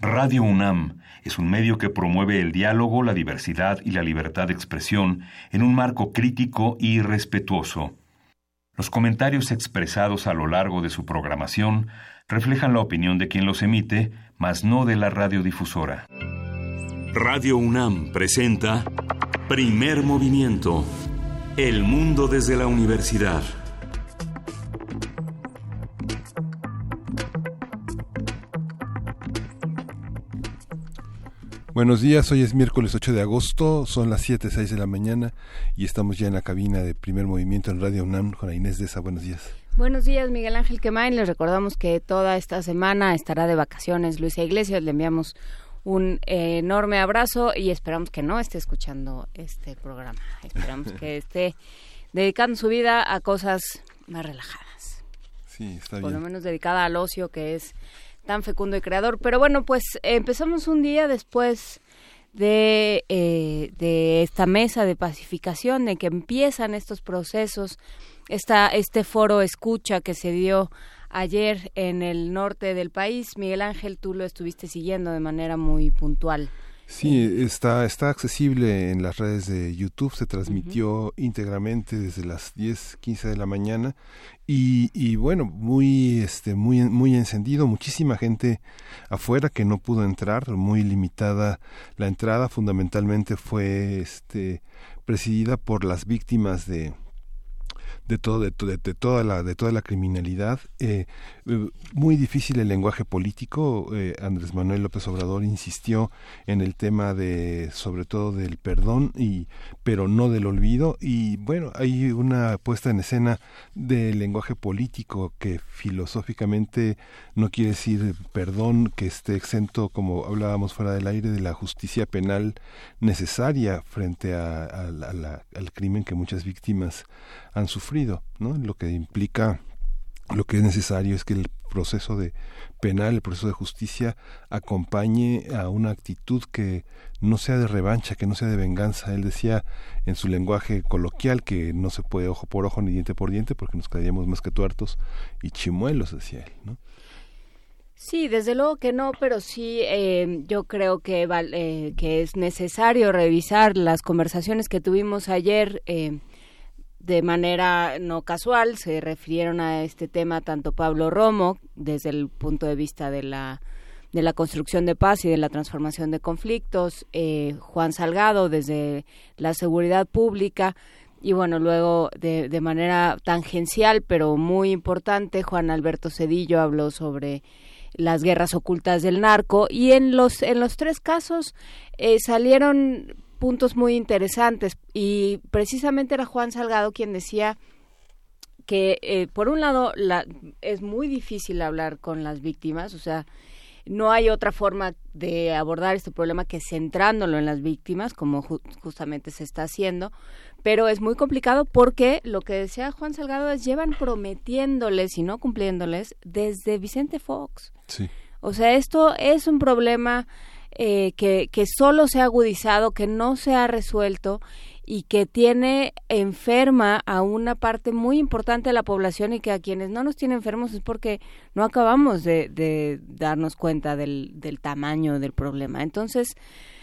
Radio UNAM es un medio que promueve el diálogo, la diversidad y la libertad de expresión en un marco crítico y respetuoso. Los comentarios expresados a lo largo de su programación reflejan la opinión de quien los emite, mas no de la radiodifusora. Radio UNAM presenta Primer Movimiento. El mundo desde la universidad. Buenos días, hoy es miércoles 8 de agosto, son las 7:06 de la mañana y estamos ya en la cabina de Primer Movimiento en Radio UNAM con Inés Deza. Buenos días. Buenos días, Miguel Ángel Quemain. Les recordamos que toda esta semana estará de vacaciones Luisa Iglesias. Le enviamos un enorme abrazo y esperamos que no esté escuchando este programa. Esperamos que esté dedicando su vida a cosas más relajadas. Sí, está bien. Por lo menos dedicada al ocio, que es tan fecundo y creador. Pero bueno, pues empezamos un día después de esta mesa de pacificación, de que empiezan estos procesos, este foro escucha que se dio ayer en el norte del país. Miguel Ángel, tú lo estuviste siguiendo de manera muy puntual. Sí, está accesible en las redes de YouTube, se transmitió íntegramente desde las 10:15 de la mañana y bueno, muy encendido, muchísima gente afuera que no pudo entrar, muy limitada la entrada, fundamentalmente fue presidida por las víctimas de toda la criminalidad. Muy difícil el lenguaje político. Andrés Manuel López Obrador insistió en el tema sobre todo del perdón, pero no del olvido. Y bueno, hay una puesta en escena del lenguaje político que filosóficamente no quiere decir perdón, que esté exento, como hablábamos fuera del aire, de la justicia penal necesaria frente al crimen que muchas víctimas han sufrido, ¿no? Lo que implica, lo que es necesario es que el proceso penal, el proceso de justicia acompañe a una actitud que no sea de revancha, que no sea de venganza. Él decía en su lenguaje coloquial que no se puede ojo por ojo ni diente por diente porque nos quedaríamos más que tuertos y chimuelos, decía él, ¿no? Sí, desde luego que no, pero sí yo creo que es necesario revisar las conversaciones que tuvimos ayer. De manera no casual se refirieron a este tema tanto Pablo Romo, desde el punto de vista de la construcción de paz y de la transformación de conflictos, Juan Salgado desde la seguridad pública, y bueno, luego de manera tangencial pero muy importante, Juan Alberto Zedillo habló sobre las guerras ocultas del narco, y en los tres casos salieron puntos muy interesantes, y precisamente era Juan Salgado quien decía que por un lado es muy difícil hablar con las víctimas, o sea, no hay otra forma de abordar este problema que centrándolo en las víctimas, como justamente se está haciendo, pero es muy complicado porque lo que decía Juan Salgado es llevan prometiéndoles y no cumpliéndoles desde Vicente Fox. Sí. O sea, esto es un problema que solo se ha agudizado, que no se ha resuelto y que tiene enferma a una parte muy importante de la población, y que a quienes no nos tiene enfermos es porque no acabamos de darnos cuenta del tamaño del problema. Entonces,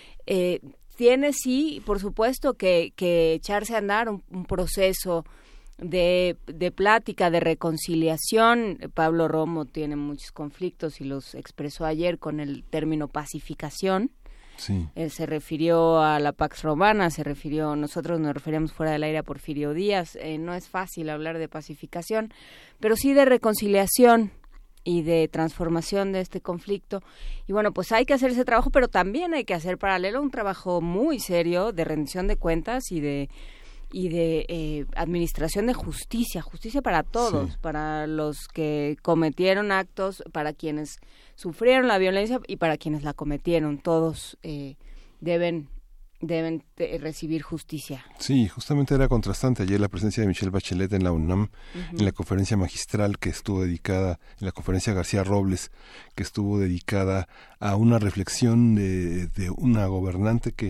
tiene sí, por supuesto, que echarse a andar un proceso de plática, de reconciliación. Pablo Romo tiene muchos conflictos y los expresó ayer con el término pacificación. Sí. Él se refirió a la Pax Romana, nosotros nos referíamos fuera del aire a Porfirio Díaz. No es fácil hablar de pacificación, pero sí de reconciliación y de transformación de este conflicto. Y bueno, pues hay que hacer ese trabajo, pero también hay que hacer paralelo un trabajo muy serio de rendición de cuentas y de administración de justicia para todos, sí, para los que cometieron actos, para quienes sufrieron la violencia y para quienes la cometieron. Todos deben recibir justicia. Sí, justamente era contrastante ayer la presencia de Michelle Bachelet en la UNAM, en la conferencia magistral que estuvo dedicada, en la conferencia García Robles, que estuvo dedicada a una reflexión de una gobernante que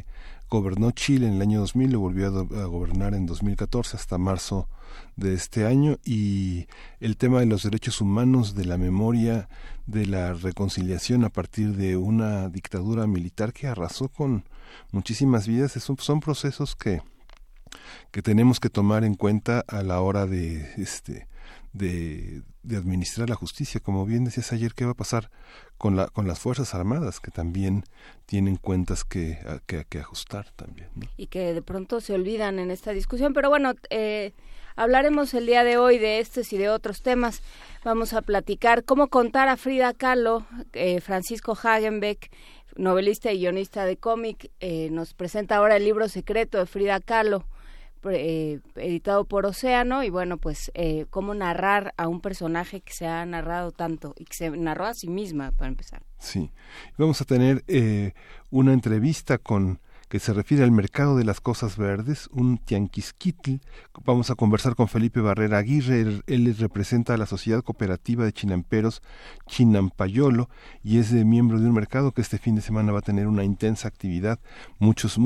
gobernó Chile en el año 2000, lo volvió a gobernar en 2014 hasta marzo de este año, y el tema de los derechos humanos, de la memoria, de la reconciliación a partir de una dictadura militar que arrasó con muchísimas vidas, son procesos que tenemos que tomar en cuenta a la hora de administrar la justicia. Como bien decías ayer, ¿qué va a pasar con las Fuerzas Armadas, que también tienen cuentas que ajustar también, ¿no? Y que de pronto se olvidan en esta discusión, pero bueno, hablaremos el día de hoy de estos y de otros temas. Vamos a platicar cómo contar a Frida Kahlo. Francisco Hagenbeck, novelista y guionista de cómic, nos presenta ahora el libro secreto de Frida Kahlo, editado por Océano, y bueno, pues cómo narrar a un personaje que se ha narrado tanto y que se narró a sí misma, para empezar. Sí, vamos a tener una entrevista que se refiere al mercado de las cosas verdes, un tianquisquitl. Vamos a conversar con Felipe Barrera Aguirre. Él representa a la Sociedad Cooperativa de Chinamperos Chinampayolo y es miembro de un mercado que este fin de semana va a tener una intensa actividad, muchas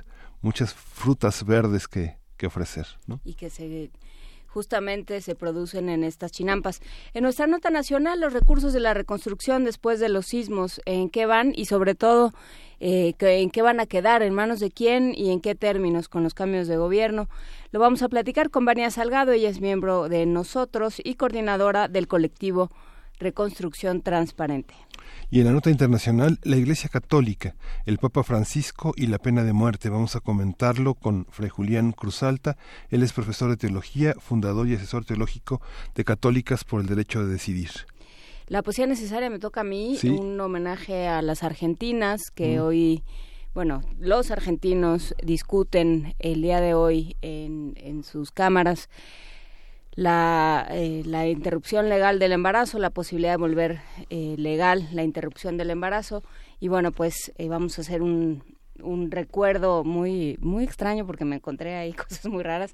frutas verdes que ofrecer, ¿no? Y que justamente se producen en estas chinampas. En nuestra nota nacional, los recursos de la reconstrucción después de los sismos, ¿en qué van? Y sobre todo, ¿en qué van a quedar? ¿En manos de quién? ¿Y en qué términos con los cambios de gobierno? Lo vamos a platicar con Vania Salgado. Ella es miembro de Nosotros y coordinadora del colectivo Reconstrucción Transparente. Y en la nota internacional, la Iglesia Católica, el Papa Francisco y la pena de muerte. Vamos a comentarlo con Fray Julián Cruzalta. Él es profesor de teología, fundador y asesor teológico de Católicas por el Derecho de Decidir. La poesía necesaria me toca a mí, ¿sí? Un homenaje a las argentinas que hoy, bueno, los argentinos discuten el día de hoy en sus cámaras la interrupción legal del embarazo, la posibilidad de volver legal la interrupción del embarazo, y bueno, pues vamos a hacer un recuerdo muy muy extraño, porque me encontré ahí cosas muy raras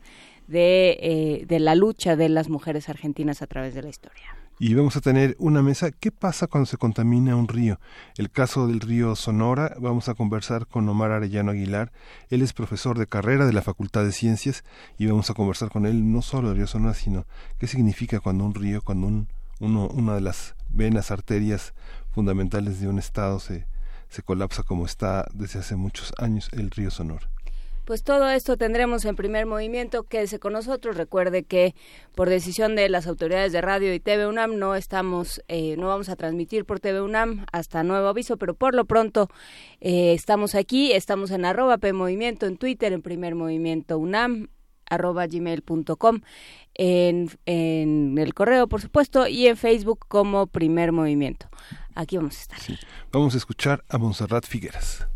de la lucha de las mujeres argentinas a través de la historia. Y vamos a tener una mesa, ¿qué pasa cuando se contamina un río? El caso del río Sonora. Vamos a conversar con Omar Arellano Aguilar. Él es profesor de carrera de la Facultad de Ciencias y vamos a conversar con él no solo del río Sonora, sino qué significa cuando un río, cuando una de las venas, arterias fundamentales de un estado se colapsa, como está desde hace muchos años el río Sonora. Pues todo esto tendremos en Primer Movimiento. Quédese con nosotros. Recuerde que por decisión de las autoridades de Radio y TV UNAM no vamos a transmitir por TV UNAM hasta nuevo aviso, pero por lo pronto estamos aquí, estamos en @PMovimiento en Twitter, en Primer Movimiento UNAM, @gmail.com, en el correo, por supuesto, y en Facebook como Primer Movimiento. Aquí vamos a estar. Sí. Vamos a escuchar a Montserrat Figueras.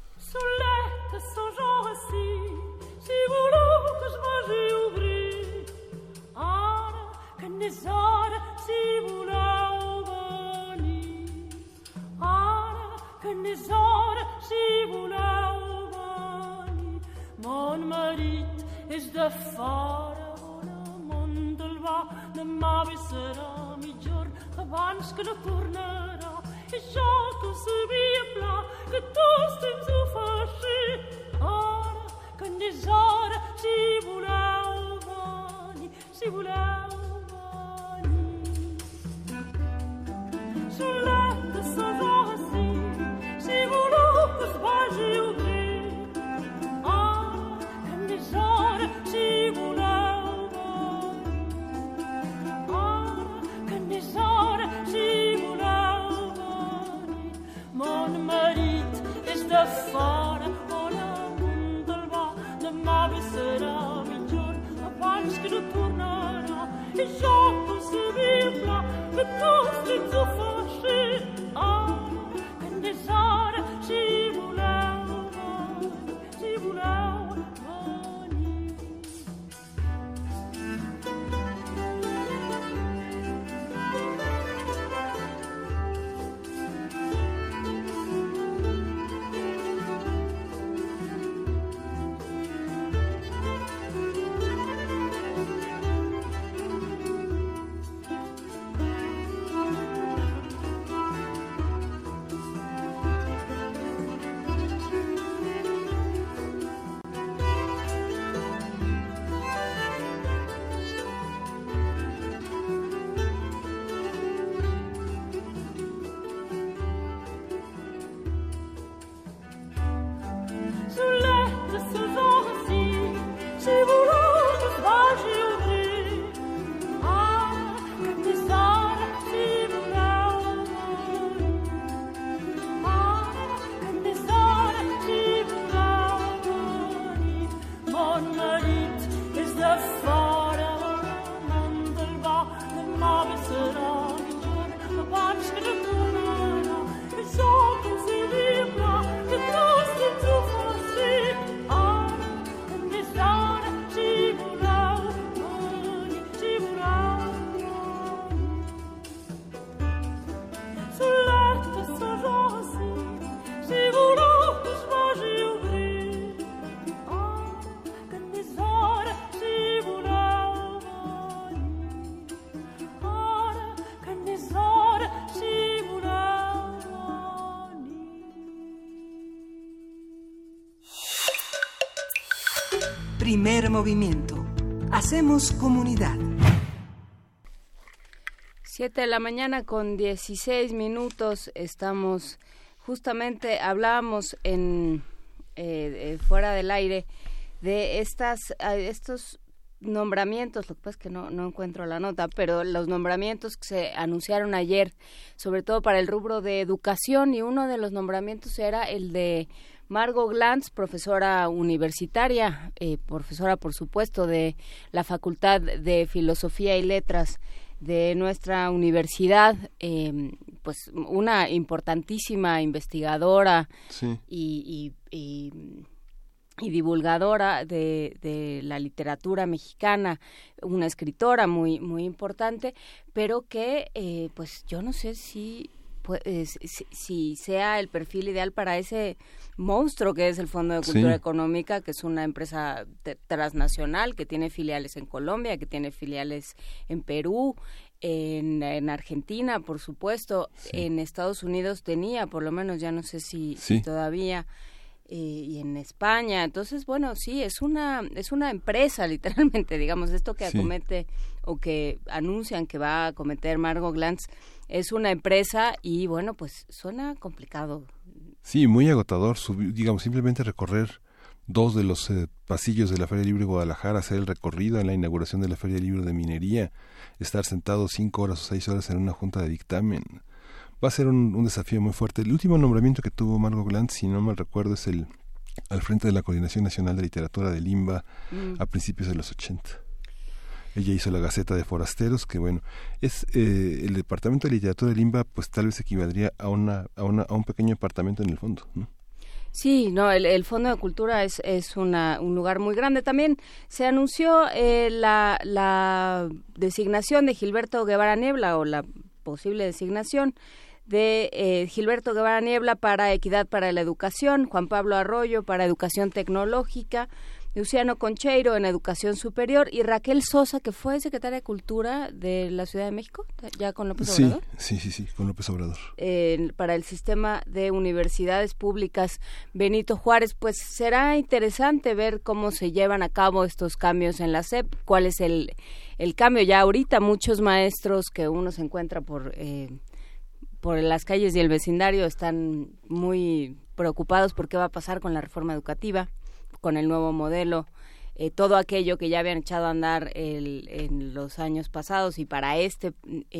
Nesara si voleu venir, ara que Nesara si voleu venir. Mon marit és de fora, món del va, demà bé serà mitjor, abans que no tornarà. I jo que ho sabia pla, que tots temps ho faci, ara que Nesara si voleu venir, si voleu. Soleta sarà sì, si voleu que es vagi obrir. Ah, que Nesara si voleu venir. Ah, que Nesara si voleu venir. Mon marit és de fora, on amunt del va, demà bé serà millor, abans que no tornarà. I jo que ho sabia pla, que tots temps ho faci. Ah, que Nesara si voleu venir, si voleu venir. Primer movimiento. Hacemos comunidad. 7 de la mañana con 16 minutos. Estamos, justamente hablábamos en fuera del aire de estos nombramientos. Lo que pasa es que no encuentro la nota, pero los nombramientos que se anunciaron ayer, sobre todo para el rubro de educación, y uno de los nombramientos era el de Margot Glantz, profesora universitaria, profesora, por supuesto, de la Facultad de Filosofía y Letras de nuestra universidad, pues una importantísima investigadora, sí, y divulgadora de la literatura mexicana, una escritora muy muy importante, pero que pues yo no sé si sea el perfil ideal para ese monstruo que es el Fondo de Cultura, sí, Económica, que es una empresa transnacional que tiene filiales en Colombia, que tiene filiales en Perú, en Argentina, por supuesto, sí, en Estados Unidos tenía, por lo menos, ya no sé si todavía, y en España. Entonces, bueno, sí, es una empresa, literalmente, digamos, esto que acomete o que anuncian que va a acometer Margot Glantz es una empresa y, bueno, pues suena complicado. Sí, muy agotador, digamos, simplemente recorrer 2 de los pasillos de la Feria Libre de Guadalajara, hacer el recorrido en la inauguración de la Feria Libre de Minería, estar sentado 5 horas o 6 horas en una junta de dictamen. Va a ser un desafío muy fuerte. El último nombramiento que tuvo Margot Glantz, si no mal recuerdo, es al frente de la Coordinación Nacional de Literatura del INBA a principios de los 80. Ella hizo la Gaceta de Forasteros, que bueno, es el Departamento de Literatura del INBA, pues tal vez equivaldría a un pequeño departamento en el fondo, ¿no? Sí, no, el Fondo de Cultura es un lugar muy grande. También se anunció la designación de Gilberto Guevara Niebla, o la posible designación de Gilberto Guevara Niebla para Equidad para la Educación, Juan Pablo Arroyo para Educación Tecnológica, Luciano Concheiro en Educación Superior y Raquel Sosa, que fue secretaria de Cultura de la Ciudad de México, ya con López Obrador. Sí, con López Obrador. Para el Sistema de Universidades Públicas Benito Juárez. Pues será interesante ver cómo se llevan a cabo estos cambios en la SEP, cuál es el cambio. Ya ahorita muchos maestros que uno se encuentra por las calles y el vecindario están muy preocupados por qué va a pasar con la reforma educativa, con el nuevo modelo, todo aquello que ya habían echado a andar en los años pasados, y para este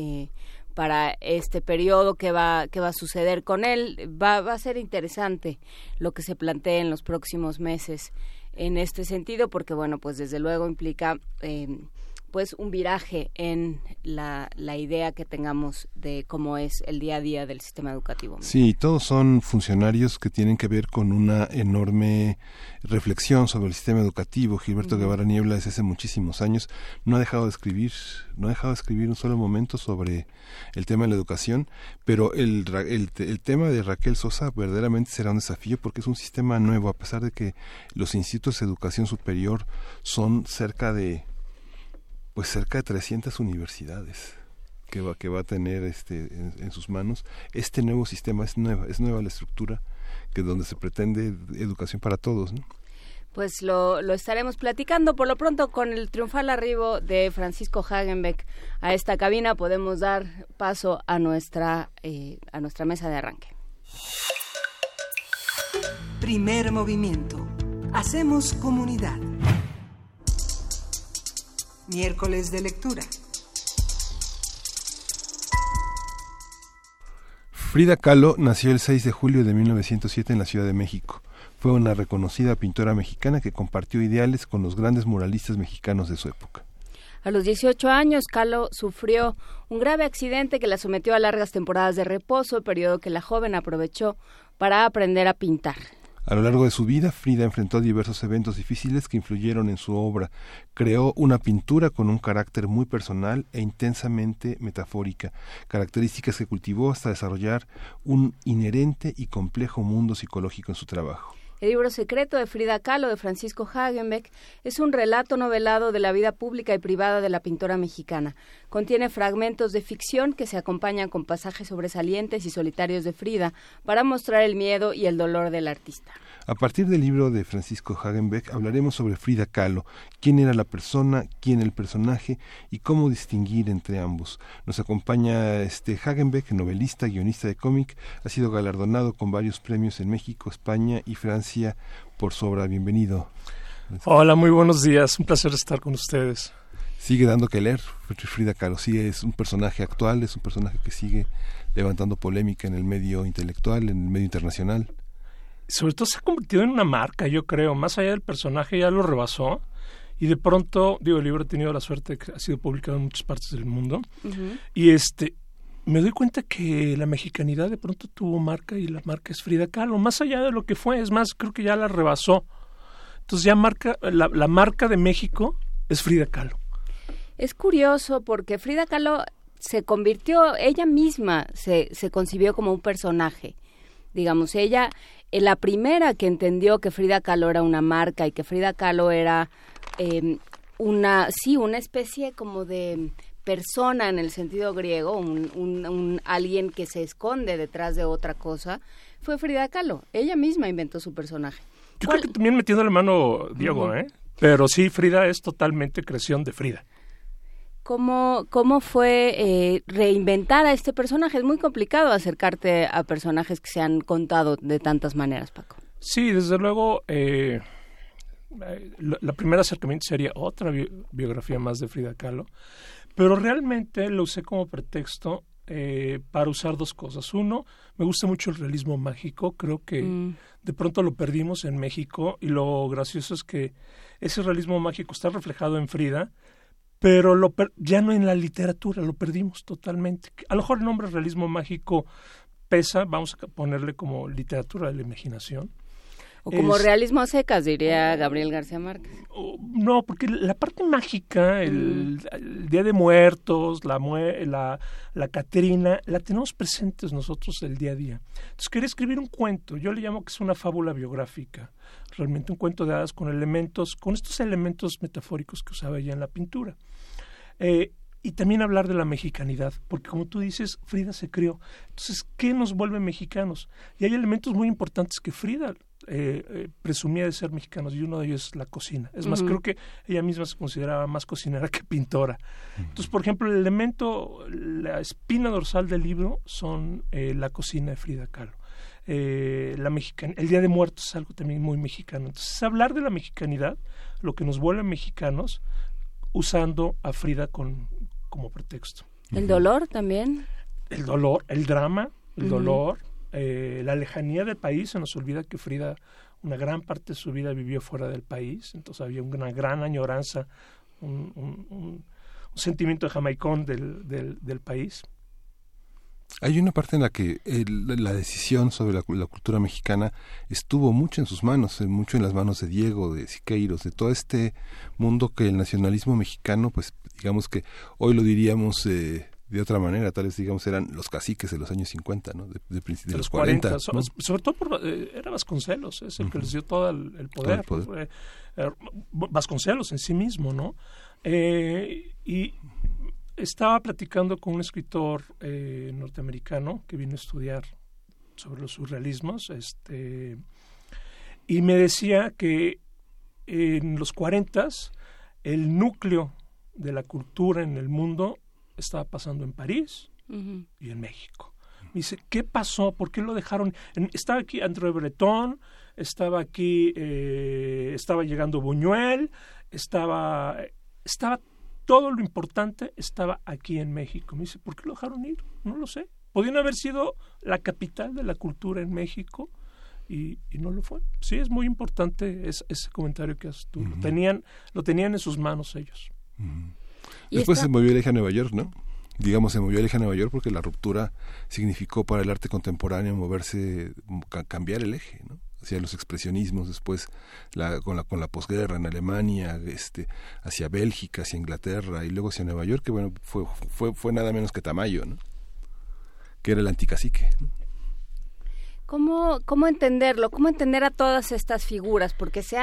periodo que va a suceder con él, va a ser interesante lo que se plantee en los próximos meses en este sentido, porque bueno, pues desde luego implica pues un viraje en la idea que tengamos de cómo es el día a día del sistema educativo. Sí, todos son funcionarios que tienen que ver con una enorme reflexión sobre el sistema educativo. Gilberto Guevara Niebla desde hace muchísimos años no ha dejado de escribir un solo momento sobre el tema de la educación, pero el tema de Raquel Sosa verdaderamente será un desafío porque es un sistema nuevo, a pesar de que los institutos de educación superior son cerca de 300 universidades que va a tener en sus manos. Este nuevo sistema es nueva la estructura donde se pretende educación para todos, ¿no? Pues lo estaremos platicando. Por lo pronto, con el triunfal arribo de Francisco Hagenbeck a esta cabina, podemos dar paso a nuestra mesa de arranque. Primer movimiento. Hacemos comunidad. Miércoles de lectura. Frida Kahlo nació el 6 de julio de 1907 en la Ciudad de México. Fue una reconocida pintora mexicana que compartió ideales con los grandes muralistas mexicanos de su época. A los 18 años, Kahlo sufrió un grave accidente que la sometió a largas temporadas de reposo, periodo que la joven aprovechó para aprender a pintar. A lo largo de su vida, Frida enfrentó diversos eventos difíciles que influyeron en su obra. Creó una pintura con un carácter muy personal e intensamente metafórica, características que cultivó hasta desarrollar un inherente y complejo mundo psicológico en su trabajo. El libro secreto de Frida Kahlo, de Francisco Hagenbeck, es un relato novelado de la vida pública y privada de la pintora mexicana. Contiene fragmentos de ficción que se acompañan con pasajes sobresalientes y solitarios de Frida para mostrar el miedo y el dolor del artista. A partir del libro de Francisco Hagenbeck hablaremos sobre Frida Kahlo, quién era la persona, quién el personaje y cómo distinguir entre ambos. Nos acompaña Hagenbeck, novelista, guionista de cómic, ha sido galardonado con varios premios en México, España y Francia por su obra. Bienvenido. Hola, muy buenos días, un placer estar con ustedes. Sigue dando que leer Frida Kahlo, sí, es un personaje actual, es un personaje que sigue levantando polémica en el medio intelectual, en el medio internacional. Sobre todo se ha convertido en una marca, yo creo, más allá del personaje ya lo rebasó y de pronto, el libro ha tenido la suerte de que ha sido publicado en muchas partes del mundo y me doy cuenta que la mexicanidad de pronto tuvo marca y la marca es Frida Kahlo, más allá de lo que fue, es más, creo que ya la rebasó. Entonces ya la marca de México es Frida Kahlo. Es curioso porque Frida Kahlo se convirtió, ella misma se concibió como un personaje. Digamos, ella, la primera que entendió que Frida Kahlo era una marca y que Frida Kahlo era una especie como de persona en el sentido griego, un alguien que se esconde detrás de otra cosa, fue Frida Kahlo. Ella misma inventó su personaje. Yo creo que también metiendo la mano Diego, pero sí, Frida es totalmente creación de Frida. ¿Cómo fue reinventar a este personaje? Es muy complicado acercarte a personajes que se han contado de tantas maneras, Paco. Sí, desde luego, la primera acercamiento sería otra biografía más de Frida Kahlo, pero realmente lo usé como pretexto para usar dos cosas. Uno, me gusta mucho el realismo mágico, creo que de pronto lo perdimos en México y lo gracioso es que ese realismo mágico está reflejado en Frida, pero ya no en la literatura, lo perdimos totalmente. A lo mejor el nombre realismo mágico pesa, vamos a ponerle como literatura de la imaginación. O como realismo a secas, diría Gabriel García Márquez. No, porque la parte mágica, el Día de Muertos, la Catrina, la tenemos presentes nosotros el día a día. Entonces quería escribir un cuento, yo le llamo que es una fábula biográfica, realmente un cuento de hadas con estos elementos metafóricos que usaba ella en la pintura. Y también hablar de la mexicanidad, porque como tú dices, Frida se crió. Entonces, ¿qué nos vuelve mexicanos? Y hay elementos muy importantes que Frida presumía de ser mexicanos, y uno de ellos es la cocina. Es más, creo que ella misma se consideraba más cocinera que pintora. Entonces, por ejemplo, el elemento, la espina dorsal del libro son la cocina de Frida Kahlo. El Día de Muertos es algo también muy mexicano. Entonces, hablar de la mexicanidad, lo que nos vuelve mexicanos, usando a Frida como pretexto. ¿El dolor también? El dolor, el drama, el dolor, la lejanía del país. Se nos olvida que Frida, una gran parte de su vida vivió fuera del país, entonces había una gran añoranza, un sentimiento de jamaicón del país. Hay una parte en la que la decisión sobre la cultura mexicana estuvo mucho en sus manos, mucho en las manos de Diego, de Siqueiros, de todo este mundo que el nacionalismo mexicano, pues digamos que hoy lo diríamos de otra manera, tal vez digamos eran los caciques de los años 50, ¿no? de los 40. ¿No? Sobre todo era Vasconcelos, es el que les dio todo el poder. Vasconcelos en sí mismo, ¿no? Y estaba platicando con un escritor norteamericano que vino a estudiar sobre los surrealismos, y me decía que en los 40s el núcleo de la cultura en el mundo estaba pasando en París y en México. Me dice, ¿qué pasó? ¿Por qué lo dejaron? Estaba aquí André Breton, estaba aquí, estaba llegando Buñuel, estaba todo lo importante estaba aquí en México. Me dice, ¿por qué lo dejaron ir? No lo sé. Podían haber sido la capital de la cultura en México y no lo fue. Sí, es muy importante ese comentario que haces tú. Lo tenían en sus manos ellos. Después se movió el eje a Nueva York, ¿no? Digamos, se movió el eje a Nueva York porque la ruptura significó para el arte contemporáneo cambiar el eje, ¿no? Hacia los expresionismos, después con la posguerra en Alemania, hacia Bélgica, hacia Inglaterra y luego hacia Nueva York, que bueno, fue nada menos que Tamayo, ¿no? Que era el anticacique, ¿no? ¿Cómo entenderlo? ¿Cómo entender a todas estas figuras? Porque se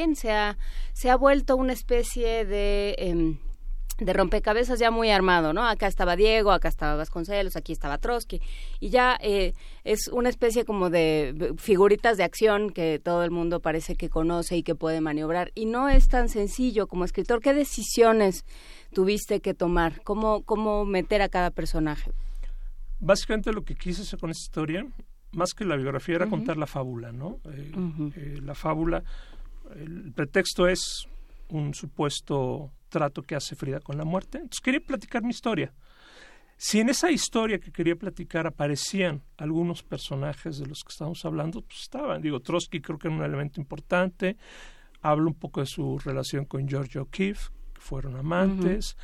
ha vuelto una especie de rompecabezas ya muy armado, ¿no? Acá estaba Diego, acá estaba Vasconcelos, aquí estaba Trotsky, y ya es una especie como de figuritas de acción que todo el mundo parece que conoce y que puede maniobrar, y no es tan sencillo como escritor. ¿Qué decisiones tuviste que tomar? ¿Cómo meter a cada personaje? Básicamente lo que quise hacer con esta historia, más que la biografía, era contar la fábula, ¿no? La fábula, el pretexto es un supuesto trato que hace Frida con la muerte. Entonces quería platicar mi historia. Si en esa historia que quería platicar aparecían algunos personajes de los que estábamos hablando, pues estaban. Digo, Trotsky creo que era un elemento importante. Hablo un poco de su relación con George O'Keeffe, que fueron amantes.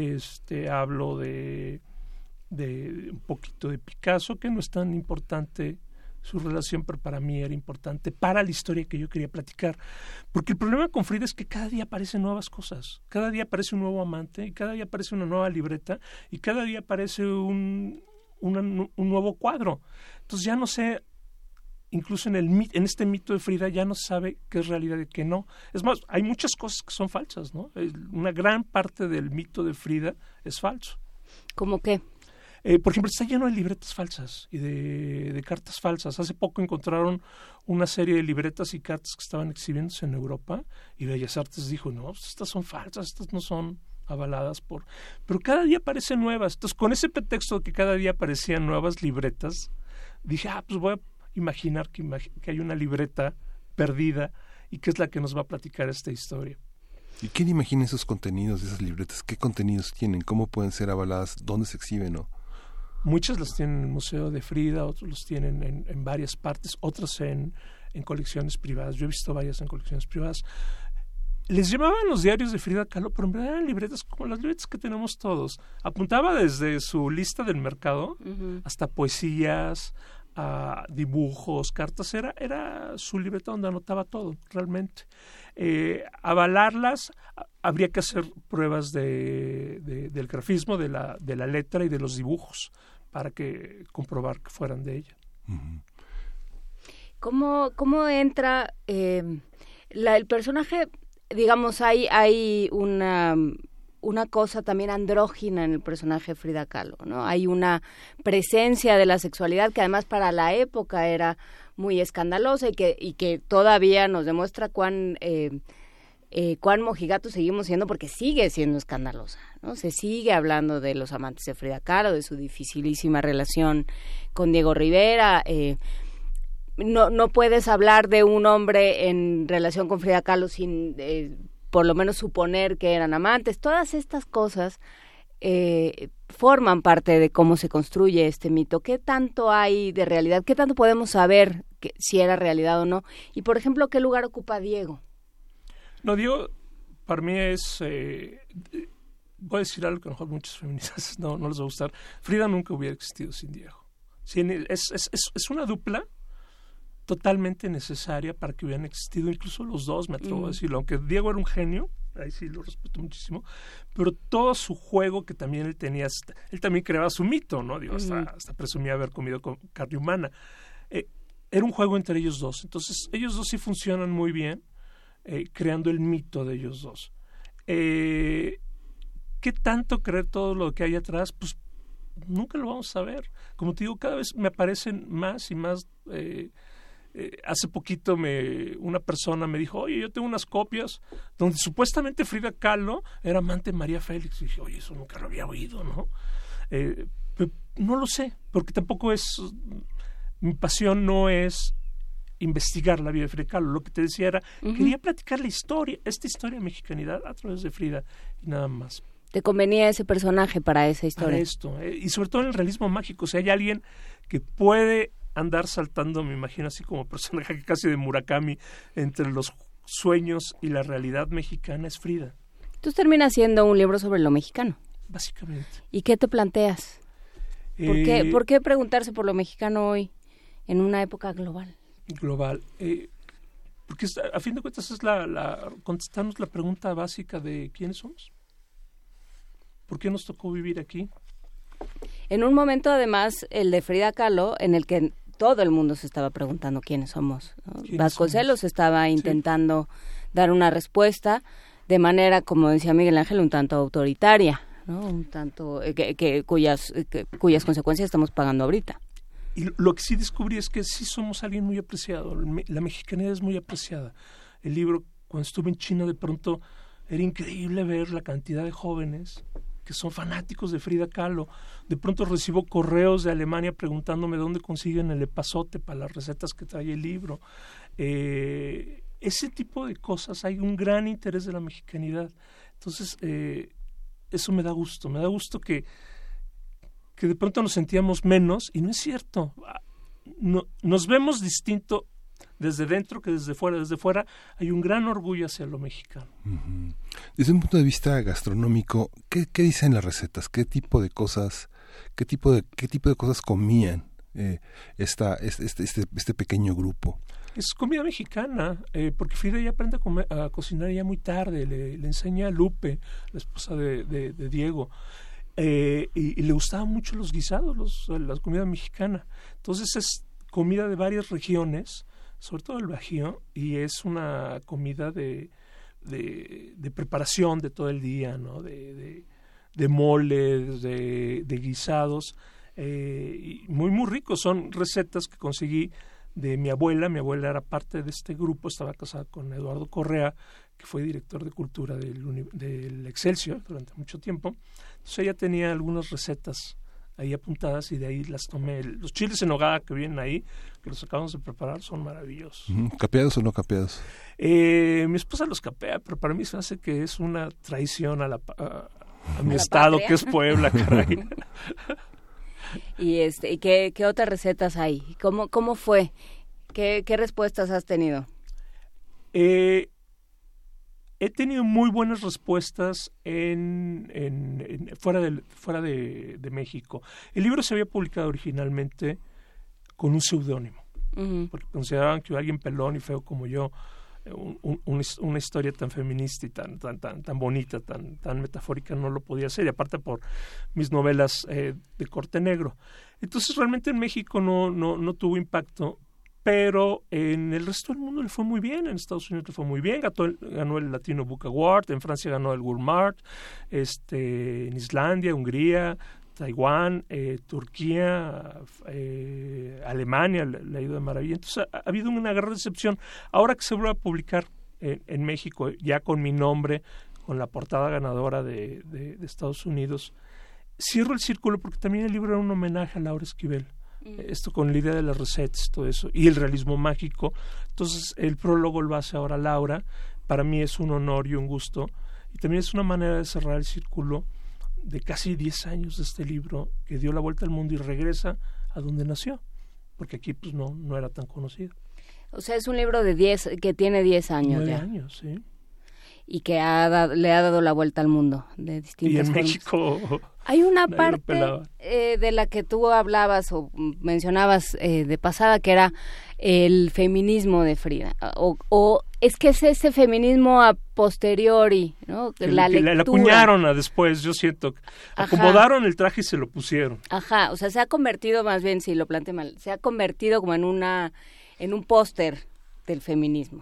Hablo de un poquito de Picasso, que no es tan importante su relación, pero para mí era importante para la historia que yo quería platicar. Porque el problema con Frida es que cada día aparecen nuevas cosas, cada día aparece un nuevo amante, y cada día aparece una nueva libreta, y cada día aparece un nuevo cuadro. Entonces ya no sé, incluso en este mito de Frida ya no se sabe qué es realidad y qué no. Es más, hay muchas cosas que son falsas, ¿no? Una gran parte del mito de Frida es falso. ¿Cómo qué? Por ejemplo, está lleno de libretas falsas y de cartas falsas. Hace poco encontraron una serie de libretas y cartas que estaban exhibiéndose en Europa, y Bellas Artes dijo, no, estas son falsas, estas no son avaladas por... Pero cada día aparecen nuevas. Entonces, con ese pretexto de que cada día aparecían nuevas libretas, dije, pues voy a imaginar que hay una libreta perdida y que es la que nos va a platicar esta historia. ¿Y quién imagina esos contenidos de esas libretas? ¿Qué contenidos tienen? ¿Cómo pueden ser avaladas? ¿Dónde se exhiben? Muchas las tienen en el Museo de Frida, otros los tienen en varias partes, otras en colecciones privadas. Yo he visto varias en colecciones privadas. Les llamaban los diarios de Frida Kahlo, pero en verdad eran libretas como las libretas que tenemos todos. Apuntaba desde su lista del mercado hasta poesías, a dibujos, cartas. Era su libreta donde anotaba todo, realmente. Avalarlas, habría que hacer pruebas del grafismo, de la letra y de los dibujos para comprobar que fueran de ella. ¿Cómo entra el personaje? Digamos, hay una cosa también andrógina en el personaje de Frida Kahlo, ¿no? Hay una presencia de la sexualidad que además para la época era muy escandalosa y que todavía nos demuestra cuán mojigatos seguimos siendo, porque sigue siendo escandalosa, ¿no? Se sigue hablando de los amantes de Frida Kahlo, de su dificilísima relación con Diego Rivera. No puedes hablar de un hombre en relación con Frida Kahlo sin por lo menos suponer que eran amantes. Todas estas cosas forman parte de cómo se construye este mito. ¿Qué tanto hay de realidad? ¿Qué tanto podemos saber si era realidad o no? Y, por ejemplo, ¿qué lugar ocupa Diego? No, Diego, para mí es... voy a decir algo que a lo mejor muchos feministas no les va a gustar. Frida nunca hubiera existido sin Diego. Es una dupla totalmente necesaria para que hubieran existido incluso los dos, me atrevo a decirlo. Aunque Diego era un genio, ahí sí lo respeto muchísimo, pero todo su juego que también él tenía, él también creaba su mito, ¿no? Digo, hasta presumía haber comido con carne humana. Era un juego entre ellos dos. Entonces, ellos dos sí funcionan muy bien, creando el mito de ellos dos. ¿Qué tanto creer todo lo que hay atrás? Pues nunca lo vamos a ver. Como te digo, cada vez me aparecen más y más... hace poquito una persona me dijo, oye, yo tengo unas copias donde supuestamente Frida Kahlo era amante de María Félix. Y dije, oye, eso nunca lo había oído, ¿no? No lo sé, porque tampoco es... Mi pasión no es investigar la vida de Frida Kahlo. Lo que te decía era, quería platicar esta historia de mexicanidad a través de Frida y nada más. ¿Te convenía ese personaje para esa historia? Para esto, y sobre todo en el realismo mágico. O sea, hay alguien que puede andar saltando, me imagino, así como personaje casi de Murakami, entre los sueños y la realidad mexicana, es Frida. Tú terminas siendo un libro sobre lo mexicano. Básicamente. ¿Y qué te planteas? ¿Por qué preguntarse por lo mexicano hoy, en una época global? Global. Porque a fin de cuentas es contestarnos la pregunta básica de ¿quiénes somos? ¿Por qué nos tocó vivir aquí? En un momento, además, el de Frida Kahlo, en el que todo el mundo se estaba preguntando quiénes somos, ¿no? Vasconcelos somos? estaba intentando dar una respuesta de manera, como decía Miguel Ángel, un tanto autoritaria, ¿no? Un tanto cuyas consecuencias estamos pagando ahorita. Y lo que sí descubrí es que sí somos alguien muy apreciado. La mexicanidad es muy apreciada. El libro, cuando estuve en China, de pronto era increíble ver la cantidad de jóvenes que son fanáticos de Frida Kahlo. De pronto recibo correos de Alemania preguntándome dónde consiguen el epazote para las recetas que trae el libro. Ese tipo de cosas, hay un gran interés de la mexicanidad. Entonces, eso me da gusto. Me da gusto que de pronto nos sentíamos menos, y no es cierto. Nos vemos distinto desde dentro que desde fuera. Desde fuera hay un gran orgullo hacia lo mexicano. Uh-huh. Desde un punto de vista gastronómico, ¿qué dicen las recetas? ¿Qué tipo de cosas comían este pequeño grupo? Es comida mexicana, porque Frida ya aprende a cocinar ya muy tarde. Le enseña a Lupe, la esposa de Diego. Y le gustaban mucho los guisados, la comida mexicana. Entonces es comida de varias regiones, sobre todo el Bajío, y es una comida de preparación de todo el día, ¿no? De moles, de guisados, y muy muy ricos. Son recetas que conseguí de mi abuela. Mi abuela era parte de este grupo, estaba casada con Eduardo Correa, que fue director de cultura del Excelsior durante mucho tiempo. Entonces ella tenía algunas recetas ahí apuntadas y de ahí las tomé. Los chiles en nogada que vienen ahí, que los acabamos de preparar, son maravillosos. ¿Capeados o no capeados? Mi esposa los capea, pero para mí se hace que es una traición a mi estado, patria, que es Puebla, caray. ¿Y qué otras recetas hay? ¿Cómo fue? ¿Qué respuestas has tenido? He tenido muy buenas respuestas fuera de México. El libro se había publicado originalmente con un seudónimo, uh-huh, porque consideraban que alguien pelón y feo como yo, una historia tan feminista y tan bonita, tan metafórica, no lo podía hacer, y aparte por mis novelas de corte negro. Entonces realmente en México no tuvo impacto, pero en el resto del mundo le fue muy bien. En Estados Unidos le fue muy bien, ganó el Latino Book Award, en Francia ganó el Gourmand, en Islandia, Hungría, Taiwán, Turquía, Alemania le ha ido de maravilla. Entonces ha habido una gran recepción. Ahora que se vuelve a publicar en México, ya con mi nombre, con la portada ganadora de Estados Unidos, cierro el círculo porque también el libro era un homenaje a Laura Esquivel. Esto con la idea de las recetas, todo eso, y el realismo mágico. Entonces el prólogo lo hace ahora Laura. Para mí es un honor y un gusto, y también es una manera de cerrar el círculo de casi 10 años de este libro que dio la vuelta al mundo y regresa a donde nació, porque aquí pues no era tan conocido. O sea, es un libro que tiene 10 años 9 ya. años, sí. Y que le ha dado la vuelta al mundo de distintas formas. Y en formas. México hay una parte de la que tú hablabas o mencionabas de pasada, que era el feminismo de Frida, o es que es ese feminismo a posteriori, ¿no? La lectura. La acuñaron después, yo siento. Ajá. Acomodaron el traje y se lo pusieron. Ajá, o sea, se ha convertido, más bien, si lo planteé mal, se ha convertido como en un póster del feminismo.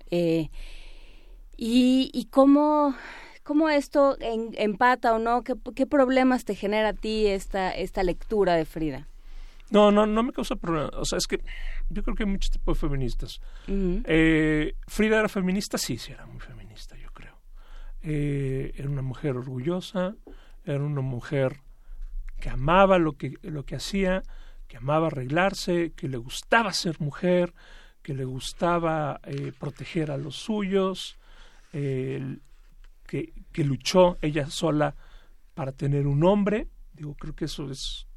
¿Y cómo esto empata o no? ¿Qué problemas te genera a ti esta lectura de Frida? No me causa problemas. O sea, es que yo creo que hay muchos tipos de feministas. Uh-huh. ¿Frida era feminista? Sí, era muy feminista, yo creo. Era una mujer orgullosa, era una mujer que amaba lo que hacía, que amaba arreglarse, que le gustaba ser mujer, que le gustaba proteger a los suyos, que luchó ella sola para tener un hombre. Digo, creo que eso es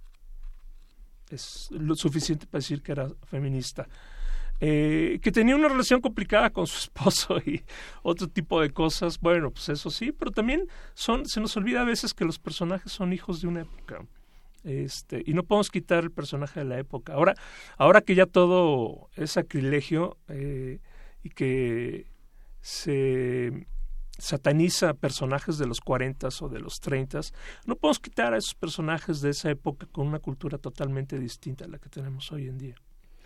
lo suficiente para decir que era feminista. Que tenía una relación complicada con su esposo y otro tipo de cosas, bueno, pues eso sí, pero también se nos olvida a veces que los personajes son hijos de una época, y no podemos quitar el personaje de la época. Ahora que ya todo es sacrilegio, y que se sataniza personajes de los 40s o de los 30s, no podemos quitar a esos personajes de esa época con una cultura totalmente distinta a la que tenemos hoy en día.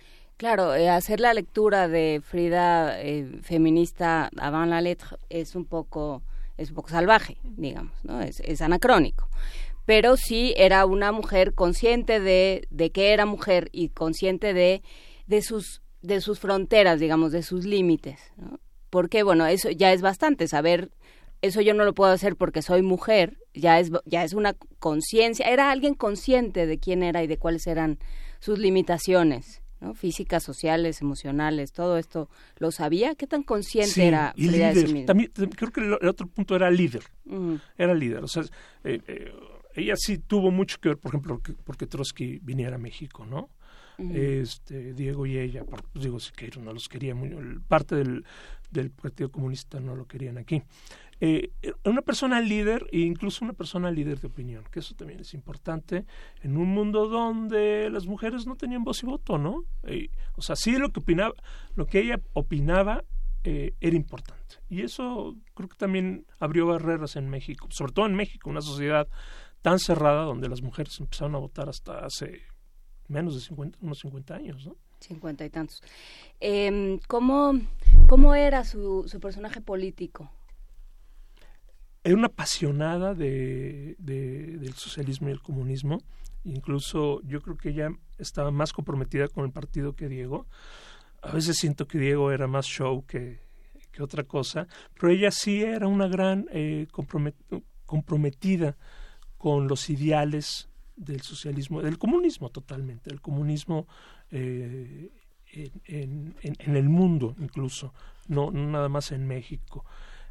Claro, hacer la lectura de Frida feminista avant la lettre es un poco salvaje, digamos, ¿no? Es anacrónico. Pero sí era una mujer consciente de que era mujer y consciente de sus fronteras, digamos, de sus límites, ¿no? Porque, bueno, eso ya es bastante, saber, eso yo no lo puedo hacer porque soy mujer, ya es una conciencia, era alguien consciente de quién era y de cuáles eran sus limitaciones, ¿no? Físicas, sociales, emocionales, todo esto lo sabía. ¿Qué tan consciente era Frida de sí misma? También creo que el otro punto era líder. Uh-huh. Era líder. O sea, ella sí tuvo mucho que ver, por ejemplo, porque Trotsky viniera a México, ¿no? Uh-huh. Diego y ella, digo, Siqueiro no los quería muy, parte del Partido Comunista no lo querían aquí. Una persona líder e incluso una persona líder de opinión, que eso también es importante en un mundo donde las mujeres no tenían voz y voto, ¿no? O sea, sí lo que ella opinaba era importante. Y eso creo que también abrió barreras en México, sobre todo en México, una sociedad tan cerrada donde las mujeres empezaron a votar hasta hace menos de unos 50 años, ¿no? 50 y tantos. ¿Cómo era su personaje político? Era una apasionada del socialismo y el comunismo. Incluso yo creo que ella estaba más comprometida con el partido que Diego. A veces siento que Diego era más show que otra cosa, pero ella sí era una gran comprometida con los ideales del socialismo, del comunismo totalmente, del comunismo en el mundo incluso, no nada más en México.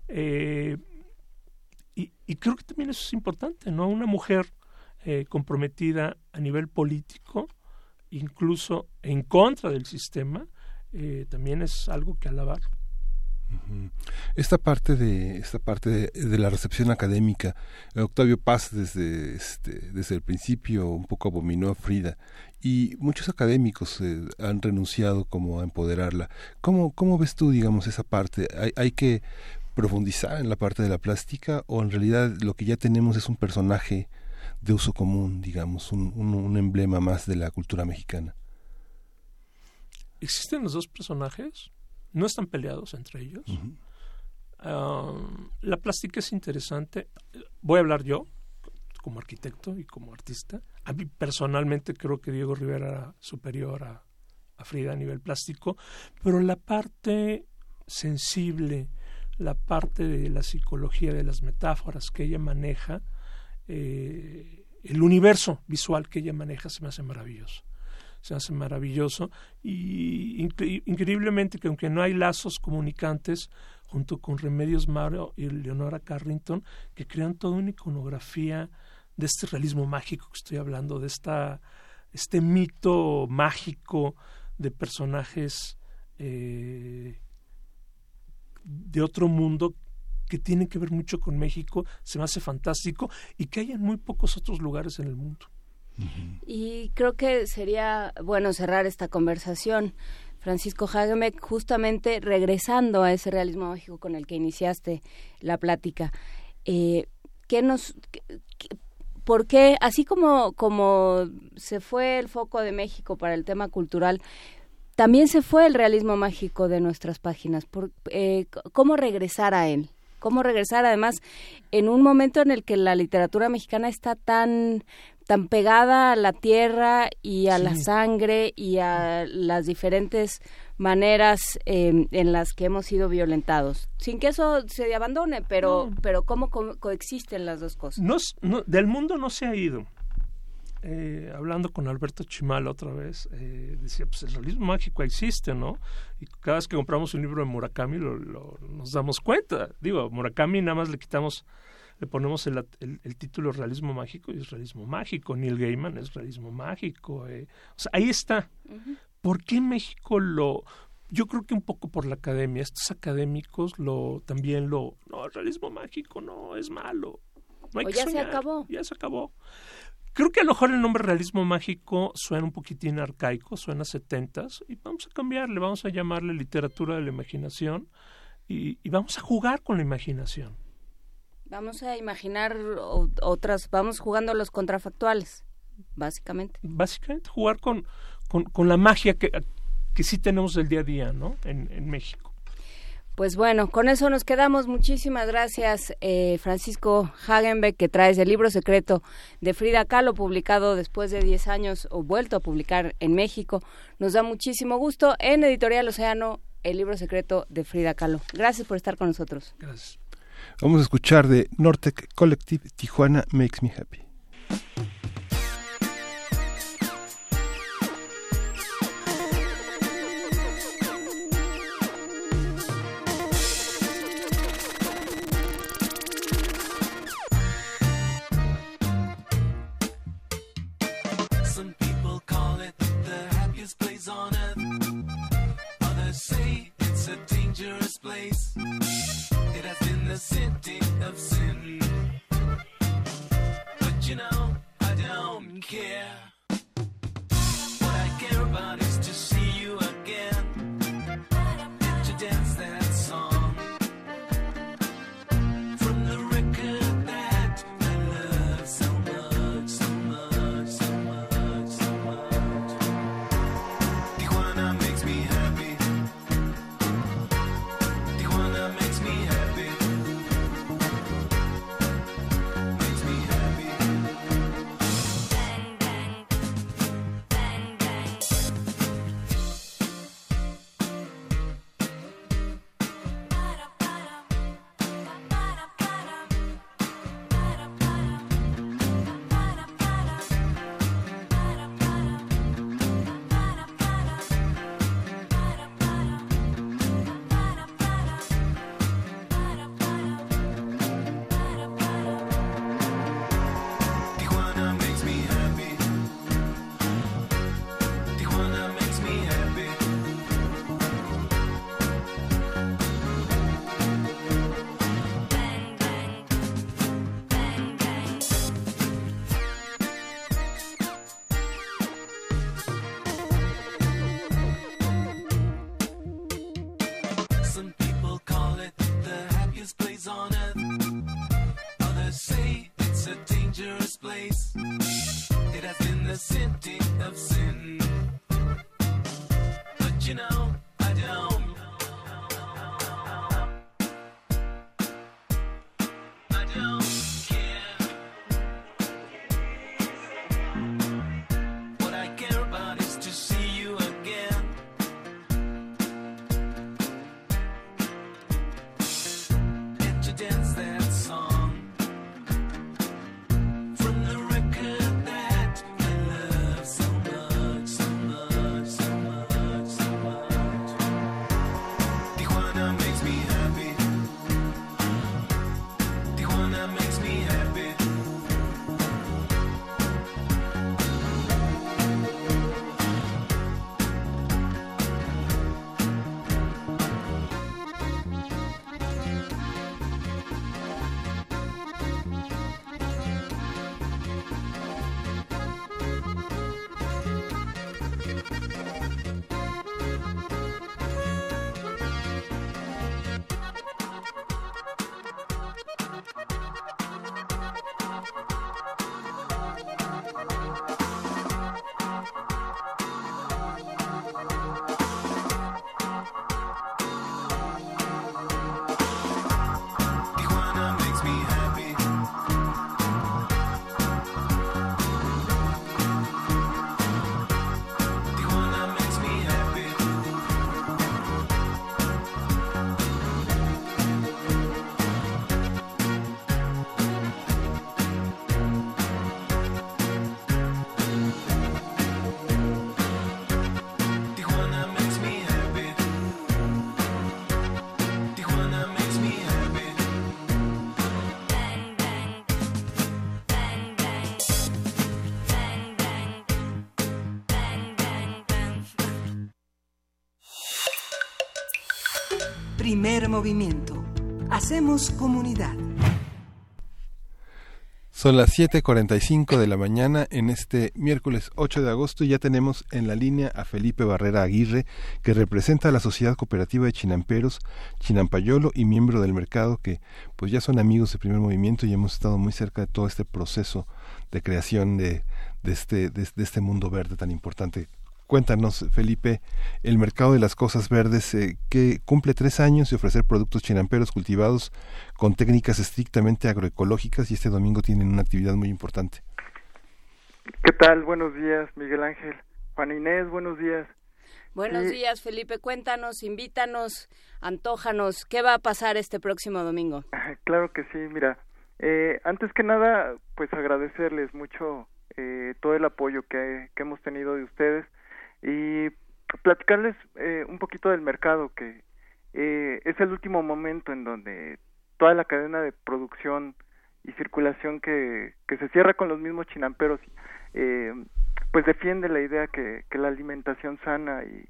Y creo que también eso es importante, ¿no? Una mujer comprometida a nivel político, incluso en contra del sistema, también es algo que alabar. Esta parte de la recepción académica, Octavio Paz desde el principio un poco abominó a Frida y muchos académicos han renunciado como a empoderarla. ¿Cómo ves tú, digamos, esa parte? ¿Hay que profundizar en la parte de la plástica o en realidad lo que ya tenemos es un personaje de uso común, digamos, un emblema más de la cultura mexicana? ¿Existen los dos personajes? No están peleados entre ellos. Uh-huh. La plástica es interesante. Voy a hablar yo, como arquitecto y como artista. A mí personalmente creo que Diego Rivera era superior a Frida a nivel plástico, pero la parte sensible, la parte de la psicología, de las metáforas que ella maneja, el universo visual que ella maneja se me hace maravilloso. Se hace maravilloso y increíblemente que aunque no hay lazos comunicantes, junto con Remedios Varo y Leonora Carrington, que crean toda una iconografía de este realismo mágico que estoy hablando, de este mito mágico de personajes de otro mundo que tienen que ver mucho con México, se me hace fantástico y que hay en muy pocos otros lugares en el mundo. Y creo que sería bueno cerrar esta conversación, Francisco Hagebeck, justamente regresando a ese realismo mágico con el que iniciaste la plática. ¿Por qué, así como se fue el foco de México para el tema cultural, también se fue el realismo mágico de nuestras páginas? ¿Cómo regresar a él? ¿Cómo regresar además en un momento en el que la literatura mexicana está tan pegada a la tierra y a la sangre y a las diferentes maneras en las que hemos sido violentados, sin que eso se abandone, pero cómo coexisten las dos cosas? Del mundo no se ha ido. Hablando con Alberto Chimal otra vez, decía, pues el realismo mágico existe, ¿no? Y cada vez que compramos un libro de Murakami nos damos cuenta. Digo, Murakami nada más le ponemos el título realismo mágico y es realismo mágico. Neil Gaiman es realismo mágico. O sea, ahí está. Uh-huh. ¿Por qué México yo creo que un poco por la academia. Estos académicos el realismo mágico no es malo. No hay que soñar. Ya se acabó. Creo que a lo mejor el nombre realismo mágico suena un poquitín arcaico, suena 70s, y vamos a cambiarle, vamos a llamarle literatura de la imaginación y vamos a jugar con la imaginación. Vamos a imaginar vamos jugando los contrafactuales, básicamente. Básicamente jugar con la magia que sí tenemos del día a día, ¿no? En México. Pues bueno, con eso nos quedamos. Muchísimas gracias, Francisco Hagenbeck, que traes el libro secreto de Frida Kahlo, publicado después de 10 años o vuelto a publicar en México. Nos da muchísimo gusto. En Editorial Océano, el libro secreto de Frida Kahlo. Gracias por estar con nosotros. Gracias. Vamos a escuchar de Nortec Collective, Tijuana Makes Me Happy. On earth, others say it's a dangerous place. It has been the city of sin, but you know I don't care. What I care about is to see you again, to dance that song from the record that I love so much, so much, so much, so much. Tijuana makes me happy. Tijuana makes me happy. Makes me happy. Bang, bang. Bang, bang. Tijuana makes me happy. Tijuana makes me happy. Bang, bang. Bang, bang. Some people call it the happiest place on earth. Others say it's a dangerous place. It has been the city of sin, but you know I don't. I don't care. What I care about is to see you again. And to dance that song from the record that I love so much, so much, so much, so much. Tijuana makes me happy. Tijuana makes me happy. Tijuana makes me happy. Tijuana makes me happy. Tijuana makes me happy. Tijuana makes me happy. Bang, bang. Bang, bang. Bang, bang. Bang, bang, bang. Primer movimiento. Hacemos comunidad. Son las 7:45 de la mañana en este miércoles 8 de agosto y ya tenemos en la línea a Felipe Barrera Aguirre, que representa a la Sociedad Cooperativa de Chinamperos, Chinampayolo, y miembro del mercado, que pues ya son amigos de Primer Movimiento y hemos estado muy cerca de todo este proceso de creación de este mundo verde tan importante. Cuéntanos, Felipe, el mercado de las cosas verdes que cumple 3 años de ofrecer productos chinamperos cultivados con técnicas estrictamente agroecológicas y este domingo tienen una actividad muy importante. ¿Qué tal? Buenos días, Miguel Ángel. Juana Inés, buenos días. Buenos días, Felipe. Cuéntanos, invítanos, antójanos. ¿Qué va a pasar este próximo domingo? Claro que sí, mira. Antes que nada, pues agradecerles mucho todo el apoyo que hemos tenido de ustedes y platicarles un poquito del mercado, que es el último momento en donde toda la cadena de producción y circulación que se cierra con los mismos chinamperos, pues defiende la idea que la alimentación sana y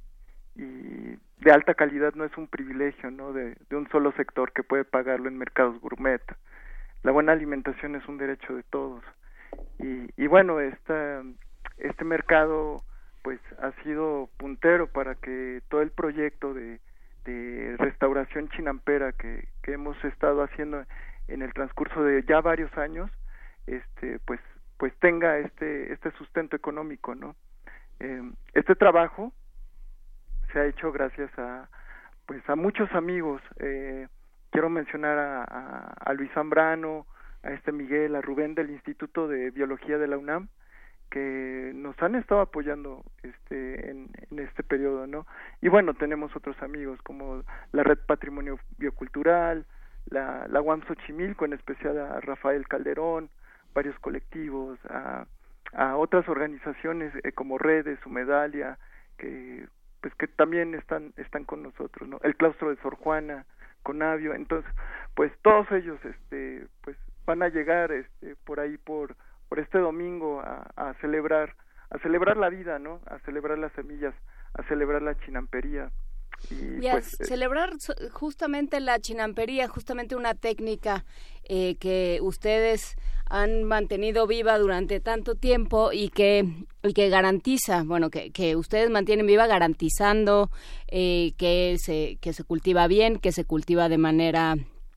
de alta calidad no es un privilegio, ¿no? de un solo sector que puede pagarlo en mercados gourmet. La buena alimentación es un derecho de todos. Y bueno, este mercado pues ha sido puntero para que todo el proyecto de restauración chinampera que hemos estado haciendo en el transcurso de ya varios años, pues tenga este sustento económico, ¿no? Este trabajo se ha hecho gracias a muchos amigos. Quiero mencionar a Luis Zambrano, a Miguel, a Rubén del Instituto de Biología de la UNAM, que nos han estado apoyando en este periodo, ¿no? Y bueno, tenemos otros amigos como la Red Patrimonio Biocultural, la UAM Xochimilco, en especial a Rafael Calderón, varios colectivos, a otras organizaciones como Redes, Humedalia, que también están con nosotros, ¿no? El Claustro de Sor Juana, Conavio. Entonces, pues todos ellos pues van a llegar por ahí por este domingo a celebrar la vida, ¿no? A celebrar las semillas, a celebrar la chinampería. Y a pues, celebrar justamente la chinampería, justamente una técnica que ustedes han mantenido viva durante tanto tiempo y que garantiza, bueno, que ustedes mantienen viva garantizando que se cultiva bien, que se cultiva de manera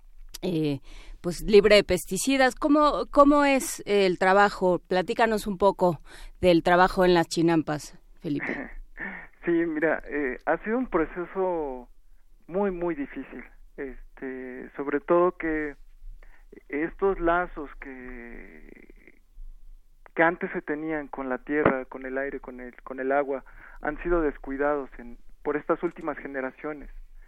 pues libre de pesticidas. ¿Cómo es el trabajo? Platícanos un poco del trabajo en las chinampas, Felipe. Sí, mira, ha sido un proceso muy, muy difícil, sobre todo que estos lazos que antes se tenían con la tierra, con el aire, con el agua, han sido descuidados por estas últimas generaciones.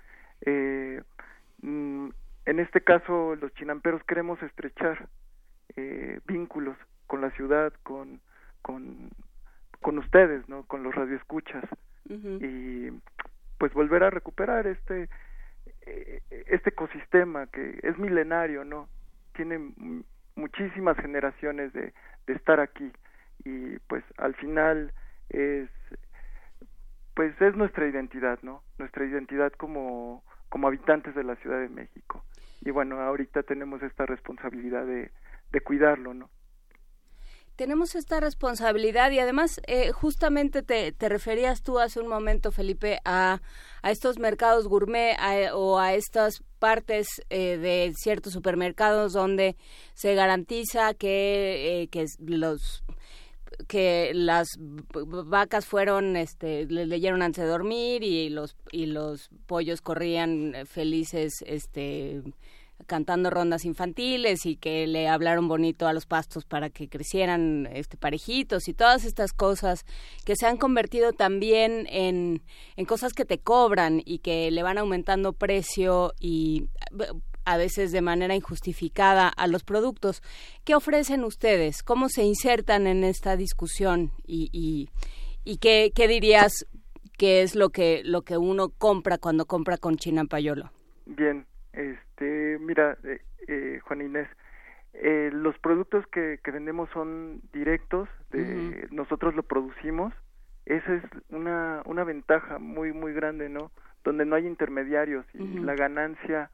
En este caso, los chinamperos queremos estrechar vínculos con la ciudad, con ustedes, ¿no? Con los radioescuchas. Uh-huh. Y pues volver a recuperar este ecosistema que es milenario, ¿no? Tiene muchísimas generaciones de estar aquí y pues al final es nuestra identidad, ¿no? Nuestra identidad como habitantes de la Ciudad de México. Y bueno, ahorita tenemos esta responsabilidad de cuidarlo, ¿no? Tenemos esta responsabilidad y además justamente te referías tú hace un momento, Felipe, a estos mercados gourmet o a estas partes de ciertos supermercados donde se garantiza que las vacas fueron les leyeron antes de dormir y los pollos corrían felices cantando rondas infantiles y que le hablaron bonito a los pastos para que crecieran parejitos y todas estas cosas que se han convertido también en cosas que te cobran y que le van aumentando precio y a veces de manera injustificada a los productos. ¿Qué ofrecen ustedes? ¿Cómo se insertan en esta discusión? ¿Y qué dirías que es lo que uno compra cuando compra con Chinampayolo? Bien, mira, Juan Inés, los productos que vendemos son directos, uh-huh. Nosotros lo producimos. Esa es una ventaja muy muy grande, ¿no? Donde no hay intermediarios y uh-huh. la ganancia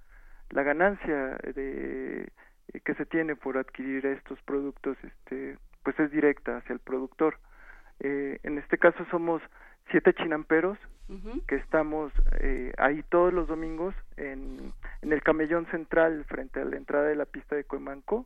que se tiene por adquirir estos productos pues es directa hacia el productor. En este caso somos 7 chinamperos uh-huh. que estamos ahí todos los domingos en el camellón central frente a la entrada de la pista de Cuemanco,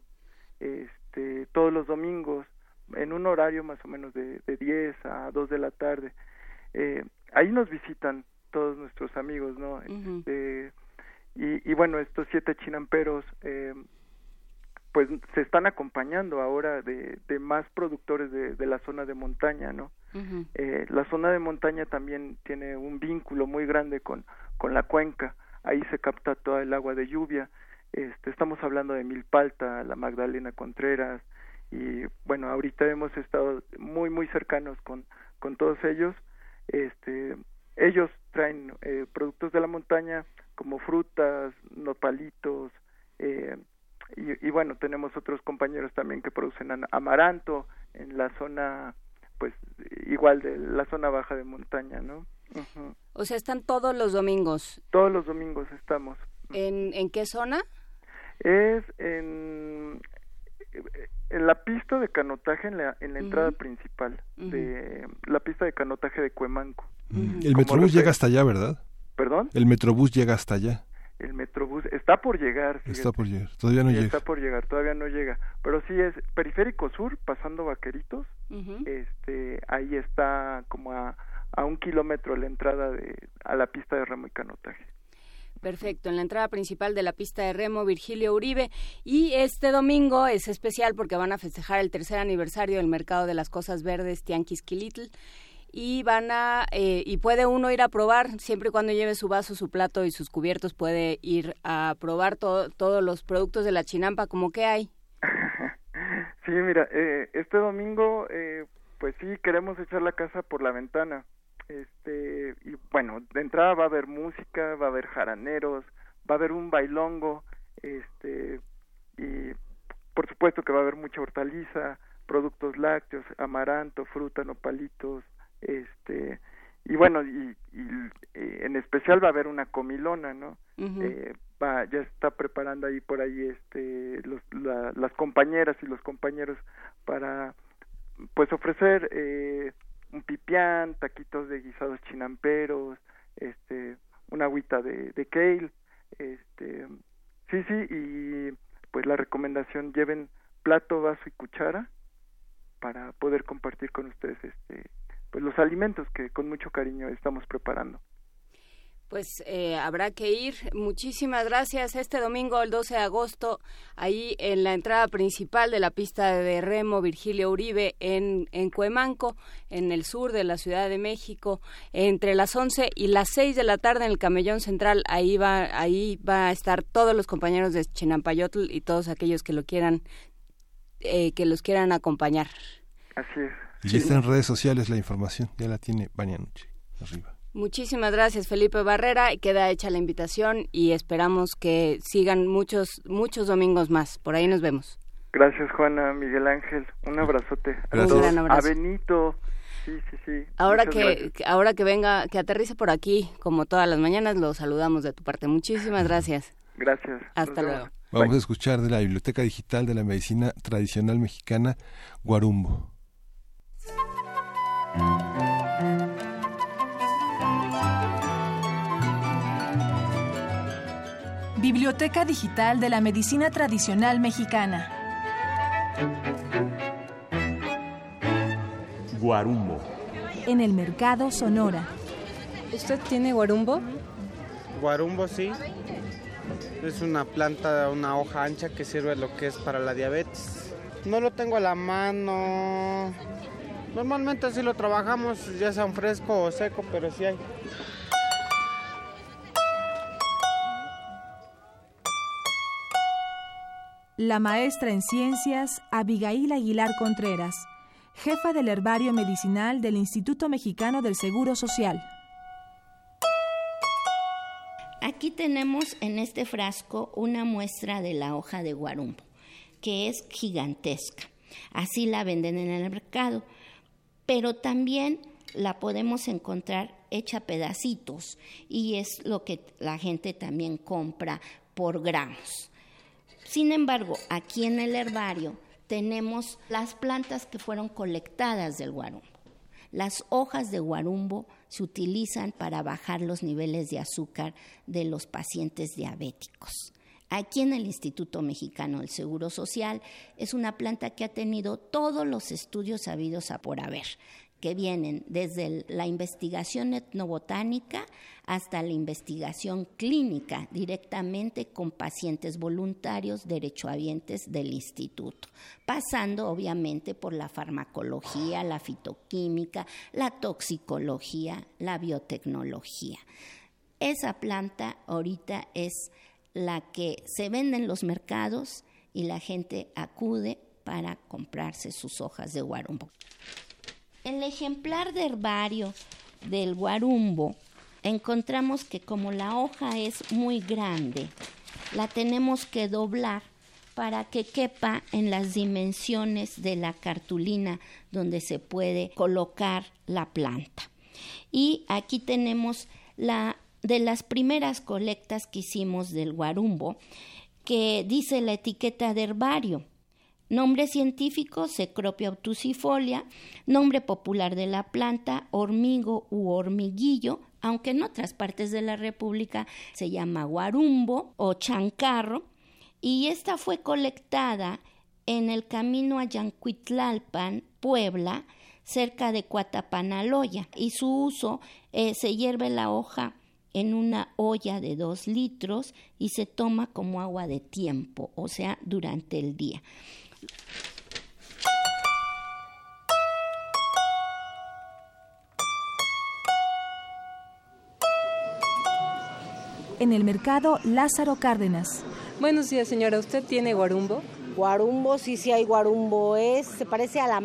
todos los domingos en un horario más o menos de 10 a 2 de la tarde. ahí nos visitan todos nuestros amigos, ¿no? Uh-huh. Y bueno, estos 7 chinamperos pues se están acompañando ahora de más productores de la zona de montaña, ¿no? Uh-huh. La zona de montaña también tiene un vínculo muy grande con la cuenca. Ahí se capta toda el agua de lluvia. Estamos hablando de Milpalta, la Magdalena Contreras, y bueno, ahorita hemos estado muy muy cercanos con todos ellos. Ellos traen productos de la montaña como frutas, nopalitos, y bueno, tenemos otros compañeros también que producen amaranto en la zona, pues igual de la zona baja de montaña, ¿no? Uh-huh. O sea, ¿están todos los domingos? Todos los domingos estamos. ¿En qué zona? Es en la pista de canotaje, en la entrada principal, de la pista de canotaje de Cuemanco. El Metrobús llega hasta allá, ¿verdad? ¿Perdón? El Metrobús llega hasta allá. El Metrobús está por llegar. Fíjate. Está por llegar, todavía no llega. Está por llegar, todavía no llega. Pero sí es Periférico Sur, pasando Vaqueritos. Uh-huh. Ahí está como a 1 kilómetro la entrada a la pista de remo y canotaje. Perfecto, en la entrada principal de la pista de remo, Virgilio Uribe. Y este domingo es especial porque van a festejar el 3er aniversario del Mercado de las Cosas Verdes Tianquisquilitl. Y y puede uno ir a probar, siempre y cuando lleve su vaso, su plato y sus cubiertos, puede ir a probar todos los productos de la Chinampa. ¿Cómo que hay? Sí, mira, este domingo, pues sí, queremos echar la casa por la ventana. Y bueno, de entrada va a haber música, va a haber jaraneros, va a haber un bailongo, y por supuesto que va a haber mucha hortaliza, productos lácteos, amaranto, fruta, nopalitos, y bueno, y en especial va a haber una comilona, ¿no? Uh-huh. Ya está preparando ahí por ahí las compañeras y los compañeros para pues ofrecer un pipián, taquitos de guisados chinamperos, una agüita de kale, sí, y pues la recomendación, lleven plato, vaso y cuchara para poder compartir con ustedes pues los alimentos que con mucho cariño estamos preparando. Pues habrá que ir. Muchísimas gracias. Este domingo, el 12 de agosto, ahí en la entrada principal de la pista de remo Virgilio Uribe en Cuemanco, en el sur de la Ciudad de México, entre las 11 y las 6 de la tarde en el Camellón Central. Ahí va a estar todos los compañeros de Chinampayotl y todos aquellos que los quieran acompañar. Así es. Y está en redes sociales la información, ya la tiene Vania Nuche, arriba. Muchísimas gracias, Felipe Barrera. Queda hecha la invitación y esperamos que sigan muchos domingos más. Por ahí nos vemos. Gracias, Juana, Miguel Ángel. Un abrazote. Gracias. Un gran abrazo. A Benito. Sí. Ahora que venga, que aterrice por aquí, como todas las mañanas, lo saludamos de tu parte. Muchísimas gracias. Gracias. Hasta luego. Vamos a escuchar de la Biblioteca Digital de la Medicina Tradicional Mexicana, Guarumbo. Biblioteca Digital de la Medicina Tradicional Mexicana. Guarumbo. En el Mercado Sonora. ¿Usted tiene guarumbo? Guarumbo, sí. Es una planta, una hoja ancha que sirve lo que es para la diabetes. No lo tengo a la mano. Normalmente así lo trabajamos, ya sea fresco o seco, pero sí hay. La maestra en ciencias, Abigail Aguilar Contreras, jefa del herbario medicinal del Instituto Mexicano del Seguro Social. Aquí tenemos en este frasco una muestra de la hoja de guarumbo, que es gigantesca. Así la venden en el mercado, pero también la podemos encontrar hecha pedacitos y es lo que la gente también compra por gramos. Sin embargo, aquí en el herbario tenemos las plantas que fueron colectadas del guarumbo. Las hojas de guarumbo se utilizan para bajar los niveles de azúcar de los pacientes diabéticos. Aquí en el Instituto Mexicano del Seguro Social es una planta que ha tenido todos los estudios habidos a por haber. que vienen desde la investigación etnobotánica hasta la investigación clínica, directamente con pacientes voluntarios, derechohabientes del instituto, pasando obviamente por la farmacología, la fitoquímica, la toxicología, la biotecnología. Esa planta ahorita es la que se vende en los mercados y la gente acude para comprarse sus hojas de guarumbo. En el ejemplar de herbario del guarumbo encontramos que como la hoja es muy grande, la tenemos que doblar para que quepa en las dimensiones de la cartulina donde se puede colocar la planta. Y aquí tenemos de las primeras colectas que hicimos del guarumbo, que dice la etiqueta de herbario. Nombre científico, Cecropia obtusifolia. Nombre popular de la planta, hormigo u hormiguillo, aunque en otras partes de la República se llama guarumbo o chancarro. Y esta fue colectada en el camino a Yancuitlalpan, Puebla, cerca de Coatapanaloya. Y su uso, se hierve la hoja en una olla de 2 litros y se toma como agua de tiempo, o sea, durante el día. En el mercado Lázaro Cárdenas. Buenos días, señora. ¿Usted tiene guarumbo? Guarumbo, sí hay guarumbo. Se parece a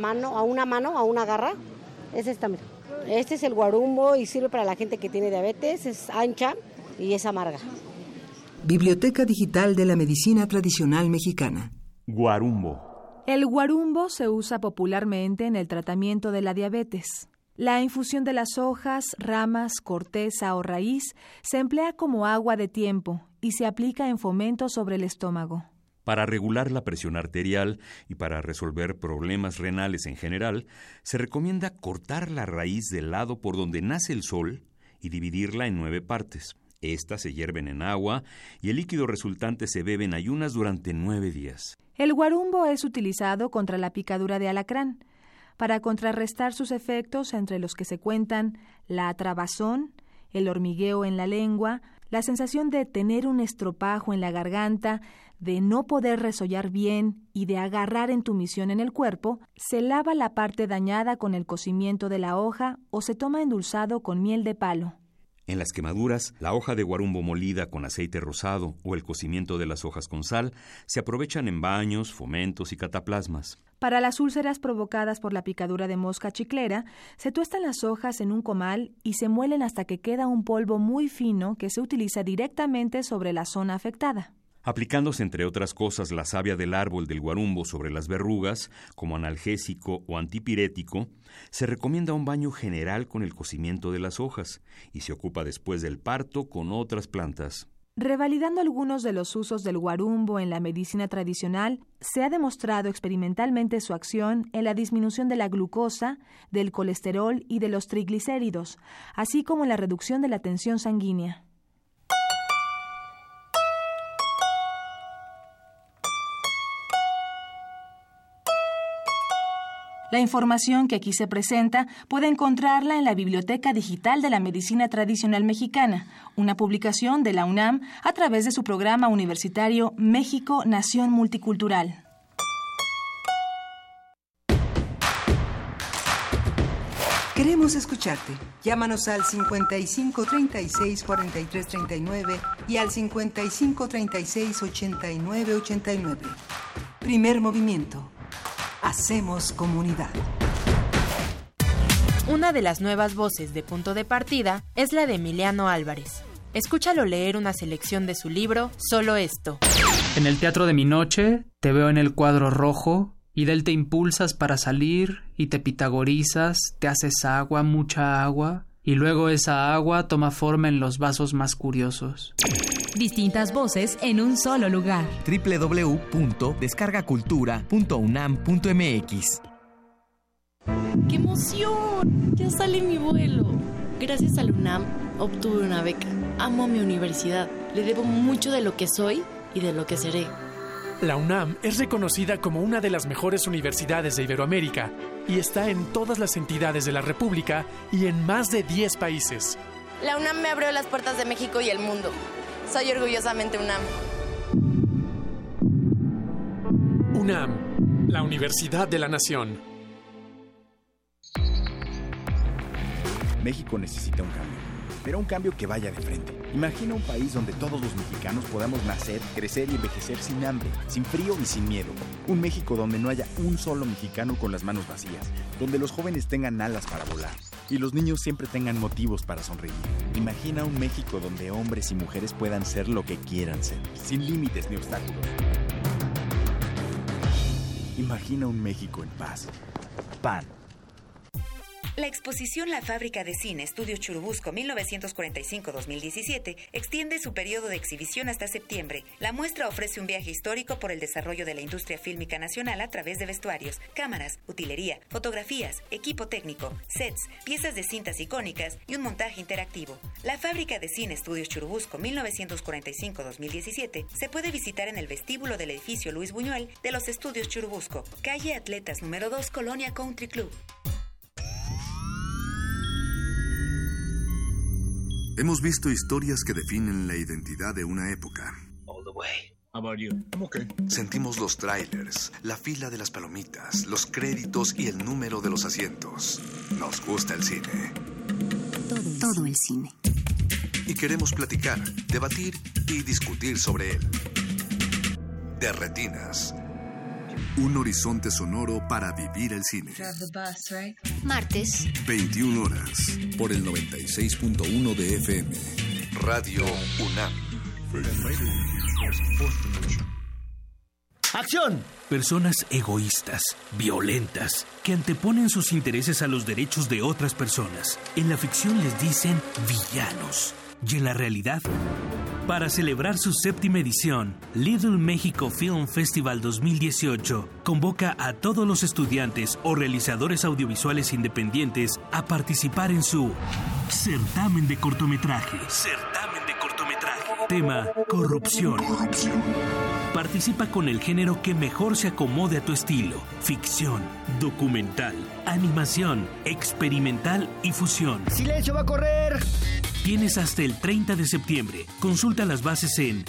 una garra. Es esta, mira. Este es el guarumbo y sirve para la gente que tiene diabetes. Es ancha y es amarga. Biblioteca Digital de la Medicina Tradicional Mexicana. Guarumbo. El guarumbo se usa popularmente en el tratamiento de la diabetes. La infusión de las hojas, ramas, corteza o raíz se emplea como agua de tiempo y se aplica en fomento sobre el estómago. Para regular la presión arterial y para resolver problemas renales en general, se recomienda cortar la raíz del lado por donde nace el sol y dividirla en 9 partes. Estas se hierven en agua y el líquido resultante se bebe en ayunas durante 9 días. El guarumbo es utilizado contra la picadura de alacrán, para contrarrestar sus efectos, entre los que se cuentan la atrabazón, el hormigueo en la lengua, la sensación de tener un estropajo en la garganta, de no poder resollar bien y de agarrar entumición en el cuerpo. Se lava la parte dañada con el cocimiento de la hoja o se toma endulzado con miel de palo. En las quemaduras, la hoja de guarumbo molida con aceite rosado o el cocimiento de las hojas con sal se aprovechan en baños, fomentos y cataplasmas. Para las úlceras provocadas por la picadura de mosca chiclera, se tuestan las hojas en un comal y se muelen hasta que queda un polvo muy fino que se utiliza directamente sobre la zona afectada. Aplicándose, entre otras cosas, la savia del árbol del guarumbo sobre las verrugas, como analgésico o antipirético, se recomienda un baño general con el cocimiento de las hojas y se ocupa después del parto con otras plantas. Revalidando algunos de los usos del guarumbo en la medicina tradicional, se ha demostrado experimentalmente su acción en la disminución de la glucosa, del colesterol y de los triglicéridos, así como en la reducción de la tensión sanguínea. La información que aquí se presenta puede encontrarla en la Biblioteca Digital de la Medicina Tradicional Mexicana, una publicación de la UNAM a través de su programa universitario México, Nación Multicultural. Queremos escucharte. Llámanos al 55 36 43 39 y al 55 36 89 89. Primer movimiento. Hacemos comunidad. Una de las nuevas voces de Punto de Partida es la de Emiliano Álvarez. Escúchalo leer una selección de su libro Solo Esto. En el teatro de mi noche te veo en el cuadro rojo y de él te impulsas para salir y te pitagorizas, te haces agua, mucha agua, y luego esa agua toma forma en los vasos más curiosos. Distintas voces en un solo lugar. www.descargacultura.unam.mx. ¡Qué emoción! Ya sale mi vuelo. Gracias a la UNAM obtuve una beca. Amo a mi universidad. Le debo mucho de lo que soy y de lo que seré. La UNAM es reconocida como una de las mejores universidades de Iberoamérica. y está en todas las entidades de la República y en más de 10 países. La UNAM me abrió las puertas de México y el mundo. Soy orgullosamente UNAM. UNAM, la Universidad de la Nación. México necesita un cambio, pero un cambio que vaya de frente. Imagina un país donde todos los mexicanos podamos nacer, crecer y envejecer sin hambre, sin frío y sin miedo. Un México donde no haya un solo mexicano con las manos vacías, donde los jóvenes tengan alas para volar y los niños siempre tengan motivos para sonreír. Imagina un México donde hombres y mujeres puedan ser lo que quieran ser, sin límites ni obstáculos. Imagina un México en paz. PAN. La exposición La Fábrica de Cine Estudios Churubusco 1945-2017 extiende su periodo de exhibición hasta septiembre. La muestra ofrece un viaje histórico por el desarrollo de la industria fílmica nacional a través de vestuarios, cámaras, utilería, fotografías, equipo técnico, sets, piezas de cintas icónicas y un montaje interactivo. La Fábrica de Cine Estudios Churubusco 1945-2017 se puede visitar en el vestíbulo del edificio Luis Buñuel de los Estudios Churubusco, calle Atletas número 2, Colonia Country Club. Hemos visto historias que definen la identidad de una época. All the way. How about you? I'm okay. Sentimos los trailers, la fila de las palomitas, los créditos y el número de los asientos. Nos gusta el cine. Todo el cine. Y queremos platicar, debatir y discutir sobre él. De Retinas. Un horizonte sonoro para vivir el cine. Martes, 21 horas, por el 96.1 de FM. Radio UNAM. ¡Acción! Personas egoístas, violentas, que anteponen sus intereses a los derechos de otras personas. En la ficción les dicen villanos. Y en la realidad, para celebrar su 7ª edición, Little Mexico Film Festival 2018 convoca a todos los estudiantes o realizadores audiovisuales independientes a participar en su certamen de cortometraje. Tema: corrupción. Participa con el género que mejor se acomode a tu estilo: ficción, documental, animación, experimental y fusión. ¡Silencio, va a correr! Tienes hasta el 30 de septiembre. Consulta las bases en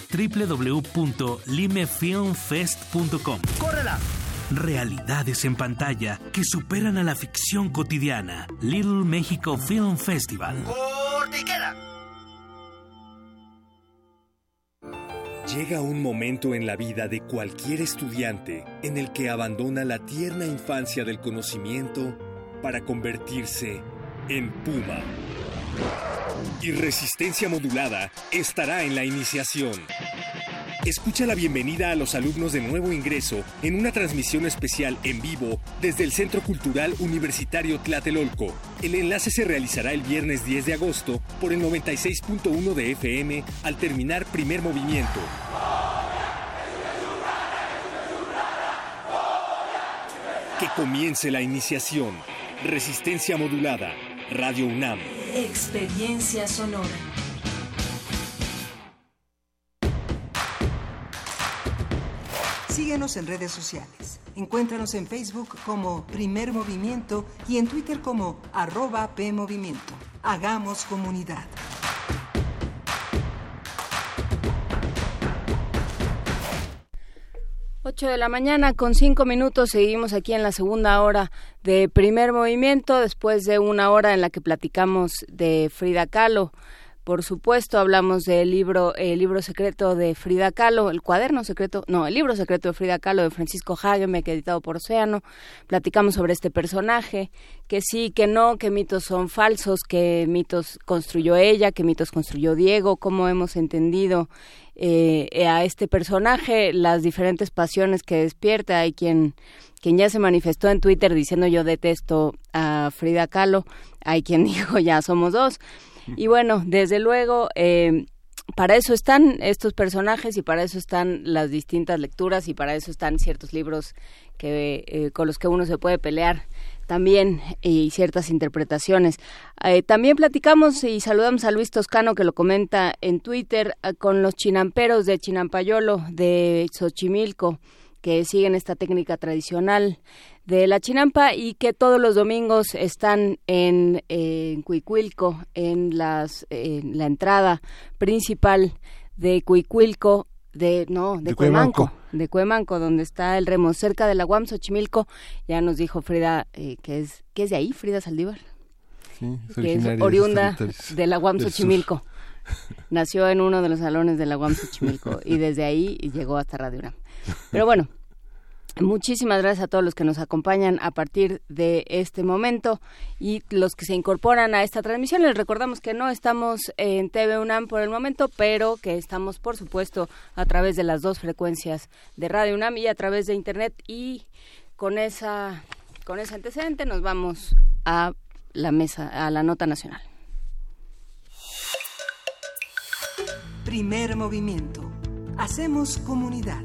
www.limefilmfest.com. ¡Córrela! Realidades en pantalla que superan a la ficción cotidiana. Little Mexico Film Festival. ¡Corte y queda! Llega un momento en la vida de cualquier estudiante en el que abandona la tierna infancia del conocimiento para convertirse en Puma. Y Resistencia Modulada estará en la iniciación. Escucha la bienvenida a los alumnos de nuevo ingreso en una transmisión especial en vivo desde el Centro Cultural Universitario Tlatelolco. El enlace se realizará el viernes 10 de agosto por el 96.1 de FM al terminar primer movimiento. Que comience la iniciación. Resistencia Modulada. Radio UNAM. Experiencia sonora. Síguenos en redes sociales. Encuéntranos en Facebook como Primer Movimiento y en Twitter como @PMovimiento. Hagamos comunidad. Ocho de la mañana con 5 minutos. Seguimos aquí en la segunda hora de Primer Movimiento, después de una hora en la que platicamos de Frida Kahlo. Por supuesto, hablamos del libro secreto de Frida Kahlo, el libro secreto de Frida Kahlo de Francisco Hagemeck, editado por Océano. Platicamos sobre este personaje, que sí, que no, que mitos son falsos, que mitos construyó ella, que mitos construyó Diego, cómo hemos entendido a este personaje, las diferentes pasiones que despierta. Hay quien ya se manifestó en Twitter diciendo yo detesto a Frida Kahlo, hay quien dijo ya somos dos. Y bueno, desde luego, para eso están estos personajes y para eso están las distintas lecturas y para eso están ciertos libros con los que uno se puede pelear también y ciertas interpretaciones. También platicamos y saludamos a Luis Toscano, que lo comenta en Twitter, con los chinamperos de Chinampayolo, de Xochimilco, que siguen esta técnica tradicional de la chinampa y que todos los domingos están en Cuicuilco, en la entrada principal de Cuicuilco, de Cuemanco, donde está el remo, cerca de la UAM Xochimilco. Ya nos dijo Frida que es de ahí, Frida Saldívar, sí, que es oriunda de la UAM Xochimilco. Nació en uno de los salones de la UAM Xochimilco y desde ahí llegó hasta Radio UNAM. Pero bueno, muchísimas gracias a todos los que nos acompañan a partir de este momento y los que se incorporan a esta transmisión. Les recordamos que no estamos en TV UNAM por el momento, pero que estamos, por supuesto, a través de las 2 frecuencias de Radio UNAM y a través de Internet. Y con ese antecedente nos vamos a la mesa, a la nota nacional. Primer movimiento. Hacemos comunidad.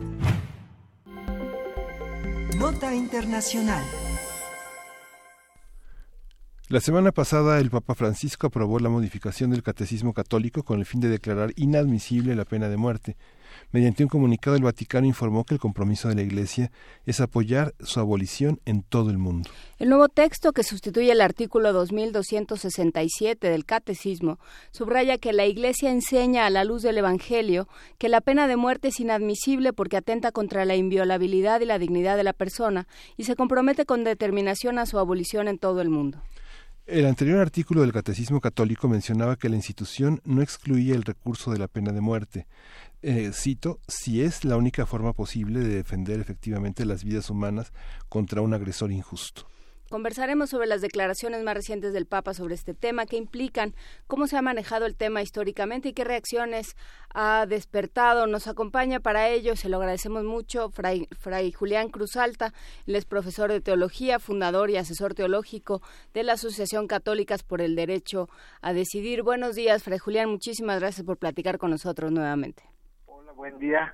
Nota internacional. La semana pasada el Papa Francisco aprobó la modificación del Catecismo Católico con el fin de declarar inadmisible la pena de muerte. Mediante un comunicado, el Vaticano informó que el compromiso de la Iglesia es apoyar su abolición en todo el mundo. El nuevo texto, que sustituye el artículo 2267 del Catecismo, subraya que la Iglesia enseña a la luz del Evangelio que la pena de muerte es inadmisible porque atenta contra la inviolabilidad y la dignidad de la persona y se compromete con determinación a su abolición en todo el mundo. El anterior artículo del Catecismo Católico mencionaba que la institución no excluía el recurso de la pena de muerte. Cito, si es la única forma posible de defender efectivamente las vidas humanas contra un agresor injusto. Conversaremos sobre las declaraciones más recientes del Papa sobre este tema, qué implican, cómo se ha manejado el tema históricamente y qué reacciones ha despertado. Nos acompaña para ello, se lo agradecemos mucho, Fray Julián Cruzalta. Él es profesor de teología, fundador y asesor teológico de la Asociación Católicas por el Derecho a Decidir. Buenos días, Fray Julián, muchísimas gracias por platicar con nosotros nuevamente. Hola, buen día.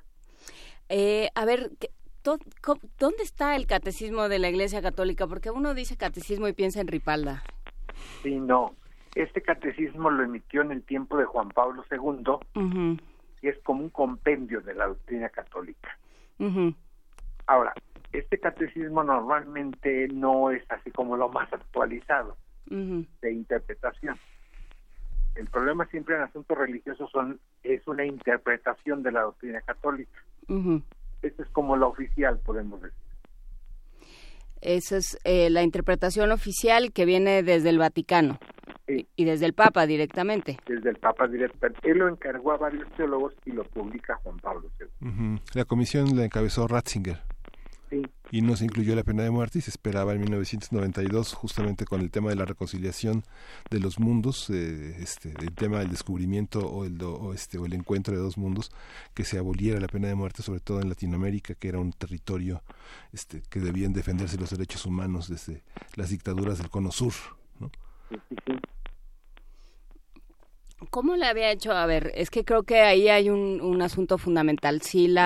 A ver, ¿dónde está el catecismo de la Iglesia Católica? Porque uno dice catecismo y piensa en Ripalda. Sí, no. Este catecismo lo emitió en el tiempo de Juan Pablo II, y es como un compendio de la doctrina católica. Ahora, este catecismo normalmente no es así como lo más actualizado de interpretación. El problema siempre en asuntos religiosos es una interpretación de la doctrina católica. Esta es como la oficial, podemos decir. Esa es la interpretación oficial que viene desde el Vaticano, sí, y desde el Papa directamente. Desde el Papa directamente. Él lo encargó a varios teólogos y lo publica Juan Pablo II. La comisión la encabezó Ratzinger. Sí. Y no se incluyó la pena de muerte y se esperaba en 1992, justamente con el tema de la reconciliación de los mundos, el tema del descubrimiento o el encuentro de dos mundos, que se aboliera la pena de muerte, sobre todo en Latinoamérica, que era un territorio que debían defenderse los derechos humanos desde las dictaduras del Cono Sur, ¿no? Sí. ¿Cómo le había hecho? A ver, es que creo que ahí hay un asunto fundamental. Si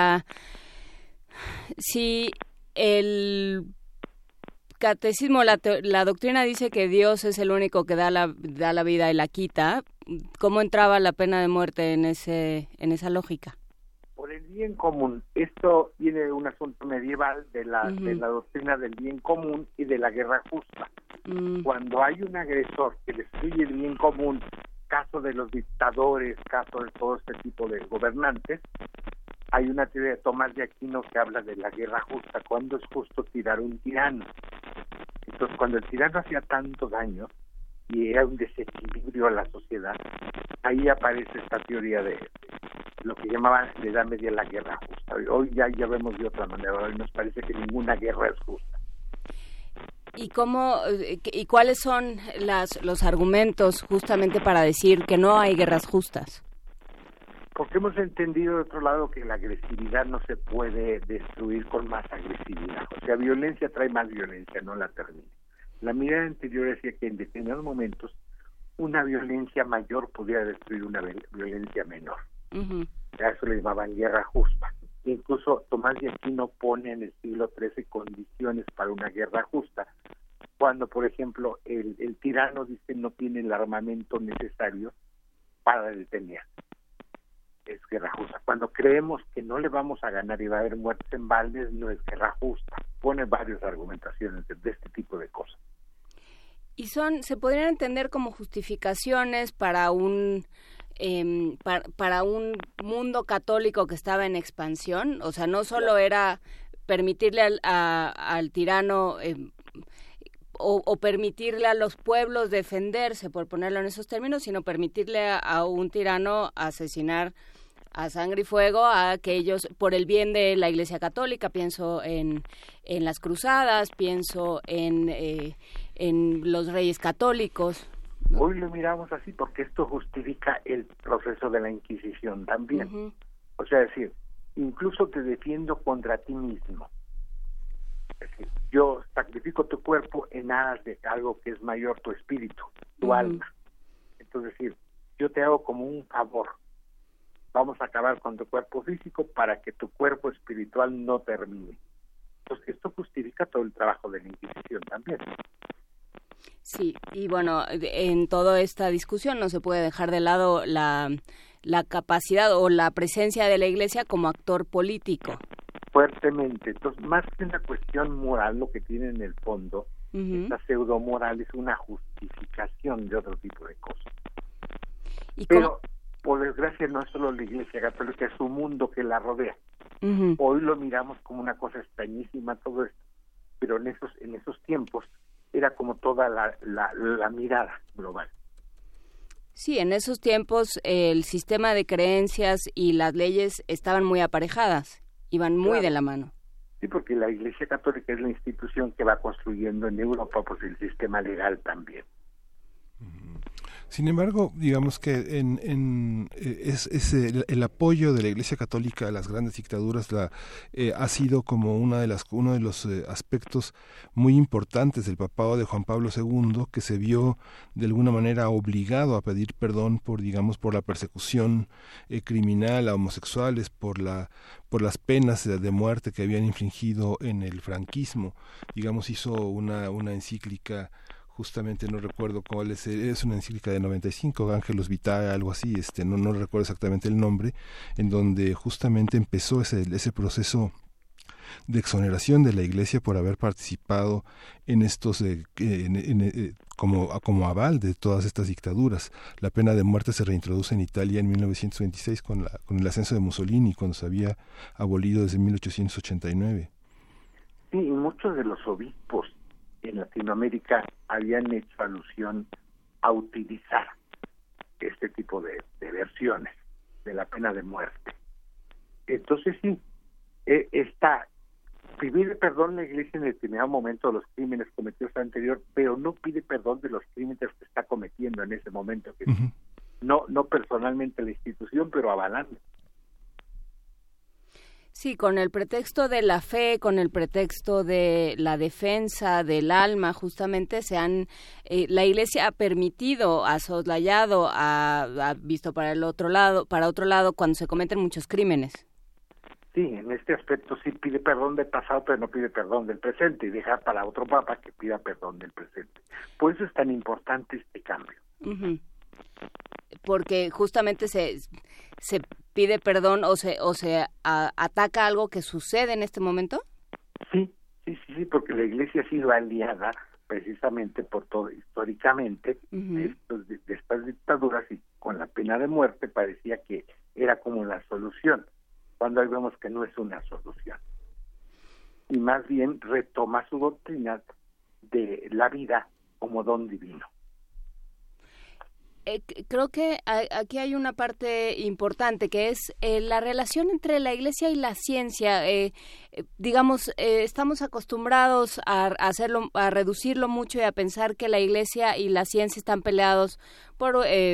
el catecismo, la doctrina dice que Dios es el único que da la vida y la quita, ¿cómo entraba la pena de muerte en esa lógica? Por el bien común. Esto viene de un asunto medieval de la doctrina del bien común y de la guerra justa. Cuando hay un agresor que destruye el bien común, caso de los dictadores, caso de todo este tipo de gobernantes, hay una teoría de Tomás de Aquino que habla de la guerra justa, cuando es justo tirar un tirano. Entonces, cuando el tirano hacía tanto daño y era un desequilibrio a la sociedad, ahí aparece esta teoría de lo que llamaban en la Edad Media la guerra justa. Hoy ya vemos de otra manera, hoy nos parece que ninguna guerra es justa. ¿Y cuáles son los argumentos justamente para decir que no hay guerras justas? Porque hemos entendido de otro lado que la agresividad no se puede destruir con más agresividad. O sea, violencia trae más violencia, no la termina. La mirada anterior decía que en determinados momentos una violencia mayor podía destruir una violencia menor. A eso le llamaban guerra justa. Incluso Tomás de Aquino pone en el siglo XIII condiciones para una guerra justa. Cuando, por ejemplo, el tirano dice no tiene el armamento necesario para detener. Es guerra justa. Cuando creemos que no le vamos a ganar y va a haber muertes en baldes, no es guerra justa. Pone varias argumentaciones de este tipo de cosas. Y se podrían entender como justificaciones para un mundo católico que estaba en expansión. O sea, no solo era permitirle al tirano o permitirle a los pueblos defenderse, por ponerlo en esos términos, sino permitirle a un tirano asesinar a sangre y fuego a aquellos, por el bien de la Iglesia Católica. Pienso en las cruzadas, pienso en los reyes católicos, ¿no? Hoy lo miramos así porque esto justifica el proceso de la Inquisición también. Uh-huh. O sea, es decir, incluso te defiendo contra ti mismo. Es decir, yo sacrifico tu cuerpo en aras de algo que es mayor, tu espíritu, tu alma. Entonces, es decir, yo te hago como un favor. Vamos a acabar con tu cuerpo físico para que tu cuerpo espiritual no termine. Entonces, esto justifica todo el trabajo de la Inquisición también. Sí, y bueno, en toda esta discusión no se puede dejar de lado la capacidad o la presencia de la Iglesia como actor político. Fuertemente. Entonces, más que una cuestión moral, lo que tiene en el fondo, esta pseudomoral es una justificación de otro tipo de cosas. Pero, por desgracia, no es solo la Iglesia Católica, es un mundo que la rodea. Hoy lo miramos como una cosa extrañísima todo esto, pero en esos tiempos era como toda la mirada global. Sí, en esos tiempos el sistema de creencias y las leyes estaban muy aparejadas, iban muy de la mano. Sí, porque la Iglesia Católica es la institución que va construyendo en Europa, pues el sistema legal también. Sin embargo, digamos que el apoyo de la Iglesia Católica a las grandes dictaduras ha sido como uno de los aspectos muy importantes del papado de Juan Pablo II, que se vio de alguna manera obligado a pedir perdón por la persecución criminal a homosexuales, por las penas de muerte que habían infligido en el franquismo. Digamos, hizo una encíclica. Justamente no recuerdo cuál es una encíclica de 95, Angelus Vitae, algo así, no recuerdo exactamente el nombre, en donde justamente empezó ese proceso de exoneración de la Iglesia por haber participado en estos como aval de todas estas dictaduras. La pena de muerte se reintroduce en Italia en 1926 con el ascenso de Mussolini, cuando se había abolido desde 1889. Sí, y muchos de los obispos en Latinoamérica habían hecho alusión a utilizar este tipo de versiones de la pena de muerte. Entonces sí, pide perdón la Iglesia en determinado momento de los crímenes cometidos anterior, pero no pide perdón de los crímenes que está cometiendo en ese momento, que no personalmente la institución, pero avalando. Sí, con el pretexto de la fe, con el pretexto de la defensa del alma, justamente la Iglesia ha permitido, ha soslayado, ha visto para otro lado cuando se cometen muchos crímenes. Sí, en este aspecto sí pide perdón del pasado, pero no pide perdón del presente, y deja para otro papa que pida perdón del presente. Por eso es tan importante este cambio. Porque justamente se pide perdón o se ataca algo que sucede en este momento. Sí, porque la Iglesia ha sido aliada precisamente por todo históricamente de estas dictaduras, y con la pena de muerte parecía que era como la solución, cuando hoy vemos que no es una solución, y más bien retoma su doctrina de la vida como don divino. Creo que aquí hay una parte importante, que es la relación entre la Iglesia y la ciencia. Estamos acostumbrados a reducirlo mucho y a pensar que la Iglesia y la ciencia están peleados por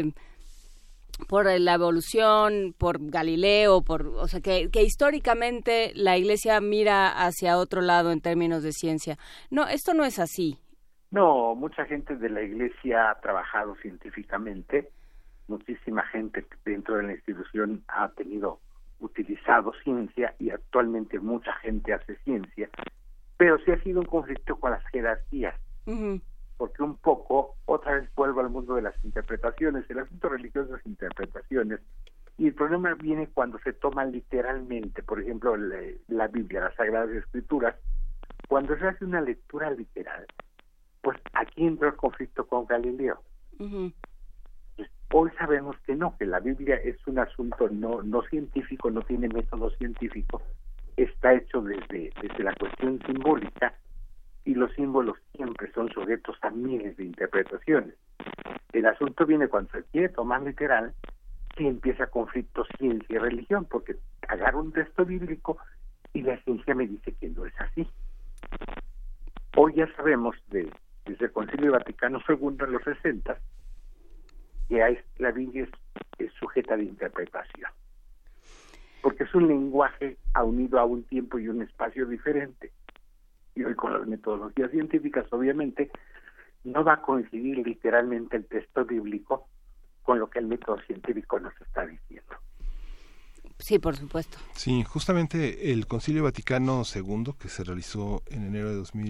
la evolución, por Galileo, o sea, que históricamente la Iglesia mira hacia otro lado en términos de ciencia. No, esto no es así. No, mucha gente de la Iglesia ha trabajado científicamente, muchísima gente dentro de la institución ha utilizado ciencia, y actualmente mucha gente hace ciencia, pero sí ha sido un conflicto con las jerarquías, porque un poco, otra vez vuelvo al mundo de las interpretaciones, el asunto religioso de las interpretaciones Y el problema viene cuando se toma literalmente, por ejemplo, la Biblia, las Sagradas Escrituras. Cuando se hace una lectura literal, pues aquí entra el conflicto con Galileo. Uh-huh. Pues, hoy sabemos que no, que la Biblia es un asunto no científico, no tiene método científico, está hecho desde la cuestión simbólica, y los símbolos siempre son sujetos a miles de interpretaciones. El asunto viene cuando se quiere tomar literal, que empieza conflicto ciencia y religión, porque agarra un texto bíblico y la ciencia me dice que no es así. Hoy ya sabemos desde el Concilio Vaticano II en los 60 que la Biblia es sujeta de interpretación, porque es un lenguaje unido a un tiempo y un espacio diferente. Y hoy con las metodologías científicas, obviamente, no va a coincidir literalmente el texto bíblico con lo que el método científico nos está diciendo. Sí, por supuesto. Sí, justamente el Concilio Vaticano II, que se realizó en enero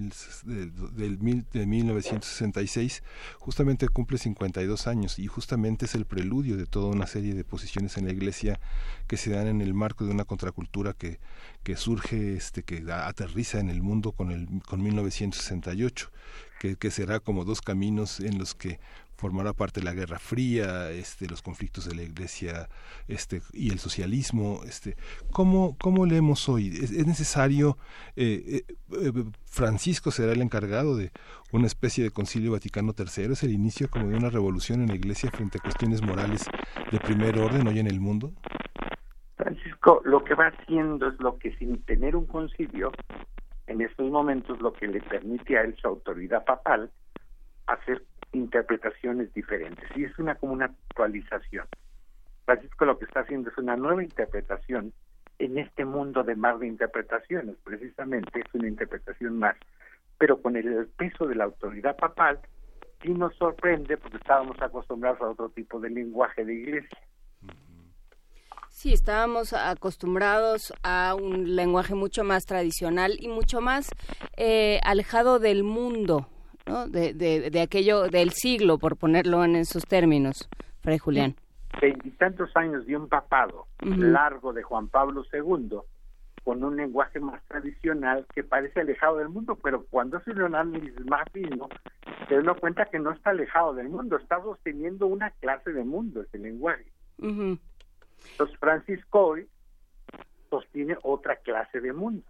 de 1966, justamente cumple 52 años y justamente es el preludio de toda una serie de posiciones en la Iglesia que se dan en el marco de una contracultura que surge, que aterriza en el mundo con 1968, que será como dos caminos en los que formará parte de la Guerra Fría, los conflictos de la Iglesia y el socialismo. ¿Cómo leemos hoy? ¿Es necesario? Francisco será el encargado de una especie de Concilio Vaticano III. ¿Es el inicio como de una revolución en la Iglesia frente a cuestiones morales de primer orden hoy en el mundo? Francisco lo que va haciendo es lo que, sin tener un concilio, en estos momentos lo que le permite a él su autoridad papal hacer interpretaciones diferentes, y es como una actualización. Francisco lo que está haciendo es una nueva interpretación en este mundo de mar de interpretaciones, precisamente es una interpretación más, pero con el peso de la autoridad papal, y nos sorprende porque estábamos acostumbrados a otro tipo de lenguaje de iglesia. Sí, estábamos acostumbrados a un lenguaje mucho más tradicional y mucho más alejado del mundo, ¿no? De aquello del siglo, por ponerlo en esos términos, Fray Julián. 20 y tantos años de un papado largo de Juan Pablo II, con un lenguaje más tradicional que parece alejado del mundo, pero cuando hace un análisis más fino, se da cuenta que no está alejado del mundo, está sosteniendo una clase de mundo ese lenguaje. Uh-huh. Entonces Francisco hoy sostiene otra clase de mundo.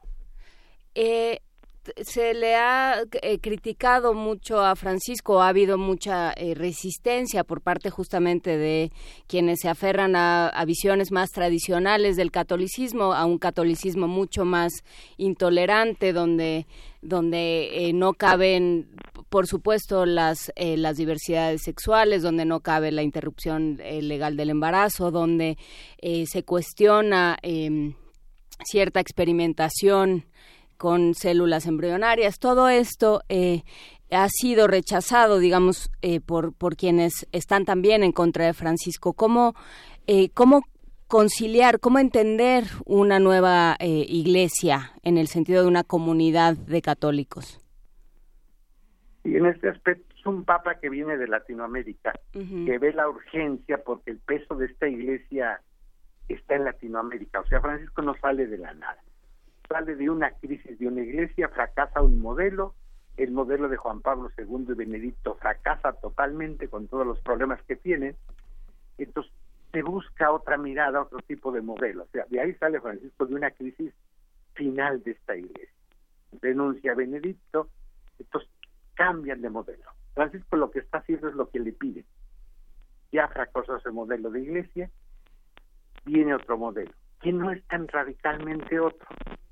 Se le ha criticado mucho a Francisco, ha habido mucha resistencia por parte justamente de quienes se aferran a visiones más tradicionales del catolicismo, a un catolicismo mucho más intolerante, donde no caben, por supuesto, las diversidades sexuales, donde no cabe la interrupción legal del embarazo, donde se cuestiona cierta experimentación con células embrionarias. Todo esto ha sido rechazado, digamos, por quienes están también en contra de Francisco. ¿Cómo conciliar, cómo entender una nueva iglesia en el sentido de una comunidad de católicos? Y en este aspecto es un papa que viene de Latinoamérica, que ve la urgencia porque el peso de esta iglesia está en Latinoamérica. O sea, Francisco no sale de la nada. Sale de una crisis de una iglesia, fracasa un modelo, el modelo de Juan Pablo II y Benedicto fracasa totalmente con todos los problemas que tienen, entonces se busca otra mirada, otro tipo de modelo. O sea, de ahí sale Francisco de una crisis final de esta iglesia. Renuncia a Benedicto, entonces cambian de modelo. Francisco lo que está haciendo es lo que le piden. Ya fracasó ese modelo de iglesia, viene otro modelo, que no es tan radicalmente otro.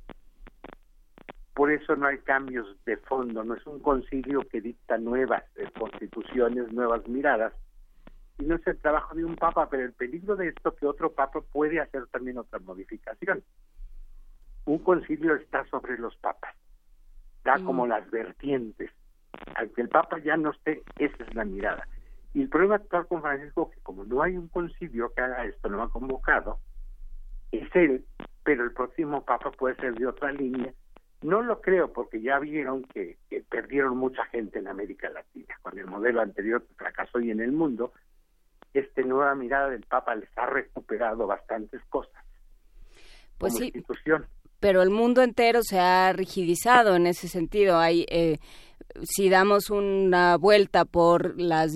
Por eso no hay cambios de fondo, no es un concilio que dicta nuevas constituciones, nuevas miradas, y no es el trabajo de un papa, pero el peligro de esto es que otro papa puede hacer también otra modificación. Un concilio está sobre los papas, da como las vertientes, al que el papa ya no esté, esa es la mirada. Y el problema actual con Francisco, que como no hay un concilio que haga esto, no ha convocado, es él, pero el próximo papa puede ser de otra línea. No lo creo, porque ya vieron que perdieron mucha gente en América Latina. Con el modelo anterior fracasó y en el mundo, esta nueva mirada del Papa les ha recuperado bastantes cosas pues como sí, institución. Pero el mundo entero se ha rigidizado en ese sentido. Hay, si damos una vuelta por las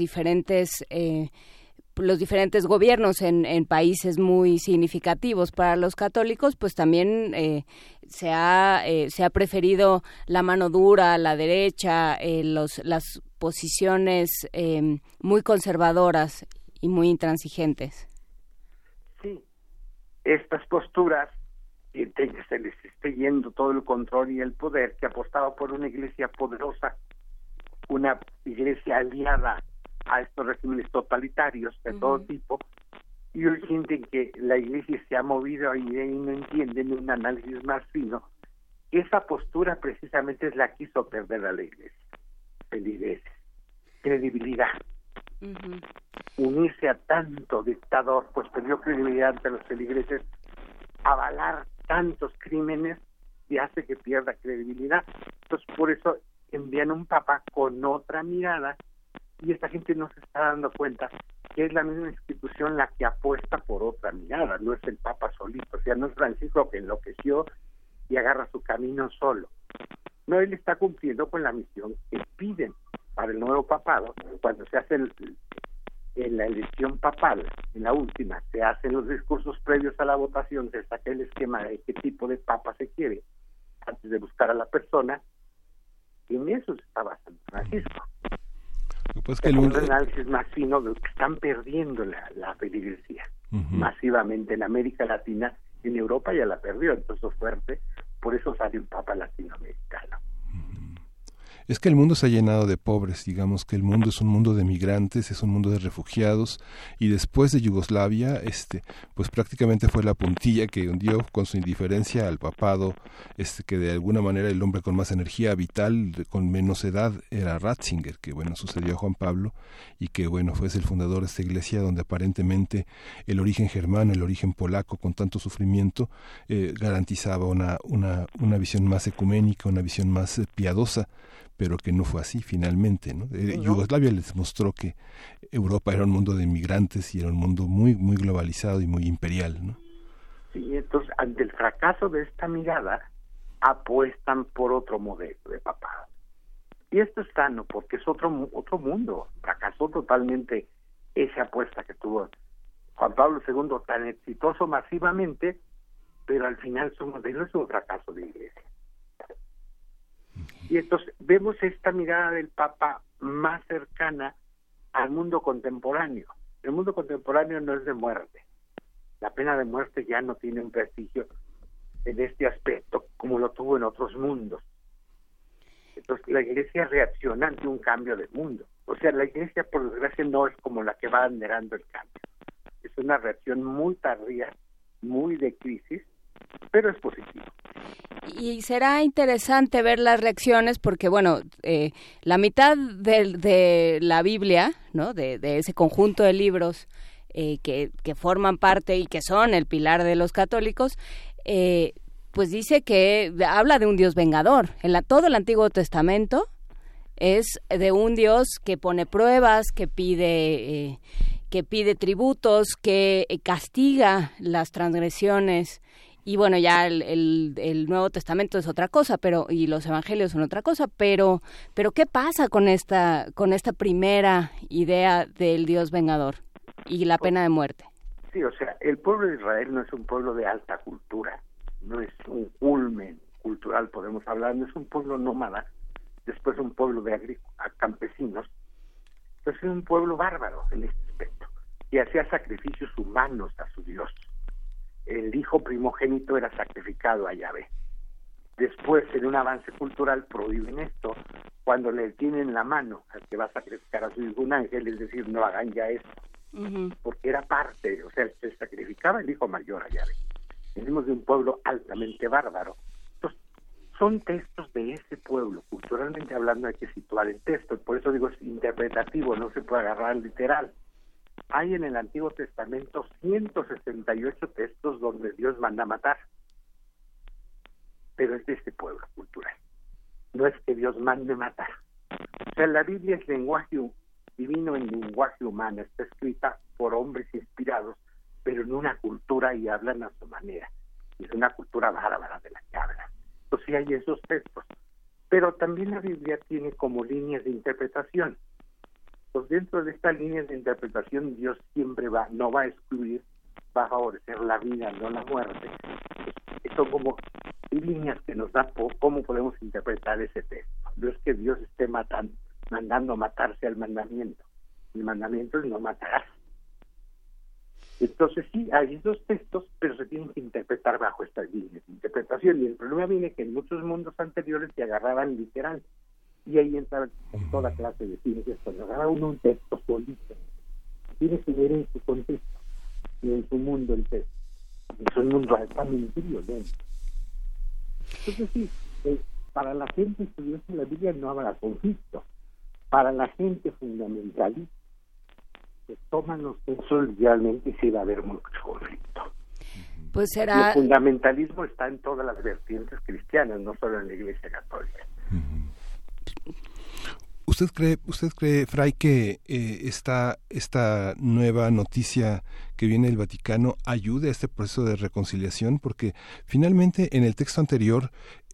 los diferentes gobiernos en países muy significativos para los católicos, pues también se ha preferido la mano dura, la derecha, las posiciones muy conservadoras y muy intransigentes. Sí, estas posturas que se les esté yendo todo el control y el poder, que apostaba por una iglesia poderosa, una iglesia aliada a estos regímenes totalitarios de todo tipo, y hoy sienten que la iglesia se ha movido y no entienden un análisis más fino. Esa postura precisamente es la que hizo perder a la iglesia, feligreses, credibilidad. Unirse a tanto dictador, pues perdió credibilidad ante los feligreses. Avalar tantos crímenes y hace que pierda credibilidad. Entonces, por eso envían un papa con otra mirada, y esta gente no se está dando cuenta que es la misma institución la que apuesta por otra mirada, no es el papa solito, o sea, no es Francisco que enloqueció y agarra su camino solo. No, él está cumpliendo con la misión que piden para el nuevo papado. Cuando se hace en la elección papal, en la última, se hacen los discursos previos a la votación, se saca el esquema de qué tipo de papa se quiere, antes de buscar a la persona, y en eso se está basando Francisco. Pues que un análisis más fino de lo que están perdiendo la feligresía masivamente en América Latina. En Europa ya la perdió, entonces es fuerte, por eso sale un papa latinoamericano. Es que el mundo se ha llenado de pobres, digamos que el mundo es un mundo de migrantes, es un mundo de refugiados, y después de Yugoslavia, pues prácticamente fue la puntilla que hundió con su indiferencia al papado, que de alguna manera el hombre con más energía vital, con menos edad, era Ratzinger, que bueno, sucedió a Juan Pablo, y que bueno, fue el fundador de esta iglesia donde aparentemente el origen germano, el origen polaco, con tanto sufrimiento, garantizaba una visión más ecuménica, una visión más piadosa, pero que no fue así finalmente, ¿no? Yugoslavia les mostró que Europa era un mundo de inmigrantes y era un mundo muy muy globalizado y muy imperial, ¿no? Sí, entonces ante el fracaso de esta mirada apuestan por otro modelo de papado. Y esto es sano porque es otro mundo. Fracasó totalmente esa apuesta que tuvo Juan Pablo II tan exitoso masivamente, pero al final su modelo es un fracaso de iglesia. Y entonces vemos esta mirada del Papa más cercana al mundo contemporáneo. El mundo contemporáneo no es de muerte. La pena de muerte ya no tiene un prestigio en este aspecto como lo tuvo en otros mundos. Entonces la Iglesia reacciona ante un cambio de mundo. O sea, la Iglesia, por desgracia, no es como la que va abanderando el cambio. Es una reacción muy tardía, muy de crisis, pero es positivo. Y será interesante ver las reacciones porque, bueno, la mitad de la Biblia, ¿no? de ese conjunto de libros que forman parte y que son el pilar de los católicos, pues dice que habla de un Dios vengador. Todo el Antiguo Testamento es de un Dios que pone pruebas, que pide tributos, que castiga las transgresiones. Y bueno, ya el Nuevo Testamento es otra cosa, y los Evangelios son otra cosa, pero ¿qué pasa con esta primera idea del Dios vengador y la pena de muerte? Sí, o sea, el pueblo de Israel no es un pueblo de alta cultura, no es un culmen cultural, podemos hablar, no es un pueblo nómada, después un pueblo de campesinos, entonces es un pueblo bárbaro en este aspecto, y hacía sacrificios humanos a su Dios. El hijo primogénito era sacrificado a Yahvé. Después, en un avance cultural, prohíben esto cuando le tienen la mano al que va a sacrificar a su hijo un ángel, es decir, no hagan ya esto, porque era parte, o sea, se sacrificaba el hijo mayor a Yahvé. Venimos de un pueblo altamente bárbaro. Entonces, son textos de ese pueblo. Culturalmente hablando hay que situar el texto, por eso digo es interpretativo, no se puede agarrar literal. Hay en el Antiguo Testamento 168 textos donde Dios manda matar, pero es de este pueblo cultural, no es que Dios mande matar. O sea, la Biblia es lenguaje divino en lenguaje humano, está escrita por hombres inspirados, pero en una cultura y hablan a su manera. Es una cultura bárbara de la que hablan. Entonces sí hay esos textos. Pero también la Biblia tiene como líneas de interpretación. Pues dentro de estas líneas de interpretación Dios siempre no va a excluir, va a favorecer la vida, no la muerte. Son como líneas que nos da cómo podemos interpretar ese texto. No es que Dios esté mandando a matarse al mandamiento. El mandamiento es no matarás. Entonces sí, hay esos textos, pero se tienen que interpretar bajo estas líneas de interpretación. Y el problema viene que en muchos mundos anteriores se agarraban literal. Y ahí entra toda clase de ciencias. Cuando agarra uno un texto solito, tiene que ver en su contexto y en su mundo el texto. Es un mundo altamente violento. Entonces sí, para la gente estudiosa de la Biblia no habrá conflicto. Para la gente fundamentalista, que toman los textos realmente sí va a haber mucho conflicto. Pues será... El fundamentalismo está en todas las vertientes cristianas, no solo en la Iglesia Católica. ¿Usted cree, Fray, que esta nueva noticia que viene del Vaticano ayude a este proceso de reconciliación? Porque finalmente en el texto anterior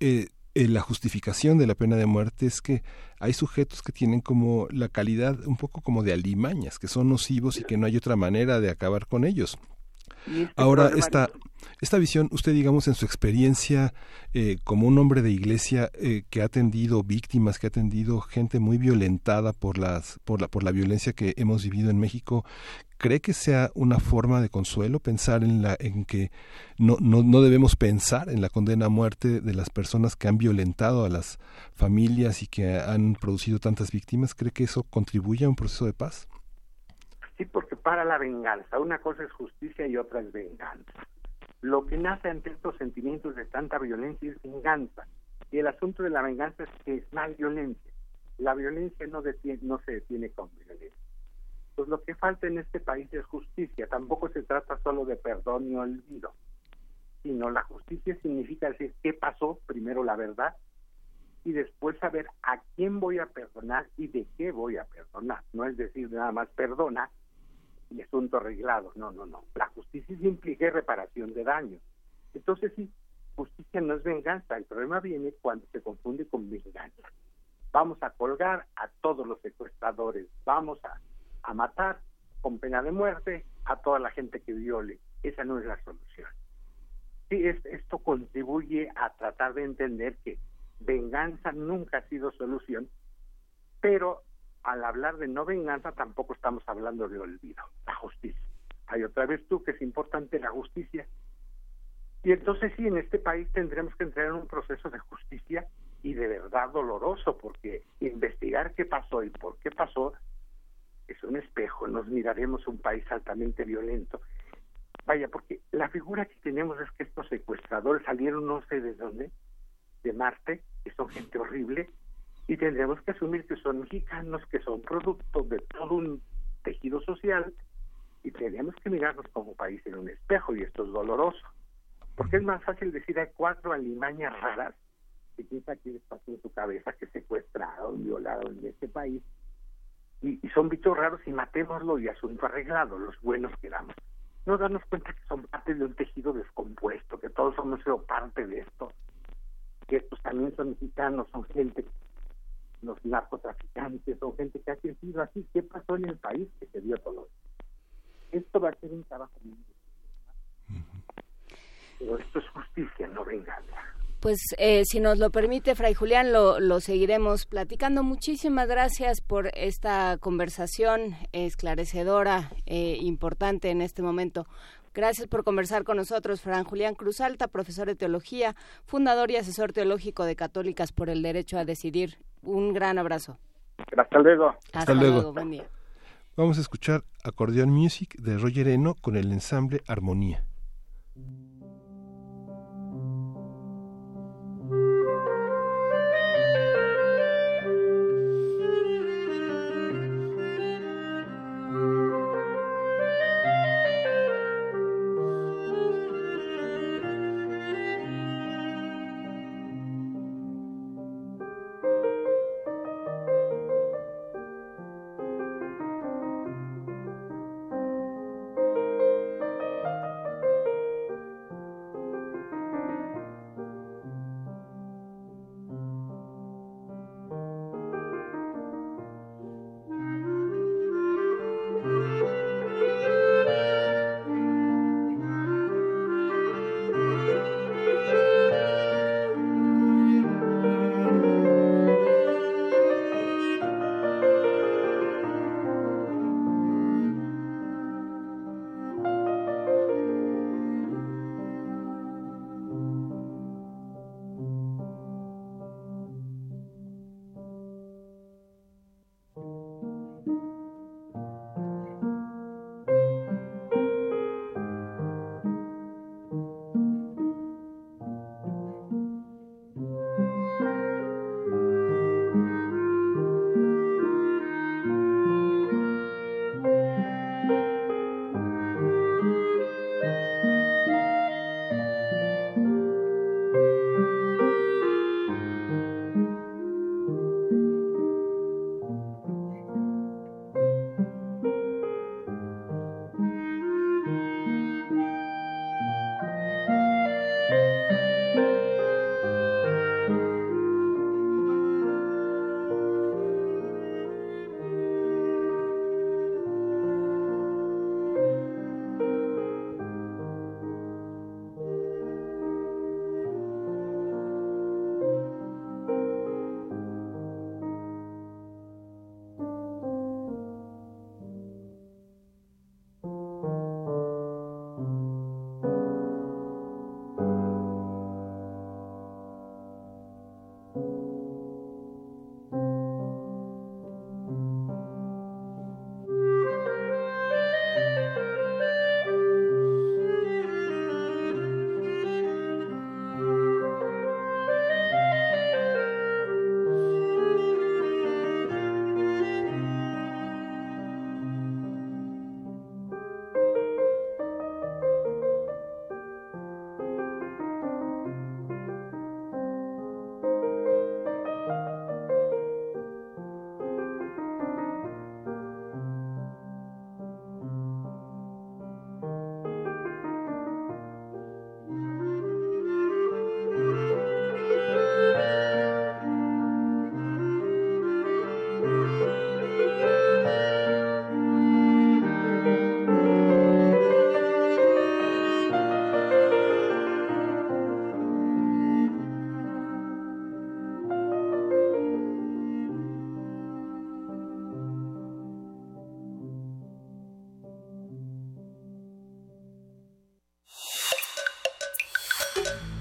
la justificación de la pena de muerte es que hay sujetos que tienen como la calidad un poco como de alimañas, que son nocivos y que no hay otra manera de acabar con ellos. Ahora, esta visión, usted, digamos, en su experiencia como un hombre de iglesia que ha atendido víctimas, que ha atendido gente muy violentada por la violencia que hemos vivido en México, ¿cree que sea una forma de consuelo pensar en que no debemos pensar en la condena a muerte de las personas que han violentado a las familias y que han producido tantas víctimas? ¿Cree que eso contribuye a un proceso de paz? Sí, porque para la venganza, una cosa es justicia y otra es venganza. Lo que nace ante estos sentimientos de tanta violencia es venganza. Y el asunto de la venganza es que es más violencia. La violencia no se detiene con violencia. Pues lo que falta en este país es justicia. Tampoco se trata solo de perdón y olvido, sino la justicia significa decir qué pasó, primero la verdad, y después saber a quién voy a perdonar y de qué voy a perdonar. No es decir nada más perdona y asunto arreglado. No. La justicia implica reparación de daños. Entonces sí, justicia no es venganza. El problema viene cuando se confunde con venganza. Vamos a colgar a todos los secuestradores. Vamos a matar con pena de muerte a toda la gente que viole. Esa no es la solución. Sí, esto contribuye a tratar de entender que venganza nunca ha sido solución, pero al hablar de no venganza tampoco estamos hablando de olvido, la justicia. Hay otra virtud que es importante, la justicia. Y entonces sí, en este país tendremos que entrar en un proceso de justicia y de verdad doloroso, porque investigar qué pasó y por qué pasó es un espejo. Nos miraremos un país altamente violento. Vaya, porque la figura que tenemos es que estos secuestradores salieron no sé de dónde, de Marte, que son gente horrible, y tendremos que asumir que son mexicanos, que son producto de todo un tejido social, y tenemos que mirarnos como país en un espejo, y esto es doloroso, porque es más fácil decir hay 4 alimañas raras que quién sabe qué les pasó en su cabeza, que secuestraron, violaron en este país, y son bichos raros y matémoslo y asunto arreglado, los buenos quedamos. No darnos cuenta que son parte de un tejido descompuesto, que todos somos parte de esto, que estos también son mexicanos, son gente, los narcotraficantes, son gente que ha crecido así. ¿Qué pasó en el país que se dio todo esto? Va a ser un trabajo muy difícil, pero esto es justicia, no venganza. Pues si nos lo permite, Fray Julián, lo seguiremos platicando. Muchísimas gracias por esta conversación esclarecedora, importante en este momento. Gracias por conversar con nosotros, Fray Julián Cruz Alta, profesor de Teología, fundador y asesor teológico de Católicas por el Derecho a Decidir. Un gran abrazo. Hasta luego. Hasta luego, buen día. Vamos a escuchar Accordion Music de Roger Eno con el ensamble Armonía.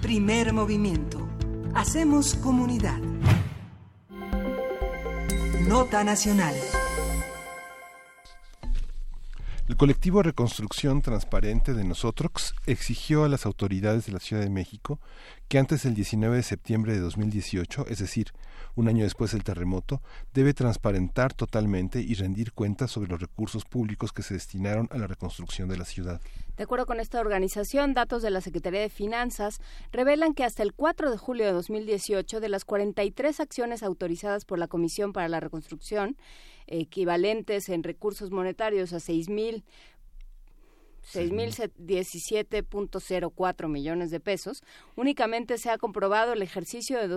Primer movimiento. Hacemos comunidad. Nota nacional. El colectivo Reconstrucción Transparente de Nosotros exigió a las autoridades de la Ciudad de México que antes del 19 de septiembre de 2018, es decir, un año después del terremoto, debe transparentar totalmente y rendir cuentas sobre los recursos públicos que se destinaron a la reconstrucción de la ciudad. De acuerdo con esta organización, datos de la Secretaría de Finanzas revelan que hasta el 4 de julio de 2018, de las 43 acciones autorizadas por la Comisión para la Reconstrucción, equivalentes en recursos monetarios a 6.017.04 millones de pesos, únicamente se ha comprobado el ejercicio de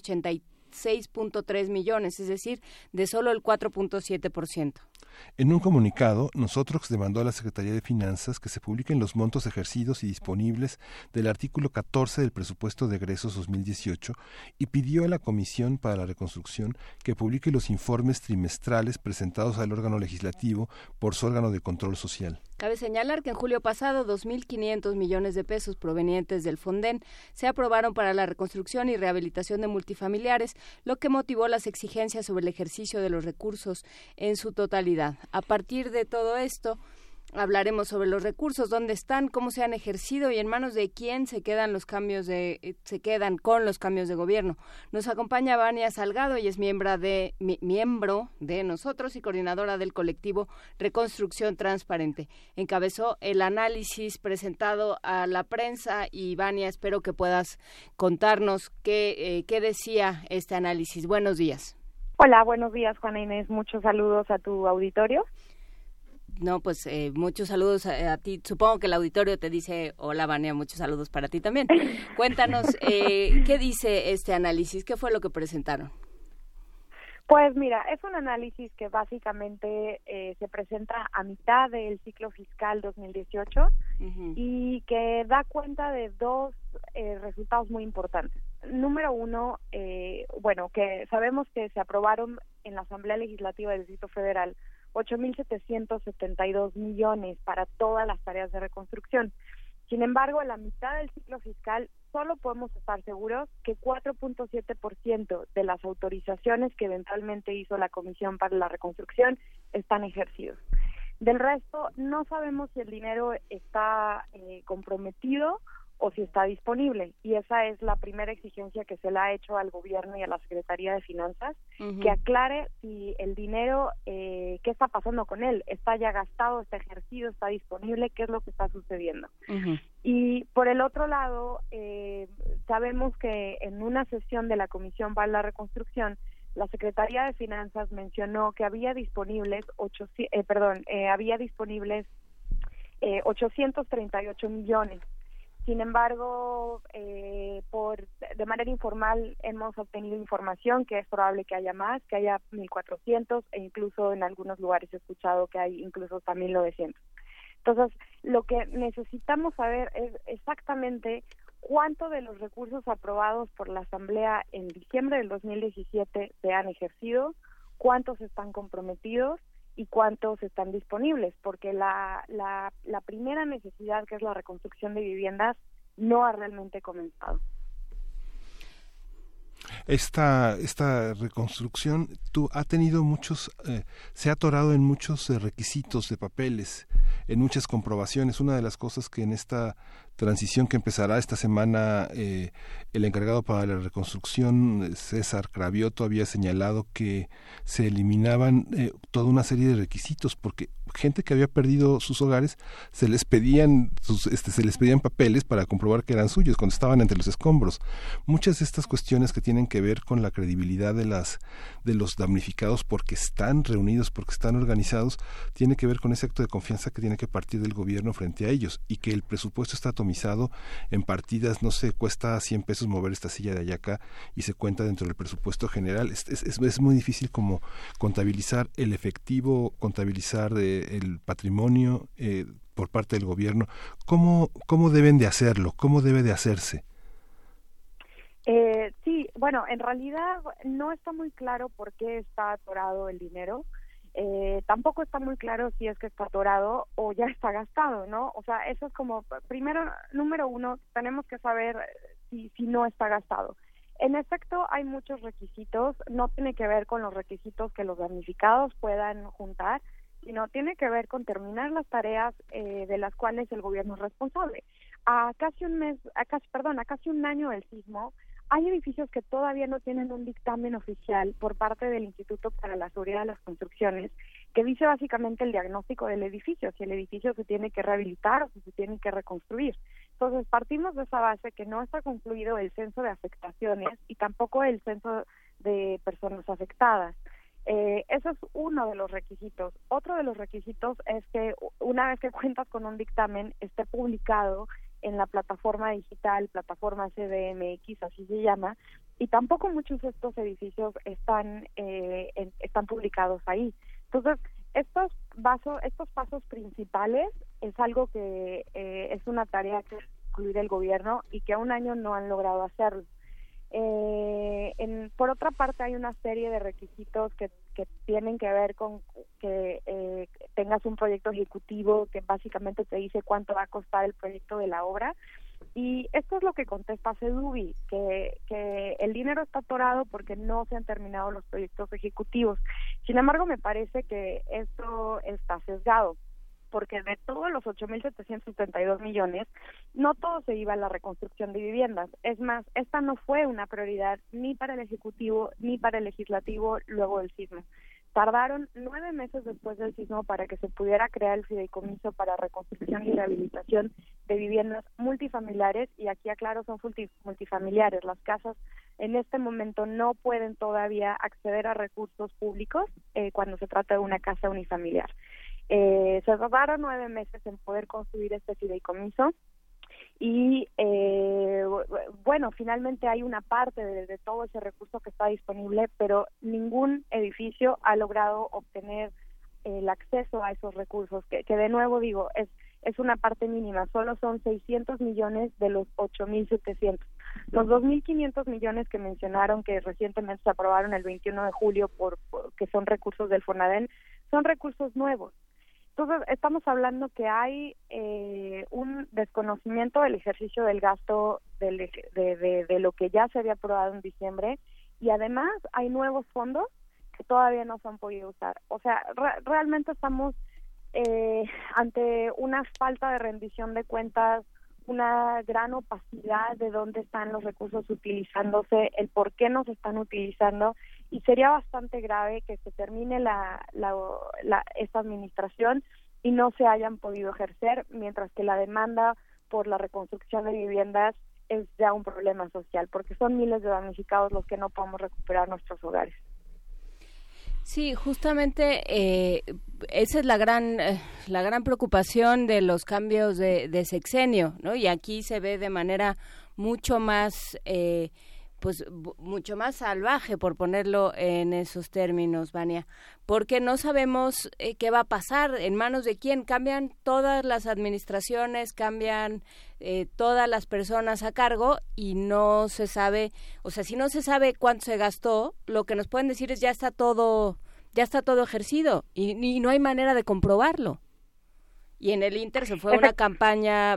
286.3 millones, es decir, de solo el 4.7%. En un comunicado, Nosotros demandó a la Secretaría de Finanzas que se publiquen los montos ejercidos y disponibles del artículo 14 del presupuesto de egresos 2018 y pidió a la Comisión para la Reconstrucción que publique los informes trimestrales presentados al órgano legislativo por su órgano de control social. Cabe señalar que en julio pasado 2.500 millones de pesos provenientes del Fonden se aprobaron para la reconstrucción y rehabilitación de multifamiliares, lo que motivó las exigencias sobre el ejercicio de los recursos en su totalidad. A partir de todo esto, hablaremos sobre los recursos, dónde están, cómo se han ejercido y en manos de quién se quedan con los cambios de gobierno. Nos acompaña Vania Salgado, ella es miembro de Nosotros y coordinadora del colectivo Reconstrucción Transparente. Encabezó el análisis presentado a la prensa y Vania, espero que puedas contarnos qué decía este análisis. Buenos días. Hola, buenos días, Juana Inés. Muchos saludos a tu auditorio. No, pues muchos saludos a ti. Supongo que el auditorio te dice, hola, Vania, muchos saludos para ti también. Cuéntanos, ¿qué dice este análisis? ¿Qué fue lo que presentaron? Pues mira, es un análisis que básicamente se presenta a mitad del ciclo fiscal 2018 y que da cuenta de dos resultados muy importantes. Número uno, que sabemos que se aprobaron en la Asamblea Legislativa del Distrito Federal 8.772 millones para todas las tareas de reconstrucción. Sin embargo, a la mitad del ciclo fiscal solo podemos estar seguros que 4.7% de las autorizaciones que eventualmente hizo la Comisión para la Reconstrucción están ejercidos. Del resto, no sabemos si el dinero está comprometido o si está disponible, y esa es la primera exigencia que se le ha hecho al gobierno y a la Secretaría de Finanzas, que aclare si el dinero, qué está pasando con él, está ya gastado, está ejercido, está disponible, qué es lo que está sucediendo. Y por el otro lado, sabemos que en una sesión de la Comisión para la Reconstrucción, la Secretaría de Finanzas mencionó que había disponibles 838 millones. Sin embargo, de manera informal hemos obtenido información que es probable que haya más, que haya 1.400 e incluso en algunos lugares he escuchado que hay incluso hasta 1.900. Entonces, lo que necesitamos saber es exactamente cuánto de los recursos aprobados por la Asamblea en diciembre del 2017 se han ejercido, cuántos están comprometidos y cuántos están disponibles, porque la primera necesidad, que es la reconstrucción de viviendas, no ha realmente comenzado. Esta reconstrucción ha tenido se ha atorado en muchos requisitos de papeles, en muchas comprobaciones. Una de las cosas que en esta transición que empezará esta semana, el encargado para la reconstrucción, César Cravioto, había señalado que se eliminaban toda una serie de requisitos, porque gente que había perdido sus hogares se les pedían papeles para comprobar que eran suyos cuando estaban entre los escombros. Muchas de estas cuestiones que tienen que ver con la credibilidad de los damnificados, porque están reunidos, porque están organizados, tiene que ver con ese acto de confianza que tiene que partir del gobierno frente a ellos, y que el presupuesto está atomizado en partidas. No se cuesta 100 pesos mover esta silla de allá acá y se cuenta dentro del presupuesto general. Es muy difícil como contabilizar el efectivo, contabilizar el patrimonio por parte del gobierno. ¿Cómo deben de hacerlo? ¿Cómo debe de hacerse? Sí, bueno, en realidad no está muy claro por qué está atorado el dinero. Tampoco está muy claro si es que está atorado o ya está gastado, ¿no? O sea, eso es como, primero, número uno, tenemos que saber si no está gastado. En efecto, hay muchos requisitos, no tiene que ver con los requisitos que los damnificados puedan juntar, sino tiene que ver con terminar las tareas de las cuales el gobierno es responsable. A casi un año del sismo, hay edificios que todavía no tienen un dictamen oficial por parte del Instituto para la Seguridad de las Construcciones que dice básicamente el diagnóstico del edificio, si el edificio se tiene que rehabilitar o si se tiene que reconstruir. Entonces, partimos de esa base que no está concluido el censo de afectaciones y tampoco el censo de personas afectadas. Eso es uno de los requisitos. Otro de los requisitos es que una vez que cuentas con un dictamen, esté publicado en la plataforma digital, plataforma CDMX, así se llama, y tampoco muchos de estos edificios están publicados ahí. Entonces, estos pasos principales es algo que es una tarea que debe incluir el gobierno y que a un año no han logrado hacerlo. Por otra parte, hay una serie de requisitos que tienen que ver con que tengas un proyecto ejecutivo que básicamente te dice cuánto va a costar el proyecto de la obra, y esto es lo que contesta Sedubi, que el dinero está atorado porque no se han terminado los proyectos ejecutivos. Sin embargo, me parece que esto está sesgado, porque de todos los 8.772 millones, no todo se iba a la reconstrucción de viviendas. Es más, esta no fue una prioridad ni para el Ejecutivo ni para el Legislativo luego del sismo. Tardaron 9 meses después del sismo para que se pudiera crear el fideicomiso para reconstrucción y rehabilitación de viviendas multifamiliares, y aquí aclaro, son multifamiliares. Las casas en este momento no pueden todavía acceder a recursos públicos cuando se trata de una casa unifamiliar. Se tardaron 9 meses en poder construir este fideicomiso y finalmente hay una parte de todo ese recurso que está disponible, pero ningún edificio ha logrado obtener el acceso a esos recursos, que de nuevo digo, es una parte mínima, solo son 600 millones de los 8.700. Los 2.500 millones que mencionaron que recientemente se aprobaron el 21 de julio que son recursos del Fonaden, son recursos nuevos. Entonces, estamos hablando que hay un desconocimiento del ejercicio del gasto de lo que ya se había aprobado en diciembre, y además hay nuevos fondos que todavía no se han podido usar. O sea, realmente estamos ante una falta de rendición de cuentas, una gran opacidad de dónde están los recursos utilizándose, el por qué no se están utilizando, y sería bastante grave que se termine esta administración y no se hayan podido ejercer, mientras que la demanda por la reconstrucción de viviendas es ya un problema social, porque son miles de damnificados los que no podemos recuperar nuestros hogares. Sí, justamente esa es la gran preocupación de los cambios de sexenio, ¿no? Y aquí se ve de manera mucho más mucho más salvaje, por ponerlo en esos términos, Vania, porque no sabemos qué va a pasar, en manos de quién. Cambian todas las administraciones, cambian todas las personas a cargo y no se sabe, o sea, si no se sabe cuánto se gastó, lo que nos pueden decir es ya está todo ejercido y no hay manera de comprobarlo. Y en el Inter se fue una campaña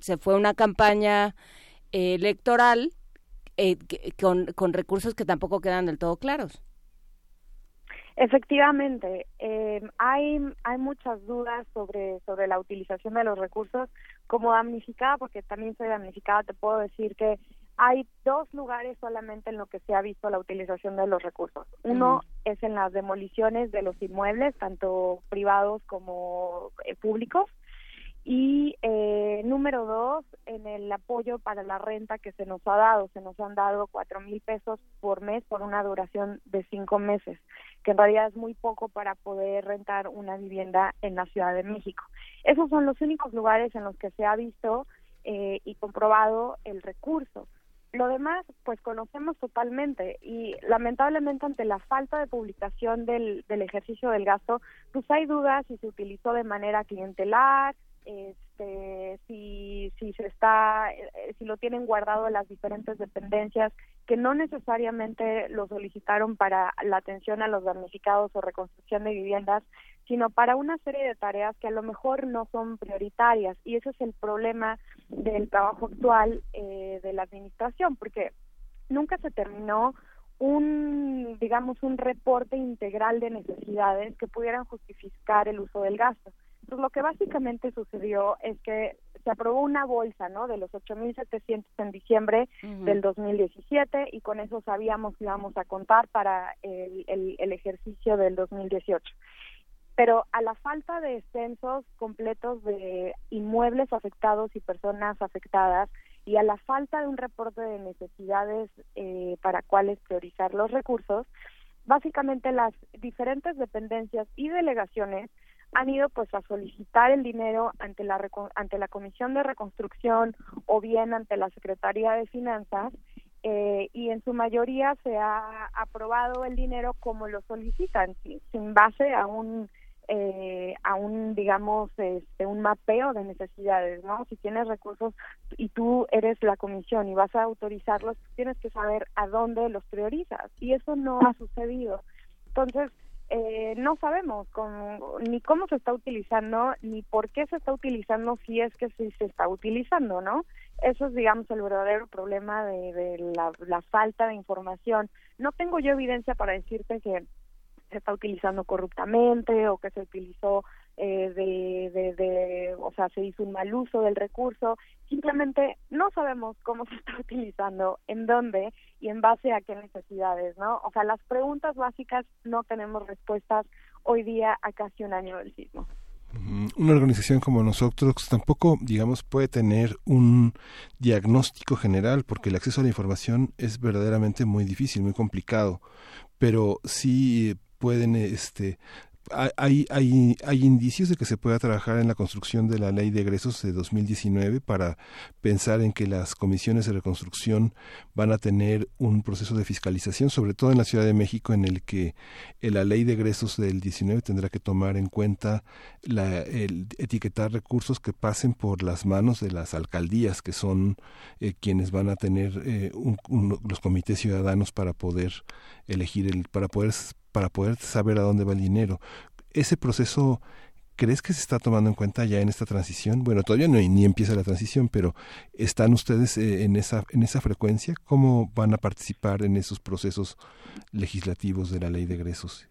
electoral con recursos que tampoco quedan del todo claros. Efectivamente, hay muchas dudas sobre la utilización de los recursos. Como damnificada, porque también soy damnificada, te puedo decir que hay 2 lugares solamente en lo que se ha visto la utilización de los recursos. Uno es en las demoliciones de los inmuebles, tanto privados como públicos. Y número 2, en el apoyo para la renta que se nos ha dado. Se nos han dado 4,000 pesos por mes por una duración de 5 meses, que en realidad es muy poco para poder rentar una vivienda en la Ciudad de México. Esos son los únicos lugares en los que se ha visto y comprobado el recurso. Lo demás, pues conocemos totalmente, y lamentablemente ante la falta de publicación del ejercicio del gasto, pues hay dudas si se utilizó de manera clientelar, si lo tienen guardado en las diferentes dependencias que no necesariamente lo solicitaron para la atención a los damnificados o reconstrucción de viviendas, sino para una serie de tareas que a lo mejor no son prioritarias, y ese es el problema del trabajo actual de la administración, porque nunca se terminó un reporte integral de necesidades que pudieran justificar el uso del gasto. Entonces, lo que básicamente sucedió es que se aprobó una bolsa, ¿no?, de los 8.700 en diciembre del 2017, y con eso sabíamos que íbamos a contar para el ejercicio del 2018. Pero a la falta de censos completos de inmuebles afectados y personas afectadas, y a la falta de un reporte de necesidades para cuáles priorizar los recursos, básicamente las diferentes dependencias y delegaciones han ido pues a solicitar el dinero ante la Comisión de Reconstrucción o bien ante la Secretaría de Finanzas, y en su mayoría se ha aprobado el dinero como lo solicitan, sin base a un mapeo de necesidades, ¿no? Si tienes recursos y tú eres la comisión y vas a autorizarlos, tienes que saber a dónde los priorizas, y eso no ha sucedido. Entonces, no sabemos ni cómo se está utilizando, ni por qué se está utilizando, si es que sí se está utilizando, ¿no? Eso es, digamos, el verdadero problema de la falta de información. No tengo yo evidencia para decirte que se está utilizando corruptamente o que se utilizó se hizo un mal uso del recurso. Simplemente no sabemos cómo se está utilizando, en dónde y en base a qué necesidades, ¿no? O sea, las preguntas básicas no tenemos respuestas hoy día a casi un año del sismo. Una organización como nosotros tampoco, digamos, puede tener un diagnóstico general, porque el acceso a la información es verdaderamente muy difícil, muy complicado, pero sí pueden hay indicios de que se pueda trabajar en la construcción de la ley de egresos de 2019 para pensar en que las comisiones de reconstrucción van a tener un proceso de fiscalización, sobre todo en la Ciudad de México, en el que la ley de egresos del 19 tendrá que tomar en cuenta el etiquetar recursos que pasen por las manos de las alcaldías, que son quienes van a tener los comités ciudadanos para poder elegir para poder saber a dónde va el dinero. Ese proceso, ¿crees que se está tomando en cuenta ya en esta transición? Bueno, todavía ni empieza la transición, pero ¿están ustedes en esa frecuencia? ¿Cómo van a participar en esos procesos legislativos de la ley de egresos?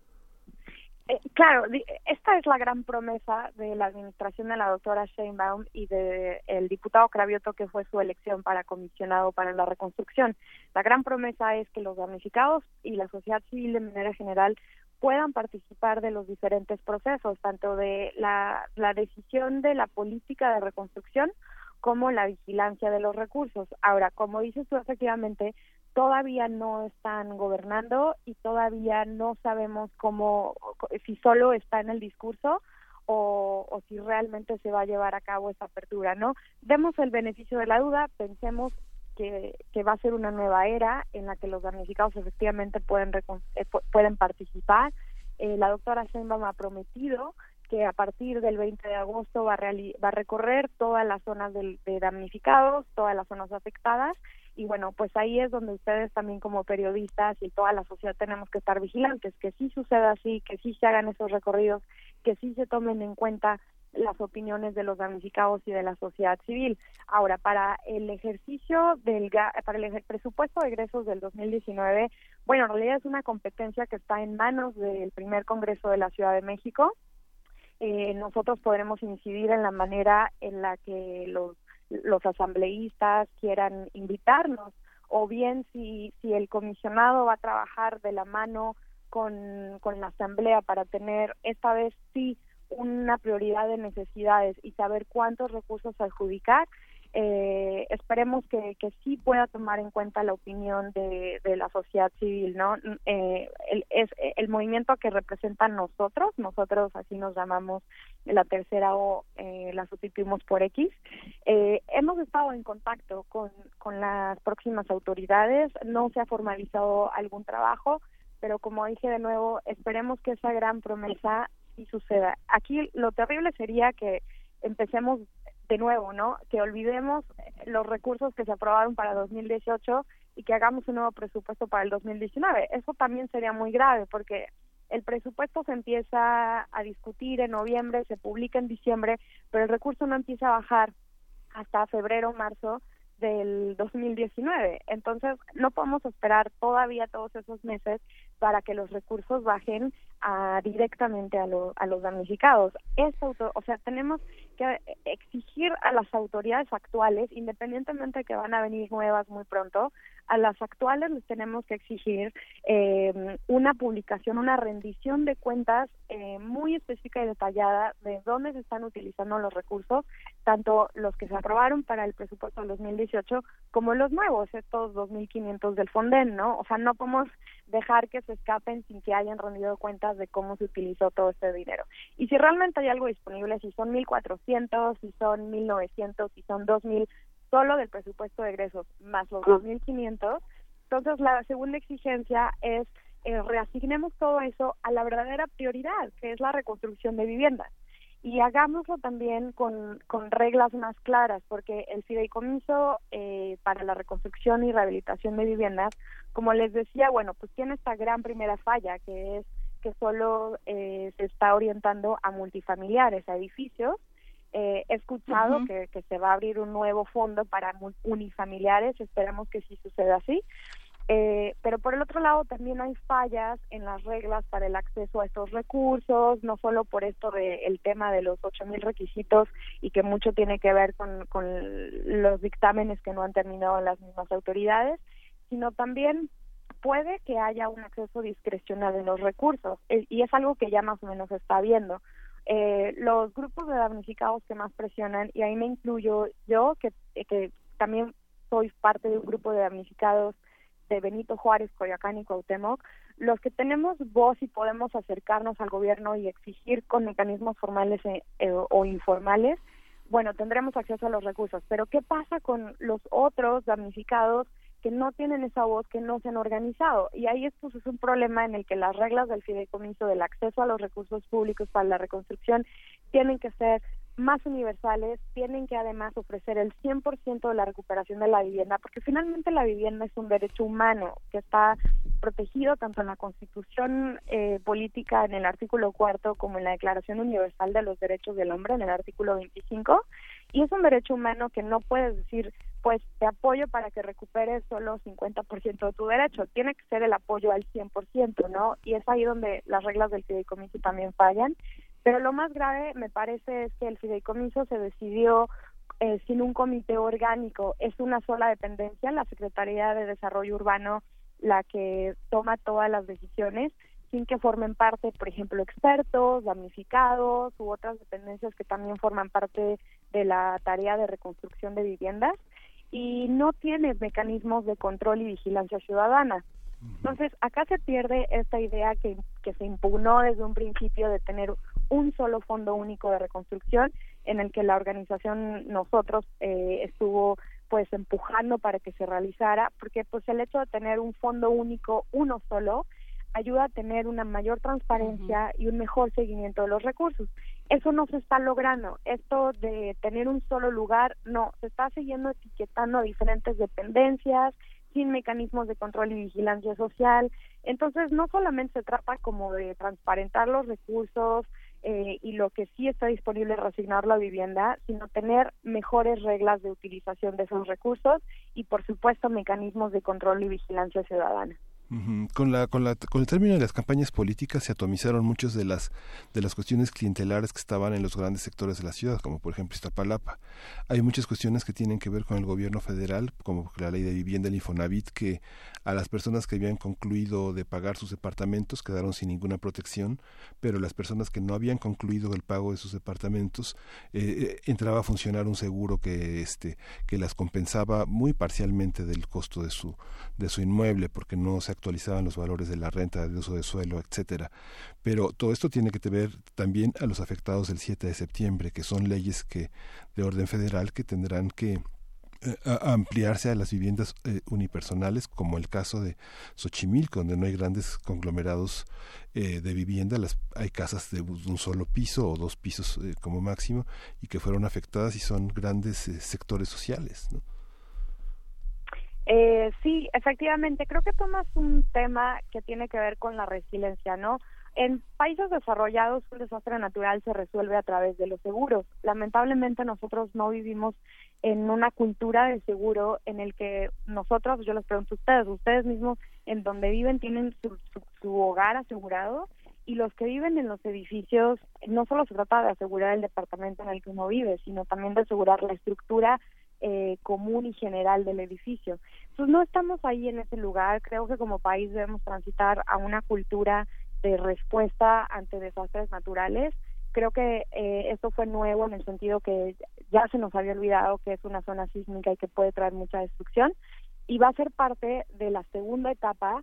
Claro, esta es la gran promesa de la administración de la doctora Sheinbaum y del diputado Cravioto, que fue su elección para comisionado para la reconstrucción. La gran promesa es que los damnificados y la sociedad civil de manera general puedan participar de los diferentes procesos, tanto de la decisión de la política de reconstrucción como la vigilancia de los recursos. Ahora, como dices tú, efectivamente, todavía no están gobernando y todavía no sabemos si solo está en el discurso o si realmente se va a llevar a cabo esa apertura, ¿no? Demos el beneficio de la duda, pensemos que va a ser una nueva era en la que los damnificados efectivamente pueden participar. La doctora Sheinbaum ha prometido que a partir del 20 de agosto va a recorrer todas las zonas de damnificados, todas las zonas afectadas, y bueno, pues ahí es donde ustedes también como periodistas y toda la sociedad tenemos que estar vigilantes, que sí suceda así, que sí se hagan esos recorridos, que sí se tomen en cuenta las opiniones de los damnificados y de la sociedad civil. Ahora, para el ejercicio para el presupuesto de egresos del 2019, bueno, en realidad es una competencia que está en manos del primer Congreso de la Ciudad de México. Nosotros podremos incidir en la manera en la que los asambleístas quieran invitarnos, o bien si el comisionado va a trabajar de la mano con la asamblea para tener esta vez sí una prioridad de necesidades y saber cuántos recursos adjudicar. Esperemos que sí pueda tomar en cuenta la opinión de la sociedad civil, ¿no? El movimiento que representan nosotros así nos llamamos la tercera O, la sustituimos por X. Hemos estado en contacto con las próximas autoridades, no se ha formalizado algún trabajo, pero como dije de nuevo, esperemos que esa gran promesa sí suceda. Aquí lo terrible sería que empecemos de nuevo, ¿no? Que olvidemos los recursos que se aprobaron para 2018 y que hagamos un nuevo presupuesto para el 2019. Eso también sería muy grave, porque el presupuesto se empieza a discutir en noviembre, se publica en diciembre, pero el recurso no empieza a bajar hasta febrero, marzo del 2019. Entonces, no podemos esperar todavía todos esos meses para que los recursos bajen directamente a los damnificados. Tenemos que exigir a las autoridades actuales, independientemente de que van a venir nuevas muy pronto, a las actuales les tenemos que exigir una publicación, una rendición de cuentas muy específica y detallada de dónde se están utilizando los recursos, tanto los que se aprobaron para el presupuesto del 2018 como los nuevos, estos 2.500 del Fonden, ¿no? O sea, no podemos dejar que se escapen sin que hayan rendido cuentas de cómo se utilizó todo este dinero. Y si realmente hay algo disponible, si son 1.400, si son 1.900, si son 2.000, solo del presupuesto de egresos, más los 2.500, entonces la segunda exigencia es reasignemos todo eso a la verdadera prioridad, que es la reconstrucción de viviendas. Y hagámoslo también con reglas más claras, porque el fideicomiso para la reconstrucción y rehabilitación de viviendas, como les decía, bueno, pues tiene esta gran primera falla, que es que solo se está orientando a multifamiliares, a edificios. He escuchado que se va a abrir un nuevo fondo para unifamiliares, esperamos que sí suceda así. Pero por el otro lado también hay fallas en las reglas para el acceso a estos recursos, no solo por esto del tema de los 8,000 requisitos y que mucho tiene que ver con los dictámenes que no han terminado las mismas autoridades, sino también puede que haya un acceso discrecional en los recursos, y es algo que ya más o menos se está viendo. Los grupos de damnificados que más presionan, y ahí me incluyo yo, que también soy parte de un grupo de damnificados de Benito Juárez, Coyoacán y Cuauhtémoc, los que tenemos voz y podemos acercarnos al gobierno y exigir con mecanismos formales o informales, bueno, tendremos acceso a los recursos. Pero ¿qué pasa con los otros damnificados que no tienen esa voz, que no se han organizado? Y ahí esto es un problema en el que las reglas del fideicomiso del acceso a los recursos públicos para la reconstrucción tienen que ser más universales, tienen que además ofrecer el 100% de la recuperación de la vivienda, porque finalmente la vivienda es un derecho humano que está protegido tanto en la Constitución política en el artículo 4 como en la Declaración Universal de los Derechos del Hombre en el artículo 25, y es un derecho humano que no puedes decir, pues te apoyo para que recuperes solo 50% de tu derecho, tiene que ser el apoyo al 100%, ¿no? Y es ahí donde las reglas del fideicomiso también fallan. Pero lo más grave, me parece, es que el fideicomiso se decidió sin un comité orgánico. Es una sola dependencia, la Secretaría de Desarrollo Urbano, la que toma todas las decisiones, sin que formen parte, por ejemplo, expertos, damnificados u otras dependencias que también forman parte de la tarea de reconstrucción de viviendas, y no tiene mecanismos de control y vigilancia ciudadana. Entonces, acá se pierde esta idea que se impugnó desde un principio de tener un solo fondo único de reconstrucción, en el que la organización nosotros estuvo pues empujando para que se realizara, porque pues el hecho de tener un fondo único, uno solo, ayuda a tener una mayor transparencia y un mejor seguimiento de los recursos. Eso no se está logrando. Esto de tener un solo lugar, no, se está siguiendo etiquetando a diferentes dependencias, sin mecanismos de control y vigilancia social. Entonces, no solamente se trata como de transparentar los recursos y lo que sí está disponible reasignarlo a vivienda, sino tener mejores reglas de utilización de esos recursos y, por supuesto, mecanismos de control y vigilancia ciudadana. Con el término de las campañas políticas se atomizaron muchas de las cuestiones clientelares que estaban en los grandes sectores de la ciudad, como por ejemplo Iztapalapa. Hay muchas cuestiones que tienen que ver con el gobierno federal, como la ley de vivienda, el Infonavit, que a las personas que habían concluido de pagar sus departamentos quedaron sin ninguna protección, pero las personas que no habían concluido el pago de sus departamentos entraba a funcionar un seguro que las compensaba muy parcialmente del costo de su inmueble, porque no se actualizaban los valores de la renta, de uso de suelo, etcétera. Pero todo esto tiene que ver también a los afectados del 7 de septiembre, que son leyes de orden federal que tendrán que ampliarse a las viviendas unipersonales, como el caso de Xochimilco, donde no hay grandes conglomerados de vivienda, hay casas de un solo piso o dos pisos como máximo, y que fueron afectadas y son grandes sectores sociales, ¿no? Sí, efectivamente, creo que tomas un tema que tiene que ver con la resiliencia, ¿no? En países desarrollados, un desastre natural se resuelve a través de los seguros. Lamentablemente nosotros no vivimos en una cultura de seguro en el que nosotros, yo les pregunto a ustedes mismos en donde viven tienen su hogar asegurado, y los que viven en los edificios, no solo se trata de asegurar el departamento en el que uno vive, sino también de asegurar la estructura común y general del edificio. Entonces no estamos ahí en ese lugar. Creo que como país debemos transitar a una cultura de respuesta ante desastres naturales. Creo que esto fue nuevo en el sentido que ya se nos había olvidado que es una zona sísmica y que puede traer mucha destrucción, y va a ser parte de la segunda etapa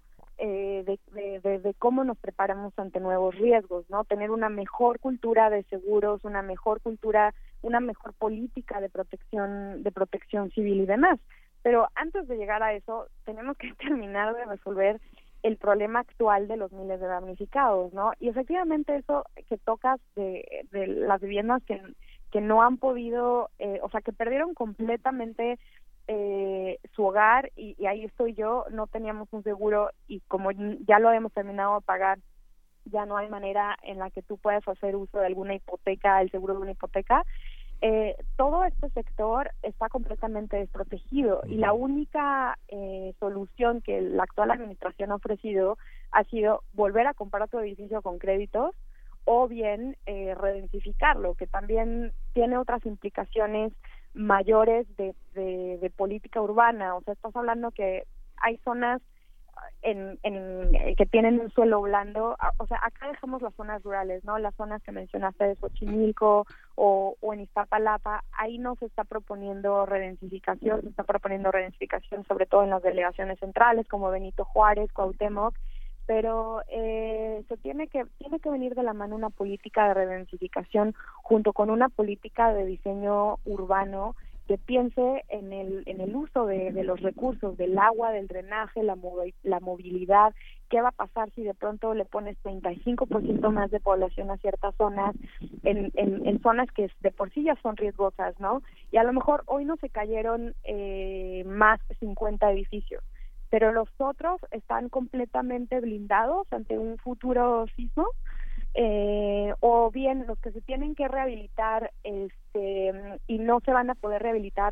de cómo nos preparamos ante nuevos riesgos, ¿no? Tener una mejor cultura de seguros, una mejor cultura, una mejor política de protección civil y demás. Pero antes de llegar a eso, tenemos que terminar de resolver el problema actual de los miles de damnificados, ¿no? Y efectivamente eso que tocas de las viviendas que no han podido, o sea, que perdieron completamente su hogar, y ahí estoy yo, no teníamos un seguro, y como ya lo habíamos terminado de pagar, ya no hay manera en la que tú puedas hacer uso de alguna hipoteca, el seguro de una hipoteca. Todo este sector está completamente desprotegido, y la única solución que la actual administración ha ofrecido ha sido volver a comprar tu edificio con créditos, o bien redensificarlo, que también tiene otras implicaciones mayores de política urbana. O sea, estás hablando que hay zonas que tienen un suelo blando. O sea, acá dejamos las zonas rurales, ¿no? Las zonas que mencionaste de Xochimilco o en Iztapalapa, ahí no se está proponiendo redensificación, se está proponiendo redensificación sobre todo en las delegaciones centrales como Benito Juárez, Cuauhtémoc, pero se tiene que venir de la mano una política de redensificación junto con una política de diseño urbano que piense en el uso de los recursos, del agua, del drenaje, la movilidad. ¿Qué va a pasar si de pronto le pones 35% más de población a ciertas zonas, en zonas que de por sí ya son riesgosas, ¿no? Y a lo mejor hoy no se cayeron más de 50 edificios, pero los otros están completamente blindados ante un futuro sismo, o bien los que se tienen que rehabilitar y no se van a poder rehabilitar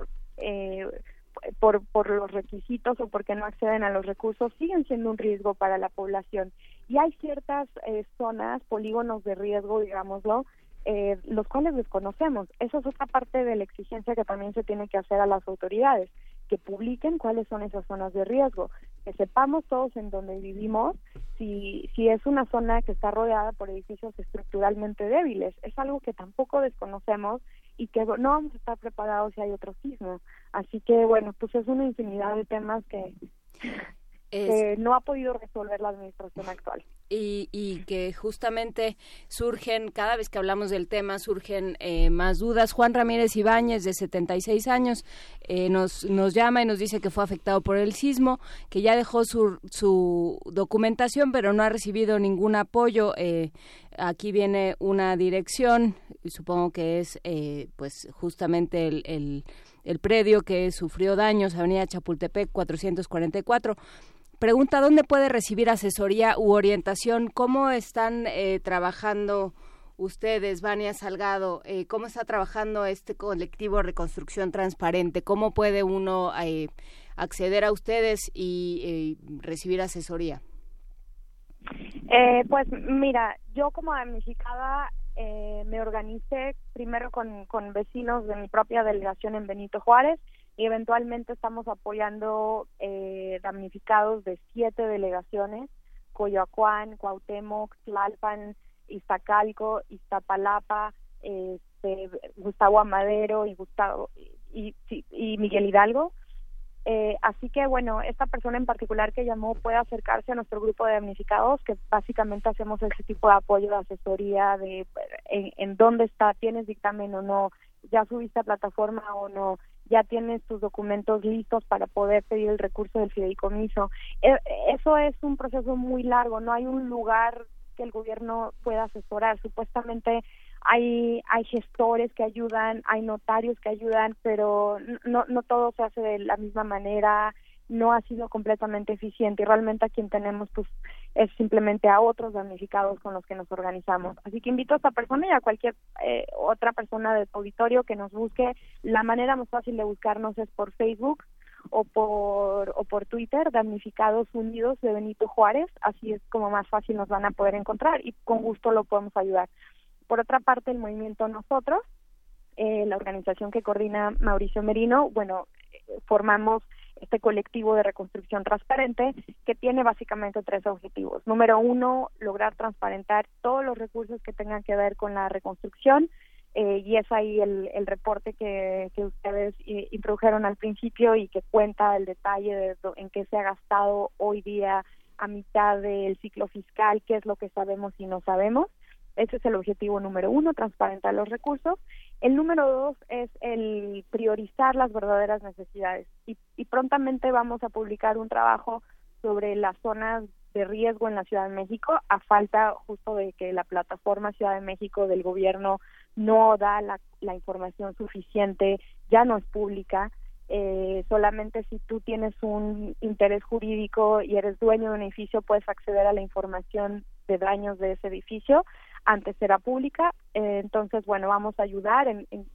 por los requisitos o porque no acceden a los recursos, siguen siendo un riesgo para la población. Y hay ciertas zonas, polígonos de riesgo, digámoslo, los cuales desconocemos. Eso es otra parte de la exigencia que también se tiene que hacer a las autoridades, que publiquen cuáles son esas zonas de riesgo, que sepamos todos en dónde vivimos, si es una zona que está rodeada por edificios estructuralmente débiles. Es algo que tampoco desconocemos y que no vamos a estar preparados si hay otro sismo. Así que, bueno, pues es una infinidad de temas que no ha podido resolver la administración actual. Y que justamente surgen, cada vez que hablamos del tema, surgen más dudas. Juan Ramírez Ibáñez, de 76 años, nos llama y nos dice que fue afectado por el sismo, que ya dejó su documentación, pero no ha recibido ningún apoyo. Aquí viene una dirección, y supongo que es pues justamente el predio que sufrió daños, Avenida Chapultepec 444. Pregunta, ¿dónde puede recibir asesoría u orientación? ¿Cómo están trabajando ustedes, Vania Salgado? ¿Cómo está trabajando este colectivo Reconstrucción Transparente? ¿Cómo puede uno acceder a ustedes y recibir asesoría? Pues mira, yo como damnificada me organicé primero con vecinos de mi propia delegación en Benito Juárez, y eventualmente estamos apoyando damnificados de 7 delegaciones: Coyoacán, Cuauhtémoc, Tlalpan, Iztacalco, Iztapalapa, Gustavo Amadero y Miguel Hidalgo. Así que bueno, esta persona en particular que llamó puede acercarse a nuestro grupo de damnificados, que básicamente hacemos ese tipo de apoyo, de asesoría, en dónde está, tienes dictamen o no, ya subiste a plataforma o no, ya tienes tus documentos listos para poder pedir el recurso del fideicomiso. Eso es un proceso muy largo, no hay un lugar que el gobierno pueda asesorar. Supuestamente hay gestores que ayudan, hay notarios que ayudan, pero no todo se hace de la misma manera. no ha sido completamente eficiente y realmente a quien tenemos pues es simplemente a otros damnificados con los que nos organizamos. Así que invito a esta persona y a cualquier otra persona del auditorio que nos busque. La manera más fácil de buscarnos es por Facebook o por Twitter, Damnificados Unidos de Benito Juárez. Así es como más fácil nos van a poder encontrar y con gusto lo podemos ayudar. Por otra parte, el movimiento Nosotros, la organización que coordina Mauricio Merino, formamos este colectivo de reconstrucción transparente que tiene básicamente 3 objetivos. Número 1, lograr transparentar todos los recursos que tengan que ver con la reconstrucción, y es ahí el reporte que ustedes introdujeron al principio y que cuenta el detalle de en qué se ha gastado hoy día a mitad del ciclo fiscal, qué es lo que sabemos y no sabemos. Ese es el objetivo número 1, transparentar los recursos. El número 2 es el priorizar las verdaderas necesidades y prontamente vamos a publicar un trabajo sobre las zonas de riesgo en la Ciudad de México, a falta justo de que la plataforma Ciudad de México del gobierno no da la información suficiente, ya no es pública. Solamente si tú tienes un interés jurídico y eres dueño de un edificio puedes acceder a la información de daños de ese edificio. Antes era pública, entonces vamos a ayudar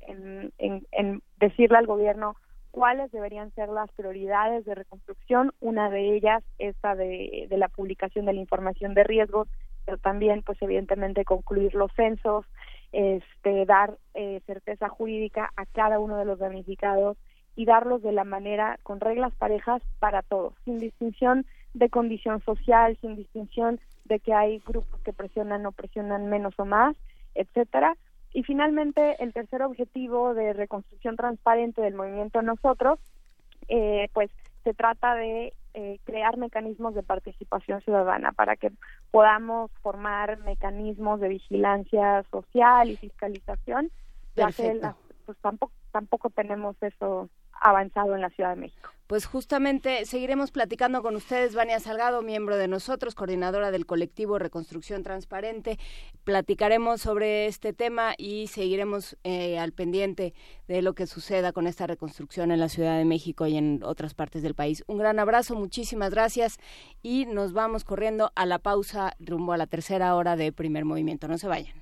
en decirle al gobierno cuáles deberían ser las prioridades de reconstrucción. Una de ellas esta de la publicación de la información de riesgos, pero también pues evidentemente concluir los censos, dar certeza jurídica a cada uno de los damnificados y darlos de la manera con reglas parejas para todos, sin distinción de condición social, sin distinción de que hay grupos que presionan o presionan menos o más, etcétera. Y finalmente, el tercer objetivo de reconstrucción transparente del movimiento Nosotros, pues se trata de crear mecanismos de participación ciudadana para que podamos formar mecanismos de vigilancia social y fiscalización, ya que pues tampoco tenemos eso avanzado en la Ciudad de México. Pues justamente seguiremos platicando con ustedes, Vania Salgado, miembro de Nosotros, coordinadora del colectivo Reconstrucción Transparente. Platicaremos sobre este tema y seguiremos al pendiente de lo que suceda con esta reconstrucción en la Ciudad de México y en otras partes del país. Un gran abrazo, muchísimas gracias y nos vamos corriendo a la pausa rumbo a la tercera hora de Primer Movimiento. No se vayan.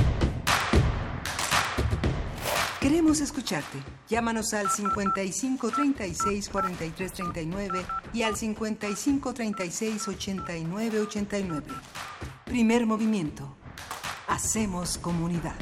Queremos escucharte. Llámanos al 55 36 43 39 y al 55 36 89 89. Primer Movimiento. Hacemos comunidad.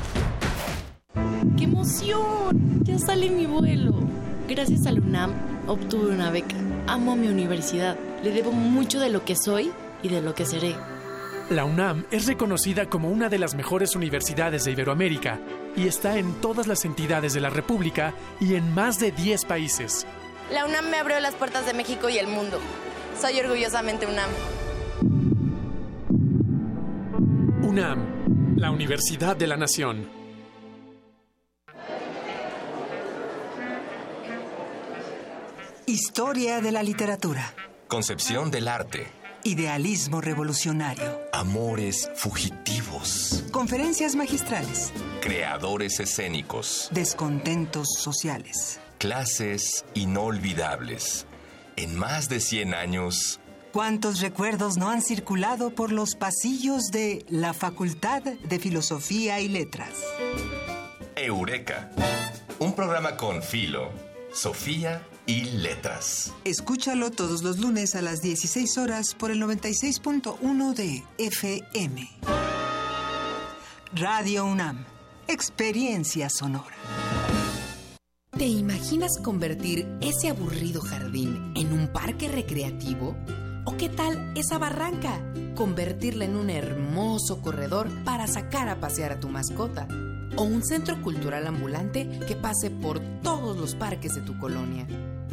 ¡Qué emoción! Ya sale mi vuelo. Gracias a la UNAM obtuve una beca. Amo mi universidad. Le debo mucho de lo que soy y de lo que seré. La UNAM es reconocida como una de las mejores universidades de Iberoamérica y está en todas las entidades de la República y en más de 10 países. La UNAM me abrió las puertas de México y el mundo. Soy orgullosamente UNAM. UNAM, la Universidad de la Nación. Historia de la literatura. Concepción del arte. Idealismo revolucionario. Amores fugitivos. Conferencias magistrales. Creadores escénicos. Descontentos sociales. Clases inolvidables. En más de 100 años... ¿Cuántos recuerdos no han circulado por los pasillos de la Facultad de Filosofía y Letras? Eureka. Un programa con filo, Sofía y Letras. Escúchalo todos los lunes a las 16 horas por el 96.1 de FM. Radio UNAM. Experiencia sonora. ¿Te imaginas convertir ese aburrido jardín en un parque recreativo? ¿O qué tal esa barranca? Convertirla en un hermoso corredor para sacar a pasear a tu mascota. O un centro cultural ambulante que pase por todos los parques de tu colonia.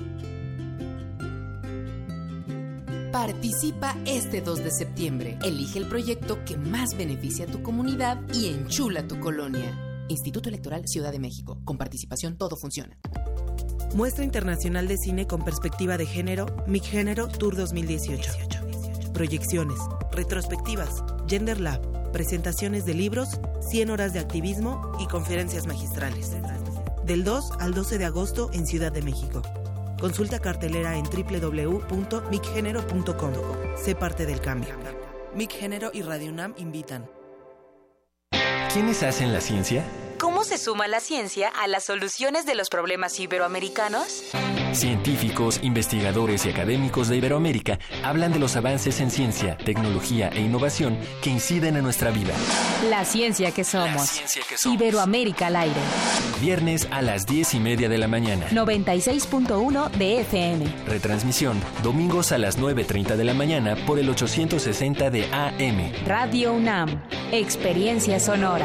Participa este 2 de septiembre. Elige el proyecto que más beneficia a tu comunidad y enchula tu colonia. Instituto Electoral Ciudad de México. Con participación todo funciona. Muestra Internacional de Cine con Perspectiva de Género, Mi Género Tour 2018. Proyecciones, retrospectivas, Gender Lab, presentaciones de libros, 100 horas de activismo y conferencias magistrales. Del 2 al 12 de agosto en Ciudad de México. Consulta cartelera en www.micgenero.com. Sé parte del cambio. Mic Género y Radio UNAM invitan. ¿Quiénes hacen la ciencia? ¿Cómo se suma la ciencia a las soluciones de los problemas iberoamericanos? Científicos, investigadores y académicos de Iberoamérica hablan de los avances en ciencia, tecnología e innovación que inciden en nuestra vida. La ciencia que somos. Iberoamérica al aire. Viernes a las 10:30 de la mañana. 96.1 de FM. Retransmisión, domingos a las 9:30 de la mañana por el 860 de AM. Radio UNAM. Experiencia sonora.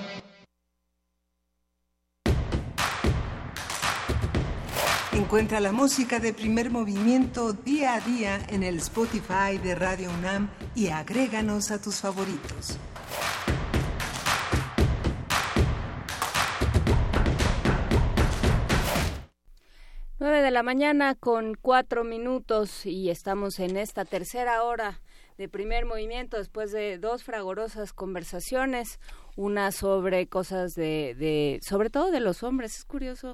Encuentra la música de Primer Movimiento día a día en el Spotify de Radio UNAM y agréganos a tus favoritos. Nueve de la mañana con 4 minutos y estamos en esta tercera hora de Primer Movimiento después de 2 fragorosas conversaciones, una sobre cosas sobre todo de los hombres. Es curioso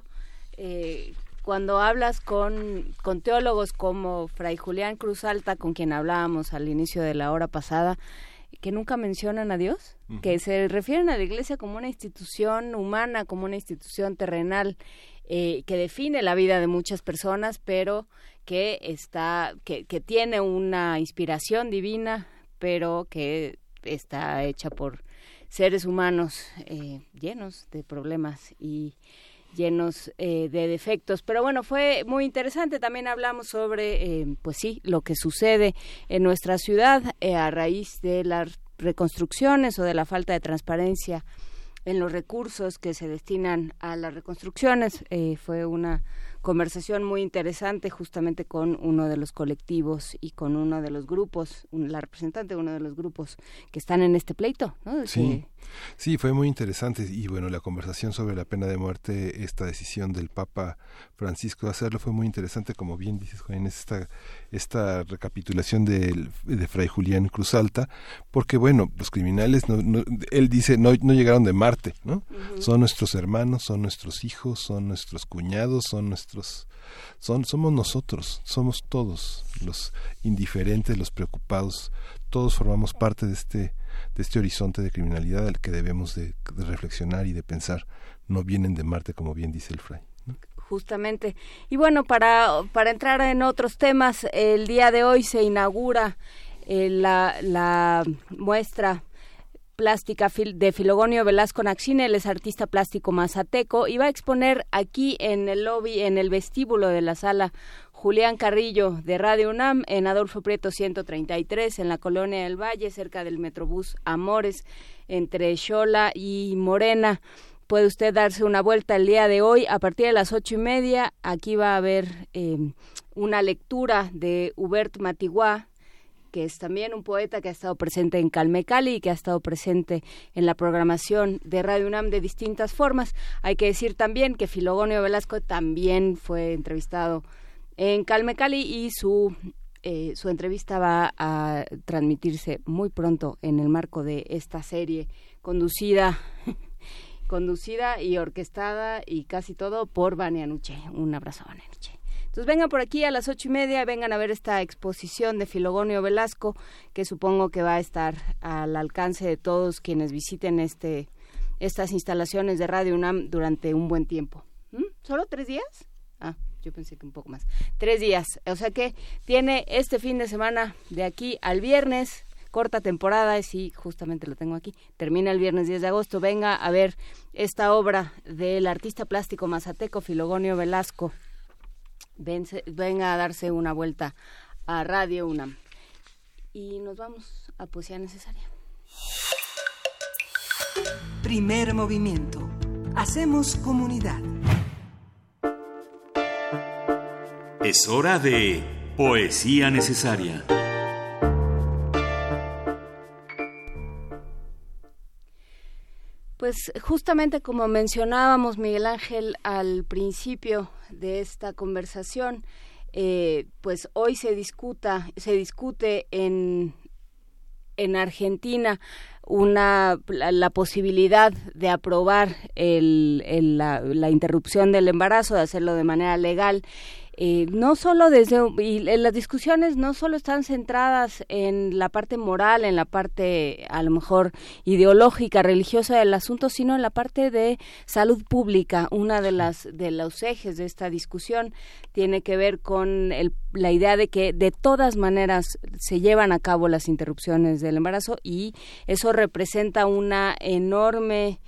cuando hablas con teólogos como Fray Julián Cruz Alta, con quien hablábamos al inicio de la hora pasada, que nunca mencionan a Dios, que se refieren a la Iglesia como una institución humana, como una institución terrenal, que define la vida de muchas personas, pero que tiene una inspiración divina, pero que está hecha por seres humanos llenos de problemas y llenos de defectos. Pero bueno, fue muy interesante. También hablamos sobre, lo que sucede en nuestra ciudad a raíz de las reconstrucciones o de la falta de transparencia en los recursos que se destinan a las reconstrucciones. Fue una conversación muy interesante justamente con uno de los colectivos y con uno de los grupos, la representante de uno de los grupos que están en este pleito, ¿no? Sí, fue muy interesante y bueno, la conversación sobre la pena de muerte, esta decisión del Papa Francisco de hacerlo fue muy interesante, como bien dices, Juan, esta recapitulación de Fray Julián Cruz Alta, porque bueno, los criminales, él dice, no llegaron de Marte, ¿no? Uh-huh. Son nuestros hermanos, son nuestros hijos, son nuestros cuñados, somos nosotros, somos todos los indiferentes, los preocupados, todos formamos parte de este horizonte de criminalidad al que debemos de reflexionar y de pensar. No vienen de Marte, como bien dice el Fray, ¿no? Justamente. Y bueno, para entrar en otros temas, el día de hoy se inaugura la muestra plástica de Filogonio Velasco Naxine. Él es artista plástico mazateco y va a exponer aquí en el lobby, en el vestíbulo de la sala Julián Carrillo de Radio UNAM, en Adolfo Prieto 133, en la Colonia del Valle, cerca del Metrobús Amores, entre Xola y Morena. Puede usted darse una vuelta el día de hoy a partir de las 8:30. Aquí va a haber una lectura de Hubert Matiguá, que es también un poeta que ha estado presente en Calmecali y que ha estado presente en la programación de Radio UNAM de distintas formas. Hay que decir también que Filogonio Velasco también fue entrevistado en Calmecali y su entrevista va a transmitirse muy pronto en el marco de esta serie conducida y orquestada y casi todo por Vania Nuche. Un abrazo a Vania Nuche. Entonces vengan por aquí a las 8:30, vengan a ver esta exposición de Filogonio Velasco, que supongo que va a estar al alcance de todos quienes visiten estas instalaciones de Radio UNAM durante un buen tiempo. ¿Solo 3 días? Yo pensé que un poco más. 3 días, o sea que tiene este fin de semana de aquí al viernes, corta temporada, sí, justamente lo tengo aquí, termina el viernes 10 de agosto, venga a ver esta obra del artista plástico mazateco Filogonio Velasco. Venga a darse una vuelta a Radio UNAM. Y nos vamos a Poesía Necesaria. Primer movimiento. Hacemos comunidad. Es hora de Poesía Necesaria. Pues justamente como mencionábamos, Miguel Ángel, al principio de esta conversación, pues hoy se discute en Argentina la posibilidad de aprobar la interrupción del embarazo, de hacerlo de manera legal. No solo y las discusiones no solo están centradas en la parte moral, en la parte a lo mejor ideológica, religiosa del asunto, sino en la parte de salud pública. Una de los ejes de esta discusión tiene que ver con la idea de que de todas maneras se llevan a cabo las interrupciones del embarazo, y eso representa un enorme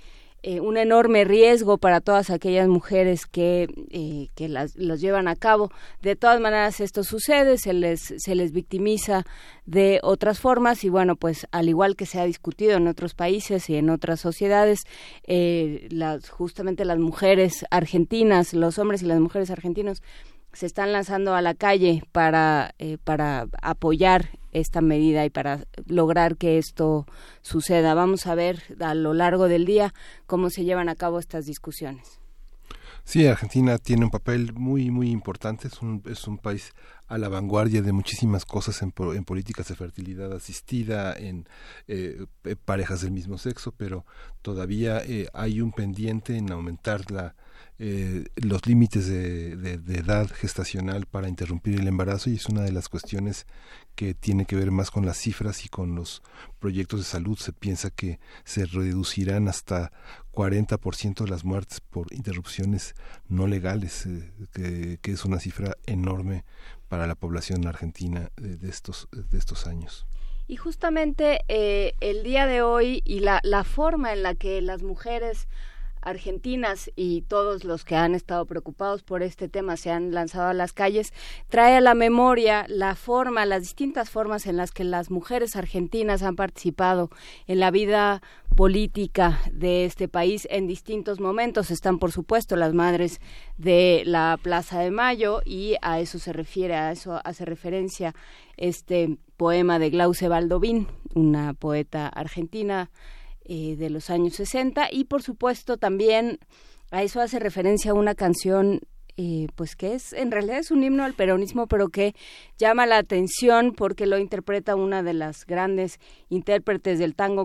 riesgo para todas aquellas mujeres que los llevan a cabo. De todas maneras esto sucede, se les victimiza de otras formas, y bueno, pues al igual que se ha discutido en otros países y en otras sociedades, justamente las mujeres argentinas, los hombres y las mujeres argentinos se están lanzando a la calle para apoyar esta medida y para lograr que esto suceda. Vamos a ver a lo largo del día cómo se llevan a cabo estas discusiones. Sí, Argentina tiene un papel muy muy importante, es un país a la vanguardia de muchísimas cosas en políticas de fertilidad asistida, en parejas del mismo sexo, pero todavía hay un pendiente en aumentar los límites de edad gestacional para interrumpir el embarazo, y es una de las cuestiones que tiene que ver más con las cifras y con los proyectos de salud. Se piensa que se reducirán hasta 40% de las muertes por interrupciones no legales, que es una cifra enorme para la población argentina de estos años. Y justamente el día de hoy y la forma en la que las mujeres argentinas y todos los que han estado preocupados por este tema se han lanzado a las calles, trae a la memoria las distintas formas en las que las mujeres argentinas han participado en la vida política de este país en distintos momentos. Están, por supuesto, las madres de la Plaza de Mayo, y a eso hace referencia este poema de Glauce Baldovin, una poeta argentina de los años 60, y por supuesto también a eso hace referencia una canción pues que en realidad es un himno al peronismo, pero que llama la atención porque lo interpreta una de las grandes intérpretes del tango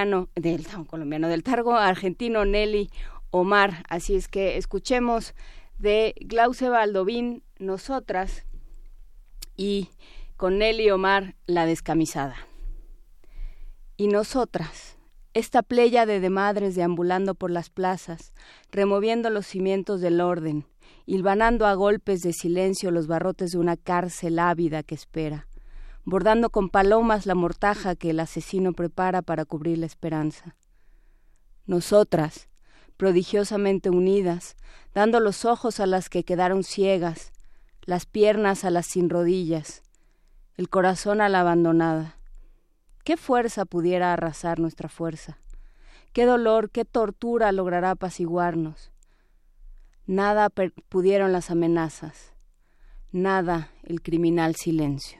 argentino, Nelly Omar. Así es que escuchemos de Glauce Baldovin, Nosotras, y con Nelly Omar, La Descamisada. Y nosotras, esta pléyade de madres deambulando por las plazas, removiendo los cimientos del orden, hilvanando a golpes de silencio los barrotes de una cárcel ávida que espera, bordando con palomas la mortaja que el asesino prepara para cubrir la esperanza. Nosotras, prodigiosamente unidas, dando los ojos a las que quedaron ciegas, las piernas a las sin rodillas, el corazón a la abandonada. ¿Qué fuerza pudiera arrasar nuestra fuerza? ¿Qué dolor, qué tortura logrará apaciguarnos? Nada pudieron las amenazas, nada el criminal silencio.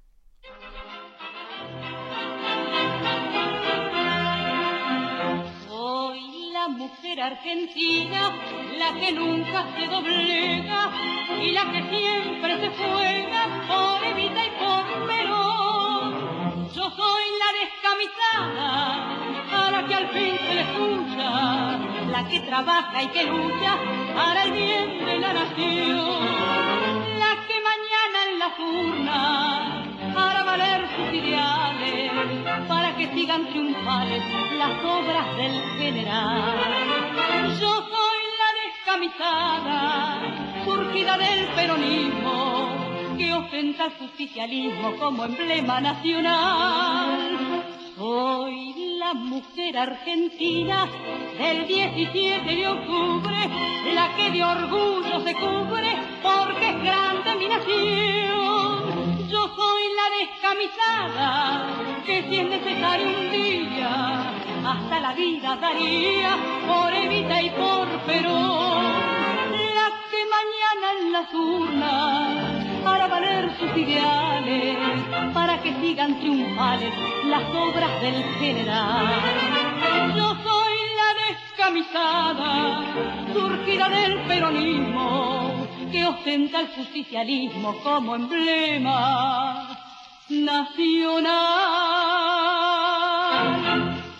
Soy la mujer argentina, la que nunca se doblega y la que siempre se juega por Evita y por Perón. Yo soy la descamisada, a la que al fin se le escucha, la que trabaja y que lucha para el bien de la nación, la que mañana en las urnas hará valer sus ideales, para que sigan triunfales las obras del general. Yo soy la descamisada, surgida del peronismo, que ostenta el justicialismo como emblema nacional. Soy la mujer argentina del 17 de octubre, la que de orgullo se cubre porque es grande mi nación. Yo soy la descamisada que si es necesario un día hasta la vida daría por Evita y por Perón, la que mañana en las urnas hará valer sus ideales, para que sigan triunfales las obras del general. Yo soy la descamisada, surgida del peronismo, que ostenta el justicialismo como emblema nacional.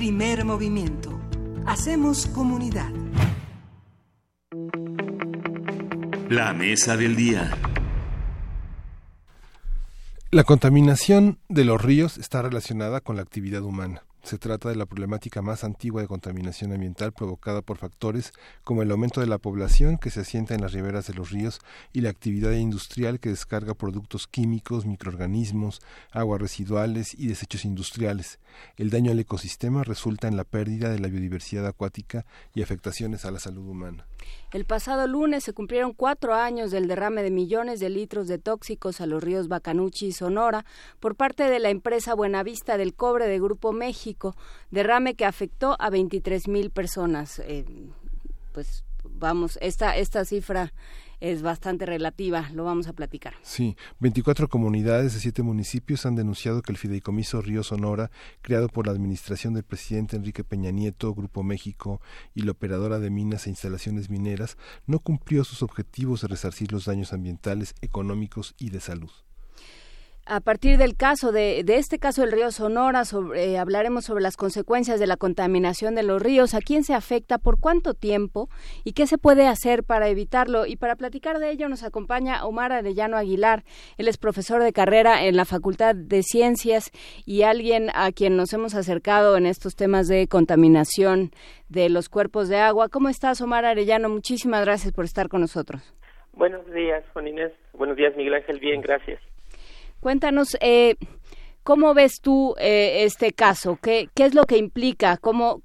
Primer movimiento. Hacemos comunidad. La mesa del día. La contaminación de los ríos está relacionada con la actividad humana. Se trata de la problemática más antigua de contaminación ambiental provocada por factores como el aumento de la población que se asienta en las riberas de los ríos y la actividad industrial que descarga productos químicos, microorganismos, aguas residuales y desechos industriales. El daño al ecosistema resulta en la pérdida de la biodiversidad acuática y afectaciones a la salud humana. El pasado lunes se cumplieron 4 años del derrame de millones de litros de tóxicos a los ríos Bacanuchi y Sonora por parte de la empresa Buenavista del Cobre de Grupo México, derrame que afectó a 23,000 personas. Esta cifra es bastante relativa, lo vamos a platicar. Sí, 24 comunidades de 7 municipios han denunciado que el Fideicomiso Río Sonora, creado por la administración del presidente Enrique Peña Nieto, Grupo México y la operadora de minas e instalaciones mineras, no cumplió sus objetivos de resarcir los daños ambientales, económicos y de salud. A partir del caso de este caso del río Sonora, hablaremos sobre las consecuencias de la contaminación de los ríos, a quién se afecta, por cuánto tiempo y qué se puede hacer para evitarlo. Y para platicar de ello nos acompaña Omar Arellano Aguilar. Él es profesor de carrera en la Facultad de Ciencias y alguien a quien nos hemos acercado en estos temas de contaminación de los cuerpos de agua. ¿Cómo estás, Omar Arellano? Muchísimas gracias por estar con nosotros. Buenos días, Juan Inés. Buenos días, Miguel Ángel. Bien, gracias. Cuéntanos, ¿cómo ves tú este caso? ¿Qué es lo que implica?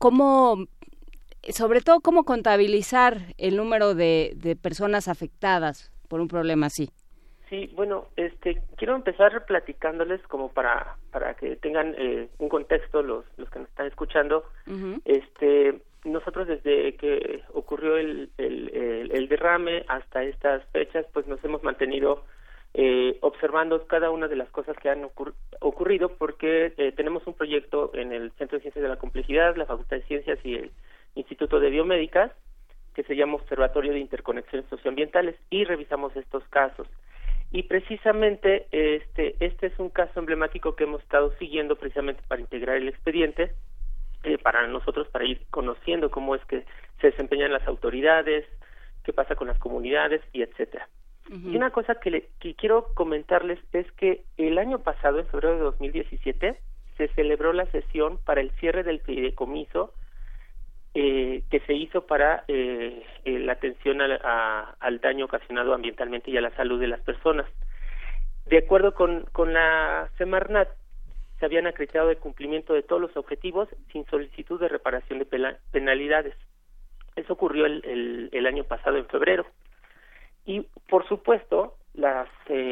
Sobre todo, ¿cómo contabilizar el número de personas afectadas por un problema así? Sí, bueno, quiero empezar platicándoles como para que tengan un contexto los que nos están escuchando. Uh-huh. Nosotros desde que ocurrió el derrame hasta estas fechas, pues nos hemos mantenido observando cada una de las cosas que han ocurrido, porque tenemos un proyecto en el Centro de Ciencias de la Complejidad, la Facultad de Ciencias y el Instituto de Biomédicas, que se llama Observatorio de Interconexiones Socioambientales, y revisamos estos casos. Y precisamente este es un caso emblemático que hemos estado siguiendo precisamente para integrar el expediente, para nosotros, para ir conociendo cómo es que se desempeñan las autoridades, qué pasa con las comunidades y etcétera. Uh-huh. Y una cosa que quiero comentarles es que el año pasado, en febrero de 2017, se celebró la sesión para el cierre del fideicomiso que se hizo para la atención al daño ocasionado ambientalmente y a la salud de las personas. De acuerdo con la Semarnat, se habían acreditado el cumplimiento de todos los objetivos sin solicitud de reparación de penalidades. Eso ocurrió el año pasado, en febrero. Y, por supuesto, la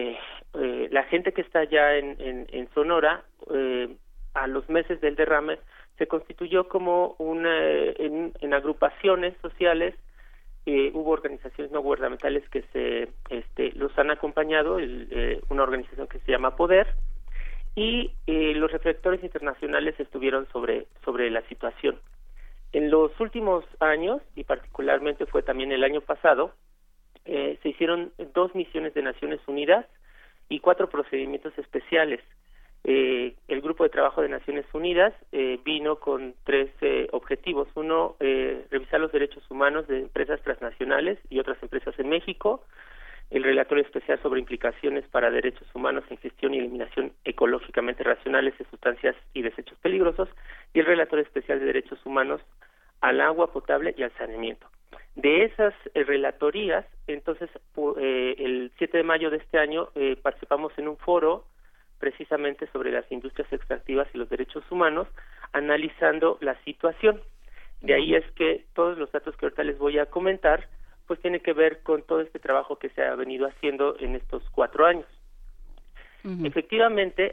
gente que está allá en Sonora, a los meses del derrame, se constituyó como en agrupaciones sociales. Hubo organizaciones no gubernamentales que los han acompañado, una organización que se llama Poder, y los reflectores internacionales estuvieron sobre la situación. En los últimos años, y particularmente fue también el año pasado, se hicieron 2 misiones de Naciones Unidas y 4 procedimientos especiales. El Grupo de Trabajo de Naciones Unidas vino con 3 objetivos. Uno, revisar los derechos humanos de empresas transnacionales y otras empresas en México. El Relatorio Especial sobre implicaciones para derechos humanos en gestión y eliminación ecológicamente racionales de sustancias y desechos peligrosos. Y el Relatorio Especial de Derechos Humanos al agua potable y al saneamiento. De esas relatorías, entonces, el 7 de mayo de este año participamos en un foro precisamente sobre las industrias extractivas y los derechos humanos, analizando la situación. De ahí es que todos los datos que ahorita les voy a comentar, pues tiene que ver con todo este trabajo que se ha venido haciendo en estos 4 años. Uh-huh. Efectivamente,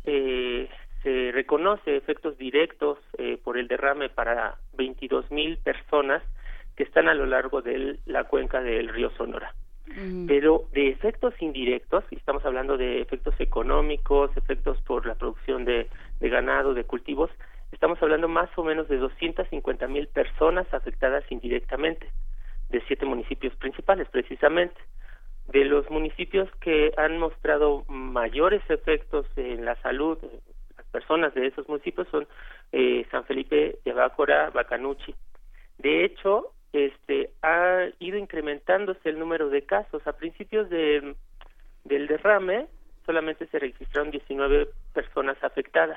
se reconoce efectos directos por el derrame para 22,000 personas que están a lo largo de la cuenca del río Sonora. Uh-huh. Pero de efectos indirectos, y estamos hablando de efectos económicos, efectos por la producción de ganado, de cultivos, estamos hablando más o menos de 250,000 personas afectadas indirectamente, de 7 municipios principales precisamente. De los municipios que han mostrado mayores efectos en la salud, las personas de esos municipios son San Felipe de Abácora, Bacanuchi. De hecho, ha ido incrementándose el número de casos. A principios del derrame solamente se registraron 19 personas afectadas.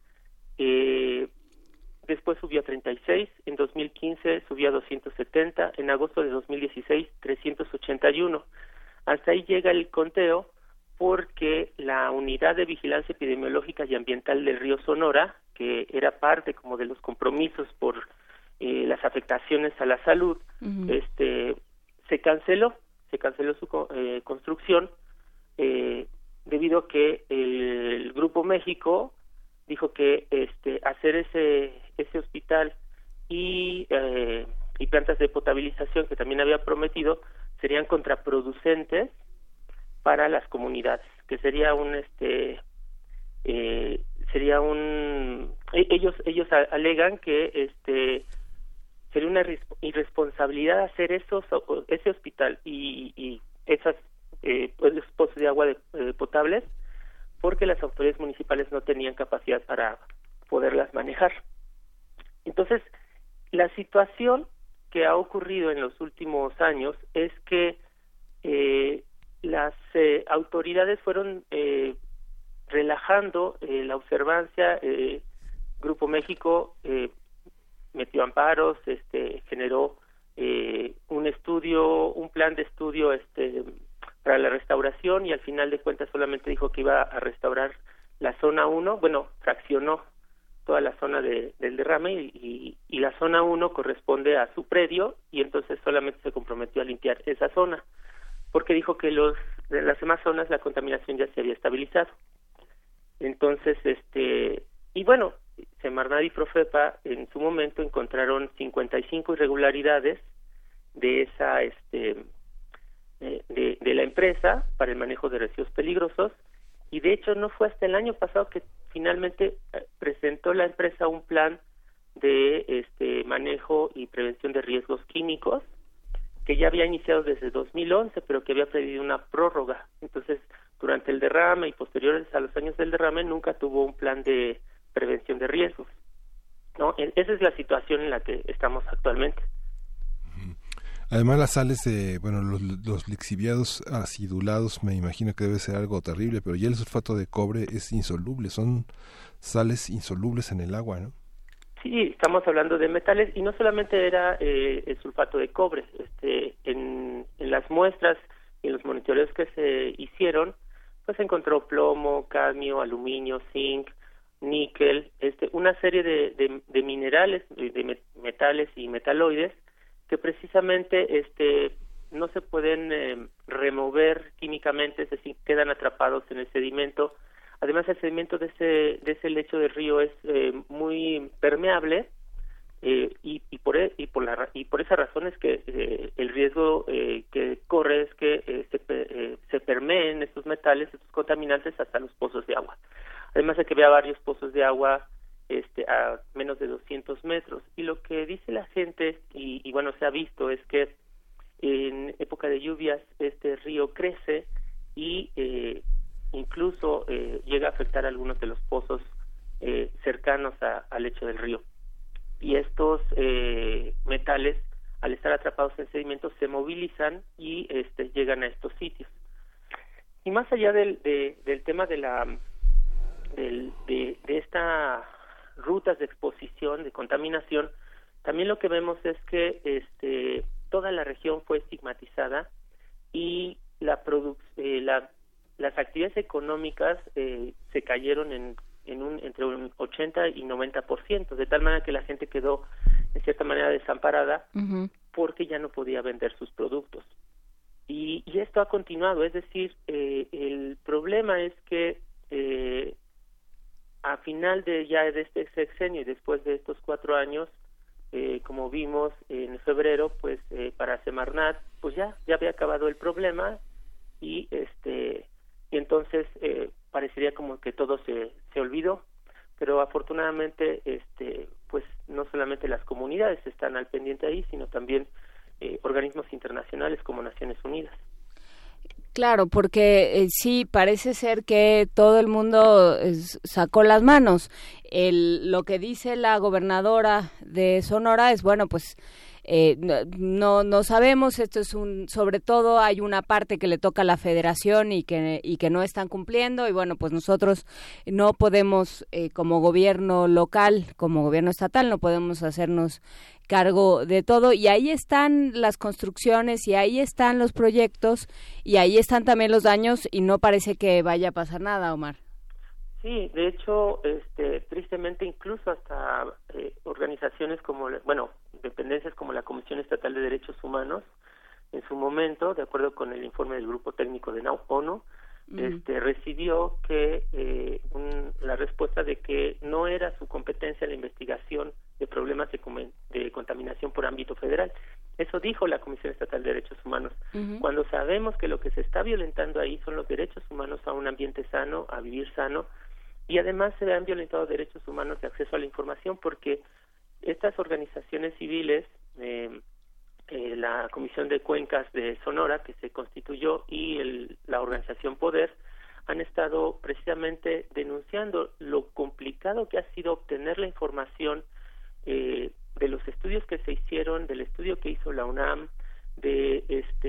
Después subió a 36, en 2015 subió a 270, en agosto de 2016 381. Hasta ahí llega el conteo porque la Unidad de Vigilancia Epidemiológica y Ambiental del Río Sonora, que era parte como de los compromisos por las afectaciones a la salud, se canceló su construcción debido a que el Grupo México dijo que hacer ese hospital y plantas de potabilización que también había prometido serían contraproducentes para las comunidades, que sería ellos alegan que sería una irresponsabilidad hacer ese hospital y esas pozos de agua potables, porque las autoridades municipales no tenían capacidad para poderlas manejar. Entonces, la situación que ha ocurrido en los últimos años es que las autoridades fueron relajando la observancia. Grupo México metió amparos, generó un plan de estudio para la restauración, y al final de cuentas solamente dijo que iba a restaurar la zona 1, fraccionó toda la zona del derrame y la zona 1 corresponde a su predio, y entonces solamente se comprometió a limpiar esa zona, porque dijo que de las demás zonas la contaminación ya se había estabilizado. Entonces, Semarnat y Profepa en su momento encontraron 55 irregularidades de esa de la empresa para el manejo de residuos peligrosos, y de hecho no fue hasta el año pasado que finalmente presentó la empresa un plan de manejo y prevención de riesgos químicos que ya había iniciado desde 2011, pero que había pedido una prórroga. Entonces, durante el derrame y posteriores a los años del derrame nunca tuvo un plan de prevención de riesgos, ¿no? Esa es la situación en la que estamos actualmente. Además, las sales los lixiviados acidulados, me imagino que debe ser algo terrible, pero ya el sulfato de cobre es insoluble, son sales insolubles en el agua, ¿no? Sí, estamos hablando de metales, y no solamente era el sulfato de cobre. En las muestras y en los monitoreos que se hicieron, pues se encontró plomo, cadmio, aluminio, zinc, níquel, una serie de minerales, de metales y metaloides que precisamente no se pueden remover químicamente, es decir, quedan atrapados en el sedimento. Además, el sedimento de ese lecho de río es muy permeable, y por esa razón es que el riesgo que corre es que se permeen estos metales, estos contaminantes, hasta los pozos de agua. Además de que había varios pozos de agua a menos de 200 metros. Y lo que dice la gente, y se ha visto, es que en época de lluvias este río crece y incluso llega a afectar algunos de los pozos cercanos al lecho del río. Y estos metales, al estar atrapados en sedimentos, se movilizan y llegan a estos sitios. Y más allá del tema de estas rutas de exposición, de contaminación, también lo que vemos es que toda la región fue estigmatizada, y las actividades económicas se cayeron entre un 80 y 90%, de tal manera que la gente quedó en cierta manera desamparada, uh-huh, porque ya no podía vender sus productos. Y esto ha continuado, es decir, el problema es que a final de este sexenio y después de estos 4 años, como vimos en febrero, pues para Semarnat, pues ya había acabado el problema, y entonces parecería como que todo se olvidó, pero afortunadamente pues no solamente las comunidades están al pendiente ahí, sino también organismos internacionales como Naciones Unidas. Claro, porque sí, parece ser que todo el mundo sacó las manos. Lo que dice la gobernadora de Sonora es, bueno, pues no sabemos, esto es sobre todo hay una parte que le toca a la federación y que no están cumpliendo, y bueno, pues nosotros no podemos, como gobierno local, como gobierno estatal, no podemos hacernos cargo de todo, y ahí están las construcciones y ahí están los proyectos y ahí están también los daños, y no parece que vaya a pasar nada, Omar. Sí, de hecho, tristemente incluso hasta organizaciones como, dependencias como la Comisión Estatal de Derechos Humanos, en su momento, de acuerdo con el informe del Grupo Técnico de ONU, recibió que la respuesta de que no era su competencia la investigación de problemas de contaminación por ámbito federal. Eso dijo la Comisión Estatal de Derechos Humanos. Cuando sabemos que lo que se está violentando ahí son los derechos humanos a un ambiente sano, a vivir sano, y además se han violentado derechos humanos de acceso a la información, porque estas organizaciones civiles, la Comisión de Cuencas de Sonora, que se constituyó, y la organización Poder, han estado precisamente denunciando lo complicado que ha sido obtener la información de los estudios que se hicieron, del estudio que hizo la UNAM, de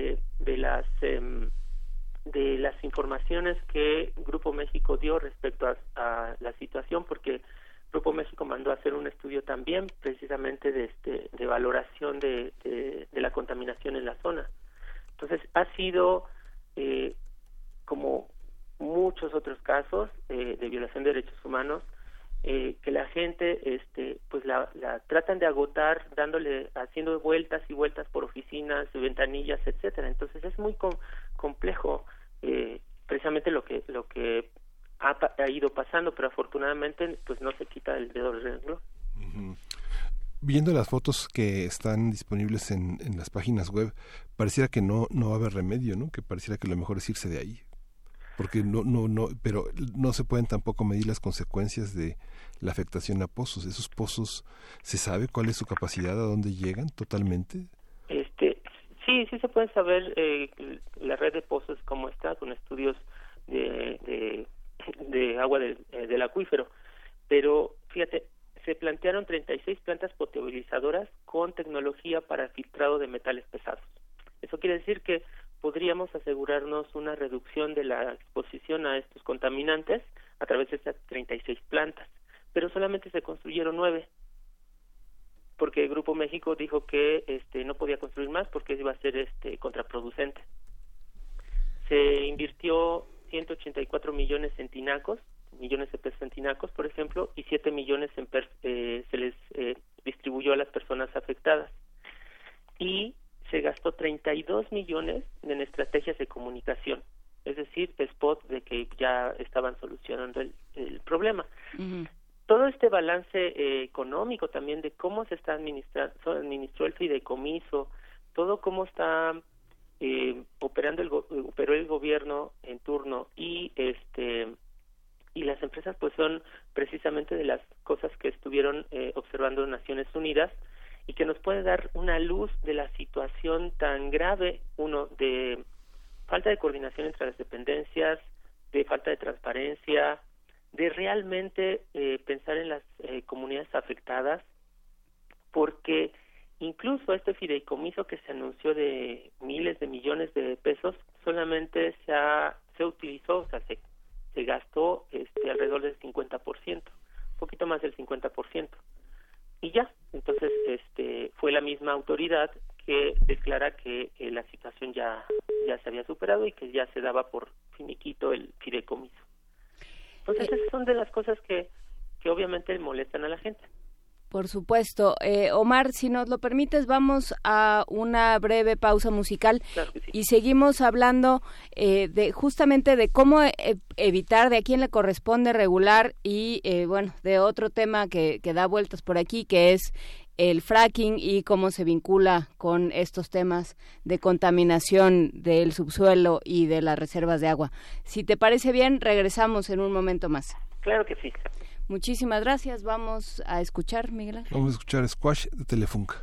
las informaciones que Grupo México dio respecto a la situación, porque Grupo México mandó a hacer un estudio también precisamente de valoración de la contaminación en la zona. Entonces ha sido como muchos otros casos de violación de derechos humanos, que la gente pues la tratan de agotar haciendo vueltas y vueltas por oficinas, ventanillas, etcétera. Entonces es muy complejo precisamente lo que ha ido pasando, pero afortunadamente pues no se quita el dedo del renglón. Viendo las fotos que están disponibles en las páginas web, pareciera que no va a haber remedio, ¿no? Que pareciera que lo mejor es irse de ahí, porque pero no se pueden tampoco medir las consecuencias de la afectación a pozos. Esos pozos, ¿se sabe cuál es su capacidad, a dónde llegan totalmente? Sí se puede saber la red de pozos cómo está, con estudios de agua del acuífero, pero fíjate, se plantearon 36 plantas potabilizadoras con tecnología para filtrado de metales pesados. Eso quiere decir que podríamos asegurarnos una reducción de la exposición a estos contaminantes a través de estas 36 plantas, pero solamente se construyeron 9, porque el Grupo México dijo que no podía construir más porque iba a ser contraproducente. Se invirtió 184 millones en tinacos, millones de pesos en tinacos, por ejemplo, y 7 millones se les distribuyó a las personas afectadas. Y se gastó 32 millones en estrategias de comunicación, es decir, spot de que ya estaban solucionando el problema. Todo este balance económico también de cómo se está administró el fideicomiso, todo cómo está operó el gobierno en turno, y las empresas pues son precisamente de las cosas que estuvieron observando Naciones Unidas, y que nos puede dar una luz de la situación tan grave, de falta de coordinación entre las dependencias, de falta de transparencia, de realmente pensar en las comunidades afectadas, porque incluso este fideicomiso que se anunció de miles de millones de pesos solamente se utilizó, o sea, se gastó alrededor del 50%, un poquito más del 50%, y ya. Entonces fue la misma autoridad que declara que la situación ya se había superado y que ya se daba por finiquito el fideicomiso. Entonces esas son de las cosas que obviamente molestan a la gente. Por supuesto. Omar, si nos lo permites, vamos a una breve pausa musical. Claro que sí. Y seguimos hablando justamente de cómo evitar, de a quién le corresponde regular, y de otro tema que da vueltas por aquí, que es el fracking y cómo se vincula con estos temas de contaminación del subsuelo y de las reservas de agua. Si te parece bien, regresamos en un momento más. Claro que sí. Muchísimas gracias. Vamos a escuchar, Miguel Ángel. Vamos a escuchar Squash de Telefunken.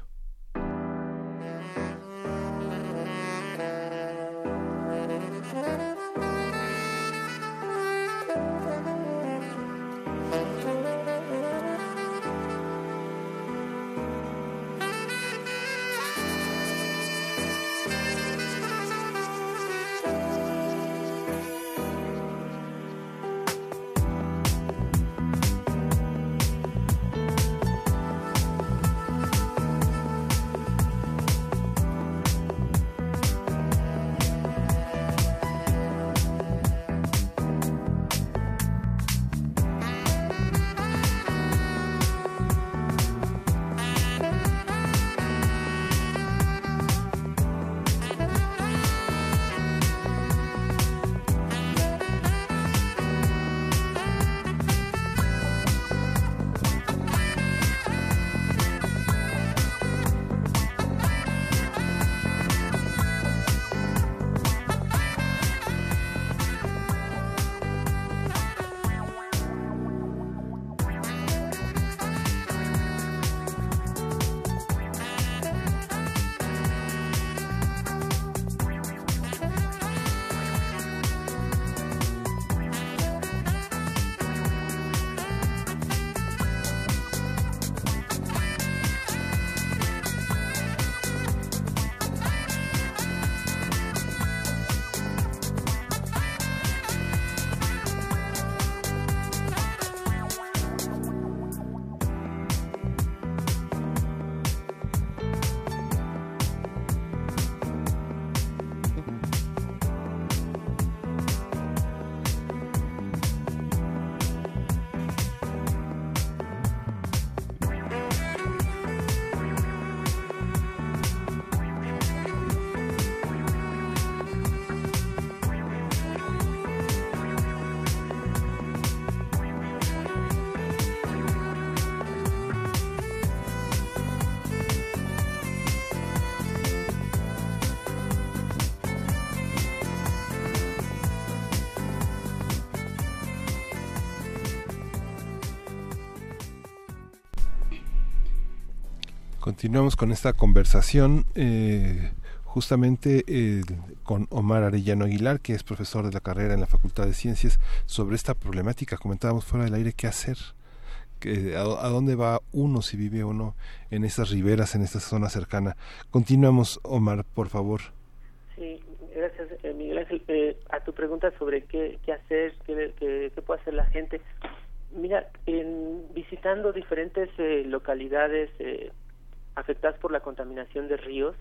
Continuamos con esta conversación justamente con Omar Arellano Aguilar, que es profesor de la carrera en la Facultad de Ciencias, sobre esta problemática. Comentábamos fuera del aire qué hacer, a dónde va uno si vive uno en estas riberas, en esta zona cercana. Continuamos, Omar, por favor. Sí, gracias, Miguel Ángel. A tu pregunta sobre qué hacer, qué puede hacer la gente. Mira, visitando diferentes localidades afectadas por la contaminación de ríos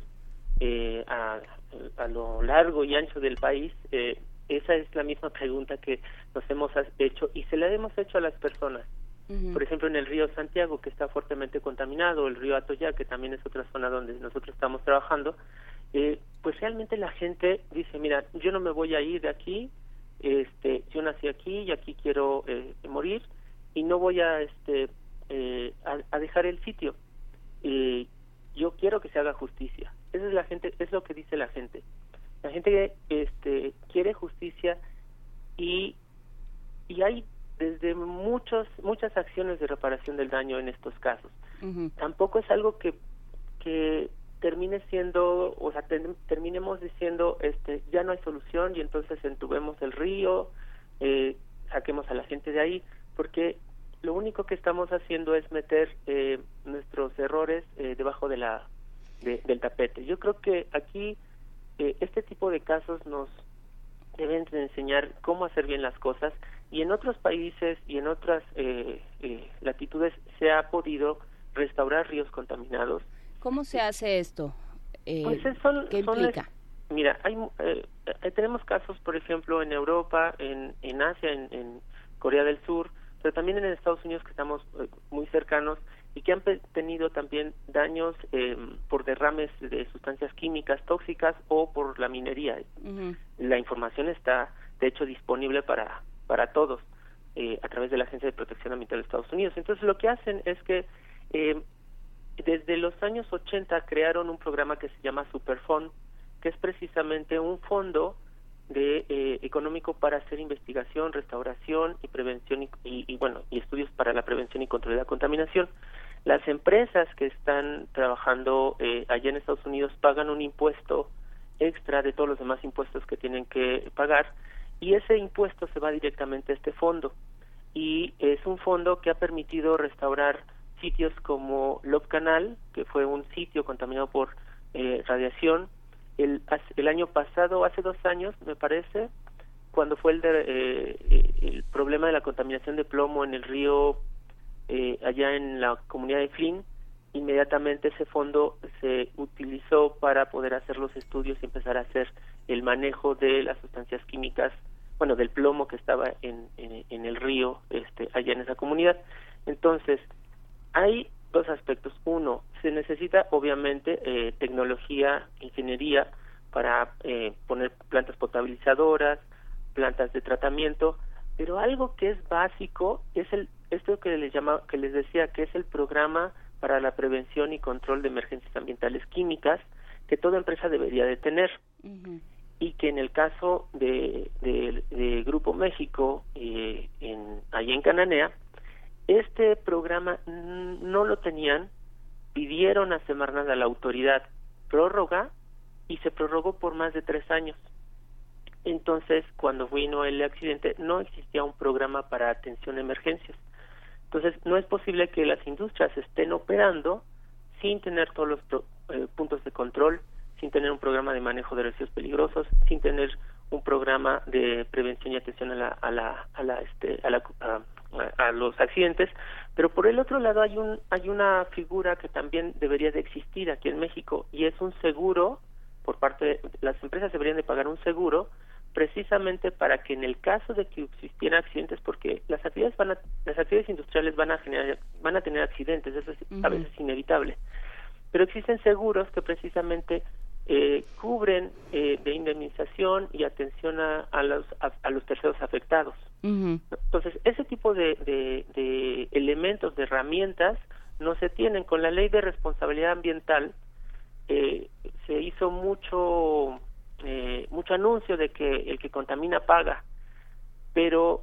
a lo largo y ancho del país, esa es la misma pregunta que nos hemos hecho y se la hemos hecho a las personas. Uh-huh. Por ejemplo, en el río Santiago, que está fuertemente contaminado, el río Atoyac, que también es otra zona donde nosotros estamos trabajando, pues realmente la gente dice, mira, yo no me voy a ir de aquí, yo nací aquí y aquí quiero morir y no voy a dejar el sitio. Yo quiero que se haga justicia. Esa es la gente, es lo que dice la gente. La gente quiere justicia y hay desde muchas acciones de reparación del daño en estos casos. Uh-huh. Tampoco es algo que termine siendo, o sea, terminemos diciendo ya no hay solución y entonces entubemos el río, saquemos a la gente de ahí, porque lo único que estamos haciendo es meter nuestros errores debajo del tapete. Yo creo que aquí este tipo de casos nos deben de enseñar cómo hacer bien las cosas, y en otros países y en otras latitudes se ha podido restaurar ríos contaminados. ¿Cómo se hace esto? Pues ¿qué implica? Mira, tenemos casos, por ejemplo, en Europa, en Asia, en Corea del Sur, pero también en Estados Unidos, que estamos muy cercanos, y que han tenido también daños por derrames de sustancias químicas tóxicas o por la minería. Uh-huh. La información está, de hecho, disponible para todos a través de la Agencia de Protección Ambiental de Estados Unidos. Entonces, lo que hacen es que desde los años 80 crearon un programa que se llama Superfund, que es precisamente un fondo económico para hacer investigación, restauración y prevención y estudios para la prevención y control de la contaminación. Las empresas que están trabajando allá en Estados Unidos pagan un impuesto extra de todos los demás impuestos que tienen que pagar, y ese impuesto se va directamente a este fondo, y es un fondo que ha permitido restaurar sitios como Love Canal, que fue un sitio contaminado por radiación. El año pasado, hace 2 años, me parece, cuando fue el problema de la contaminación de plomo en el río allá en la comunidad de Flynn, inmediatamente ese fondo se utilizó para poder hacer los estudios y empezar a hacer el manejo de las sustancias químicas, del plomo que estaba en el río allá en esa comunidad. Entonces, hay 2 aspectos. Uno, se necesita obviamente tecnología, ingeniería para poner plantas potabilizadoras, plantas de tratamiento, pero algo que es básico es esto que les decía, que es el programa para la prevención y control de emergencias ambientales químicas, que toda empresa debería de tener. Uh-huh. Y que en el caso de Grupo México, allá en Cananea, este programa no lo tenían, pidieron a Semarnat, a la autoridad, prórroga, y se prorrogó por más de 3 años. Entonces, cuando vino el accidente, no existía un programa para atención a emergencias. Entonces, no es posible que las industrias estén operando sin tener todos los puntos de control, sin tener un programa de manejo de residuos peligrosos, sin tener un programa de prevención y atención a los accidentes. Pero por el otro lado hay una figura que también debería de existir aquí en México, y es un seguro. Por parte de las empresas deberían de pagar un seguro precisamente para que en el caso de que existieran accidentes, porque las actividades industriales van a tener accidentes, eso es a veces inevitable, pero existen seguros que precisamente cubren de indemnización y atención a los terceros afectados. Uh-huh. Entonces, ese tipo de elementos, de herramientas, no se tienen. Con la ley de responsabilidad ambiental se hizo mucho anuncio de que el que contamina paga, pero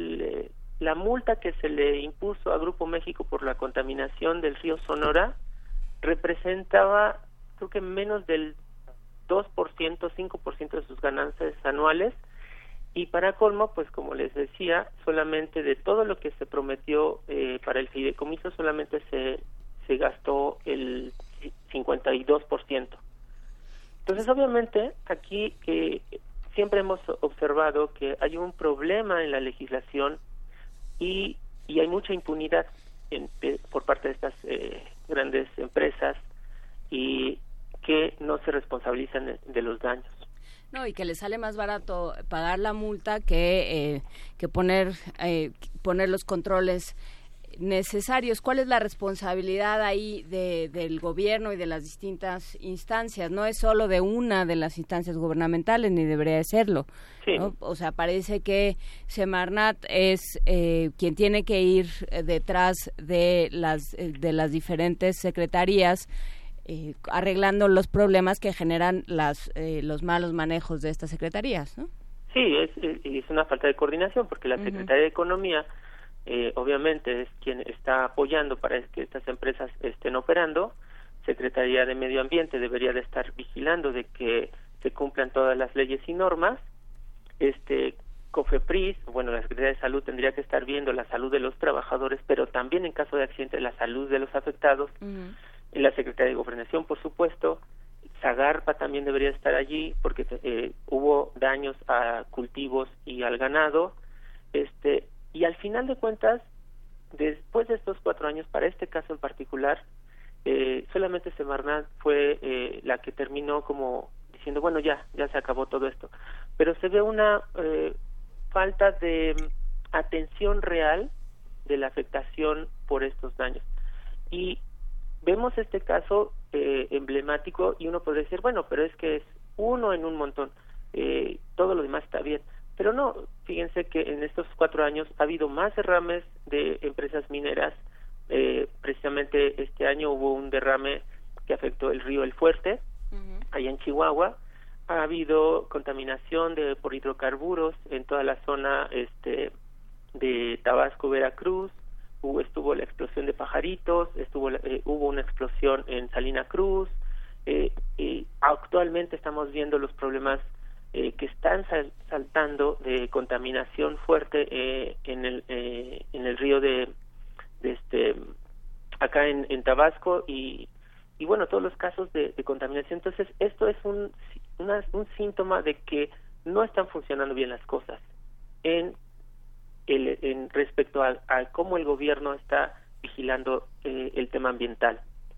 la multa que se le impuso a Grupo México por la contaminación del río Sonora representaba, creo que menos del 2%, 5% de sus ganancias anuales, y para colmo, pues como les decía, solamente de todo lo que se prometió para el fideicomiso, solamente se gastó el 52%. Entonces, obviamente, aquí siempre hemos observado que hay un problema en la legislación y hay mucha impunidad por parte de estas grandes empresas y que no se responsabilizan de los daños. No, y que les sale más barato pagar la multa que poner los controles necesarios. ¿Cuál es la responsabilidad ahí del gobierno y de las distintas instancias? No es solo de una de las instancias gubernamentales, ni debería de serlo, sí, ¿no? O sea, parece que Semarnat es quien tiene que ir detrás de las diferentes secretarías, arreglando los problemas que generan los malos manejos de estas secretarías, ¿no? Sí, es una falta de coordinación, porque la Secretaría de Economía obviamente es quien está apoyando para que estas empresas estén operando. Secretaría de Medio Ambiente debería de estar vigilando de que se cumplan todas las leyes y normas. COFEPRIS, bueno, la Secretaría de Salud tendría que estar viendo la salud de los trabajadores, pero también en caso de accidente la salud de los afectados. En la Secretaría de Gobernación, por supuesto. Zagarpa también debería estar allí porque hubo daños a cultivos y al ganado. Y al final de cuentas, después de estos 4 años, para este caso en particular, solamente Semarnat fue la que terminó como diciendo, bueno, ya se acabó todo esto. Pero se ve una falta de atención real de la afectación por estos daños. Y vemos este caso emblemático y uno podría decir, bueno, pero es que es uno en un montón, todo lo demás está bien. Pero no, fíjense que en estos 4 años ha habido más derrames de empresas mineras. Precisamente este año hubo un derrame que afectó el río El Fuerte, allá en Chihuahua. Ha habido contaminación por hidrocarburos en toda la zona de Tabasco, Veracruz. Estuvo la explosión de Pajaritos, hubo una explosión en Salina Cruz. Y actualmente estamos viendo los problemas que están saltando de contaminación fuerte en el río acá en Tabasco y bueno, todos los casos de contaminación. Entonces esto es un síntoma de que no están funcionando bien las cosas en respecto a cómo el gobierno está vigilando el tema ambiental.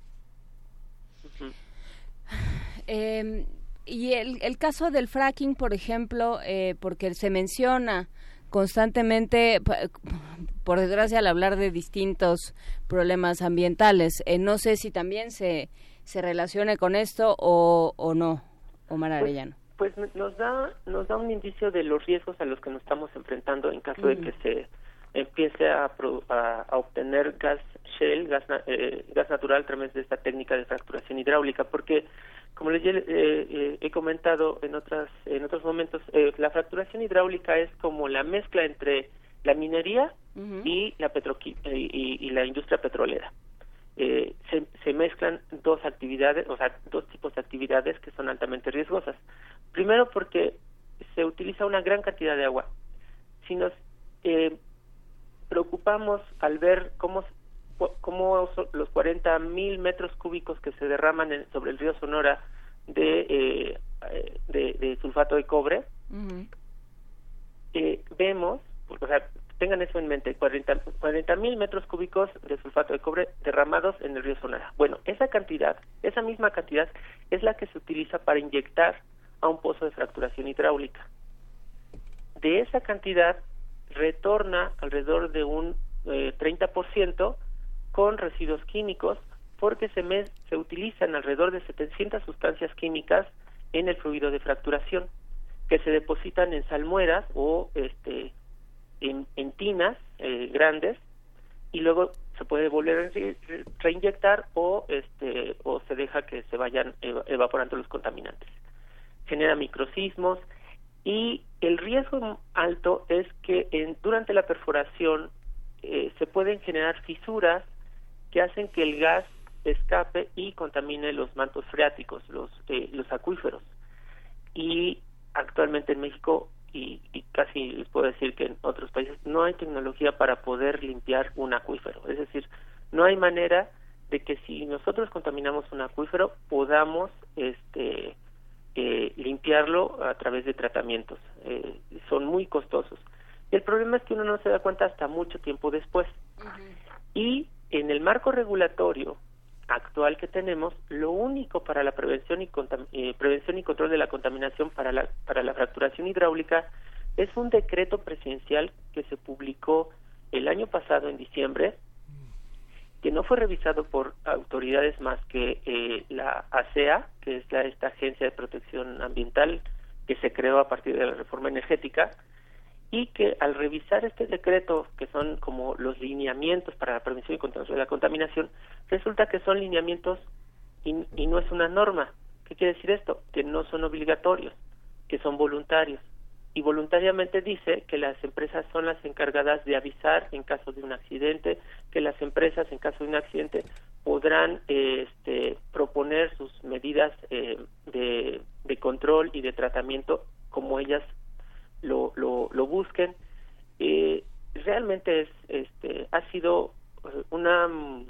Y el caso del fracking, por ejemplo, porque se menciona constantemente, por desgracia, al hablar de distintos problemas ambientales. No sé si también se relacione con esto o no, Omar Arellano. Pues nos da un indicio de los riesgos a los que nos estamos enfrentando en caso de que se empiece a obtener gas shale, gas natural a través de esta técnica de fracturación hidráulica, porque como les he comentado en otros momentos, la fracturación hidráulica es como la mezcla entre la minería y la industria petrolera. Se mezclan dos actividades, o sea, dos tipos de actividades que son altamente riesgosas. Primero, porque se utiliza una gran cantidad de agua. Si nos preocupamos al ver cómo los 40,000 metros cúbicos que se derraman sobre el río Sonora de sulfato de cobre, vemos, o sea, tengan eso en mente, 40,000 metros cúbicos de sulfato de cobre derramados en el río Sonora. Bueno, esa misma cantidad es la que se utiliza para inyectar a un pozo de fracturación hidráulica. De esa cantidad retorna alrededor de un 30% con residuos químicos, porque se utilizan alrededor de 700 sustancias químicas en el fluido de fracturación, que se depositan en salmueras o en tinas grandes, y luego se puede volver a reinyectar o se deja que se vayan evaporando los contaminantes. Genera microsismos, y el riesgo alto es que durante la perforación se pueden generar fisuras que hacen que el gas escape y contamine los mantos freáticos, los acuíferos. Y actualmente en México, y casi les puedo decir que en otros países, no hay tecnología para poder limpiar un acuífero. Es decir, no hay manera de que si nosotros contaminamos un acuífero podamos limpiarlo a través de tratamientos. Son muy costosos. Y el problema es que uno no se da cuenta hasta mucho tiempo después. Y en el marco regulatorio actual que tenemos, lo único para la prevención y control de la contaminación para la fracturación hidráulica es un decreto presidencial que se publicó el año pasado en diciembre, que no fue revisado por autoridades más que la ASEA, que es esta Agencia de Protección Ambiental que se creó a partir de la reforma energética, y que al revisar este decreto, que son como los lineamientos para la prevención y control de la contaminación, resulta que son lineamientos y no es una norma. ¿Qué quiere decir esto? Que no son obligatorios, que son voluntarios. Y voluntariamente dice que las empresas son las encargadas de avisar en caso de un accidente, que las empresas en caso de un accidente podrán proponer sus medidas de control y de tratamiento como ellas lo busquen. Realmente ha sido una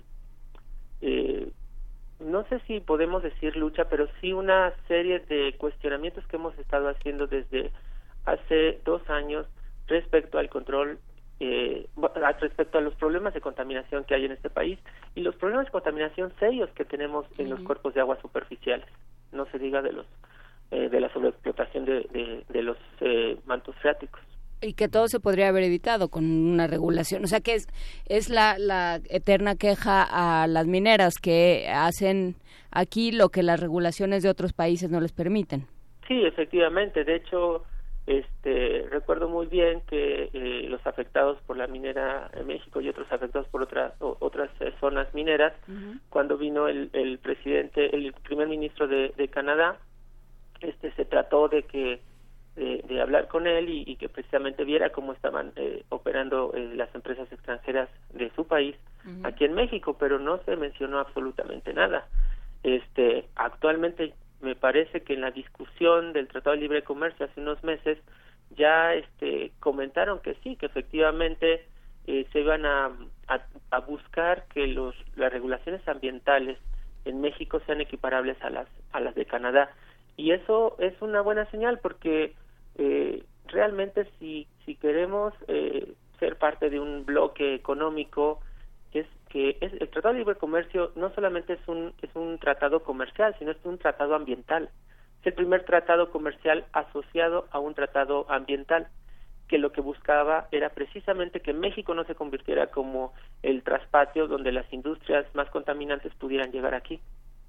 no sé si podemos decir lucha, pero sí una serie de cuestionamientos que hemos estado haciendo desde hace 2 años respecto al control, respecto a los problemas de contaminación que hay en este país y los problemas de contaminación serios que tenemos en los cuerpos de agua superficiales. No se diga de la sobreexplotación de los mantos freáticos. Y que todo se podría haber evitado con una regulación. O sea, que es la eterna queja a las mineras que hacen aquí lo que las regulaciones de otros países no les permiten. Sí, efectivamente. De hecho, recuerdo muy bien que los afectados por la minera en México y otros afectados por otras zonas mineras, cuando vino el primer ministro de Canadá, se trató de hablar con él y que precisamente viera cómo estaban operando las empresas extranjeras de su país aquí en México, pero no se mencionó absolutamente nada. Actualmente me parece que en la discusión del Tratado de Libre Comercio hace unos meses ya comentaron que sí, que efectivamente se iban a buscar que las regulaciones ambientales en México sean equiparables a las de Canadá. Y eso es una buena señal porque realmente si queremos ser parte de un bloque económico, el Tratado de Libre Comercio no solamente es un tratado comercial, sino es un tratado ambiental. Es el primer tratado comercial asociado a un tratado ambiental, que lo que buscaba era precisamente que México no se convirtiera como el traspatio donde las industrias más contaminantes pudieran llegar aquí.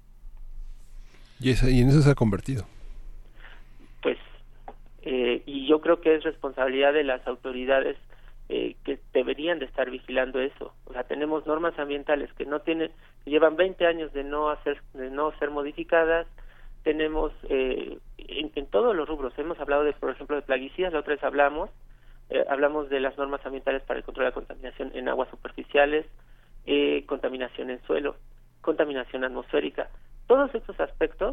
Y en eso se ha convertido. Pues, y yo creo que es responsabilidad de las autoridades que deberían de estar vigilando eso. O sea, tenemos normas ambientales que llevan 20 años de no ser modificadas. Tenemos en todos los rubros. Hemos hablado por ejemplo, de plaguicidas. La otra vez hablamos de las normas ambientales para el control de la contaminación en aguas superficiales, contaminación en suelo, contaminación atmosférica. Todos estos aspectos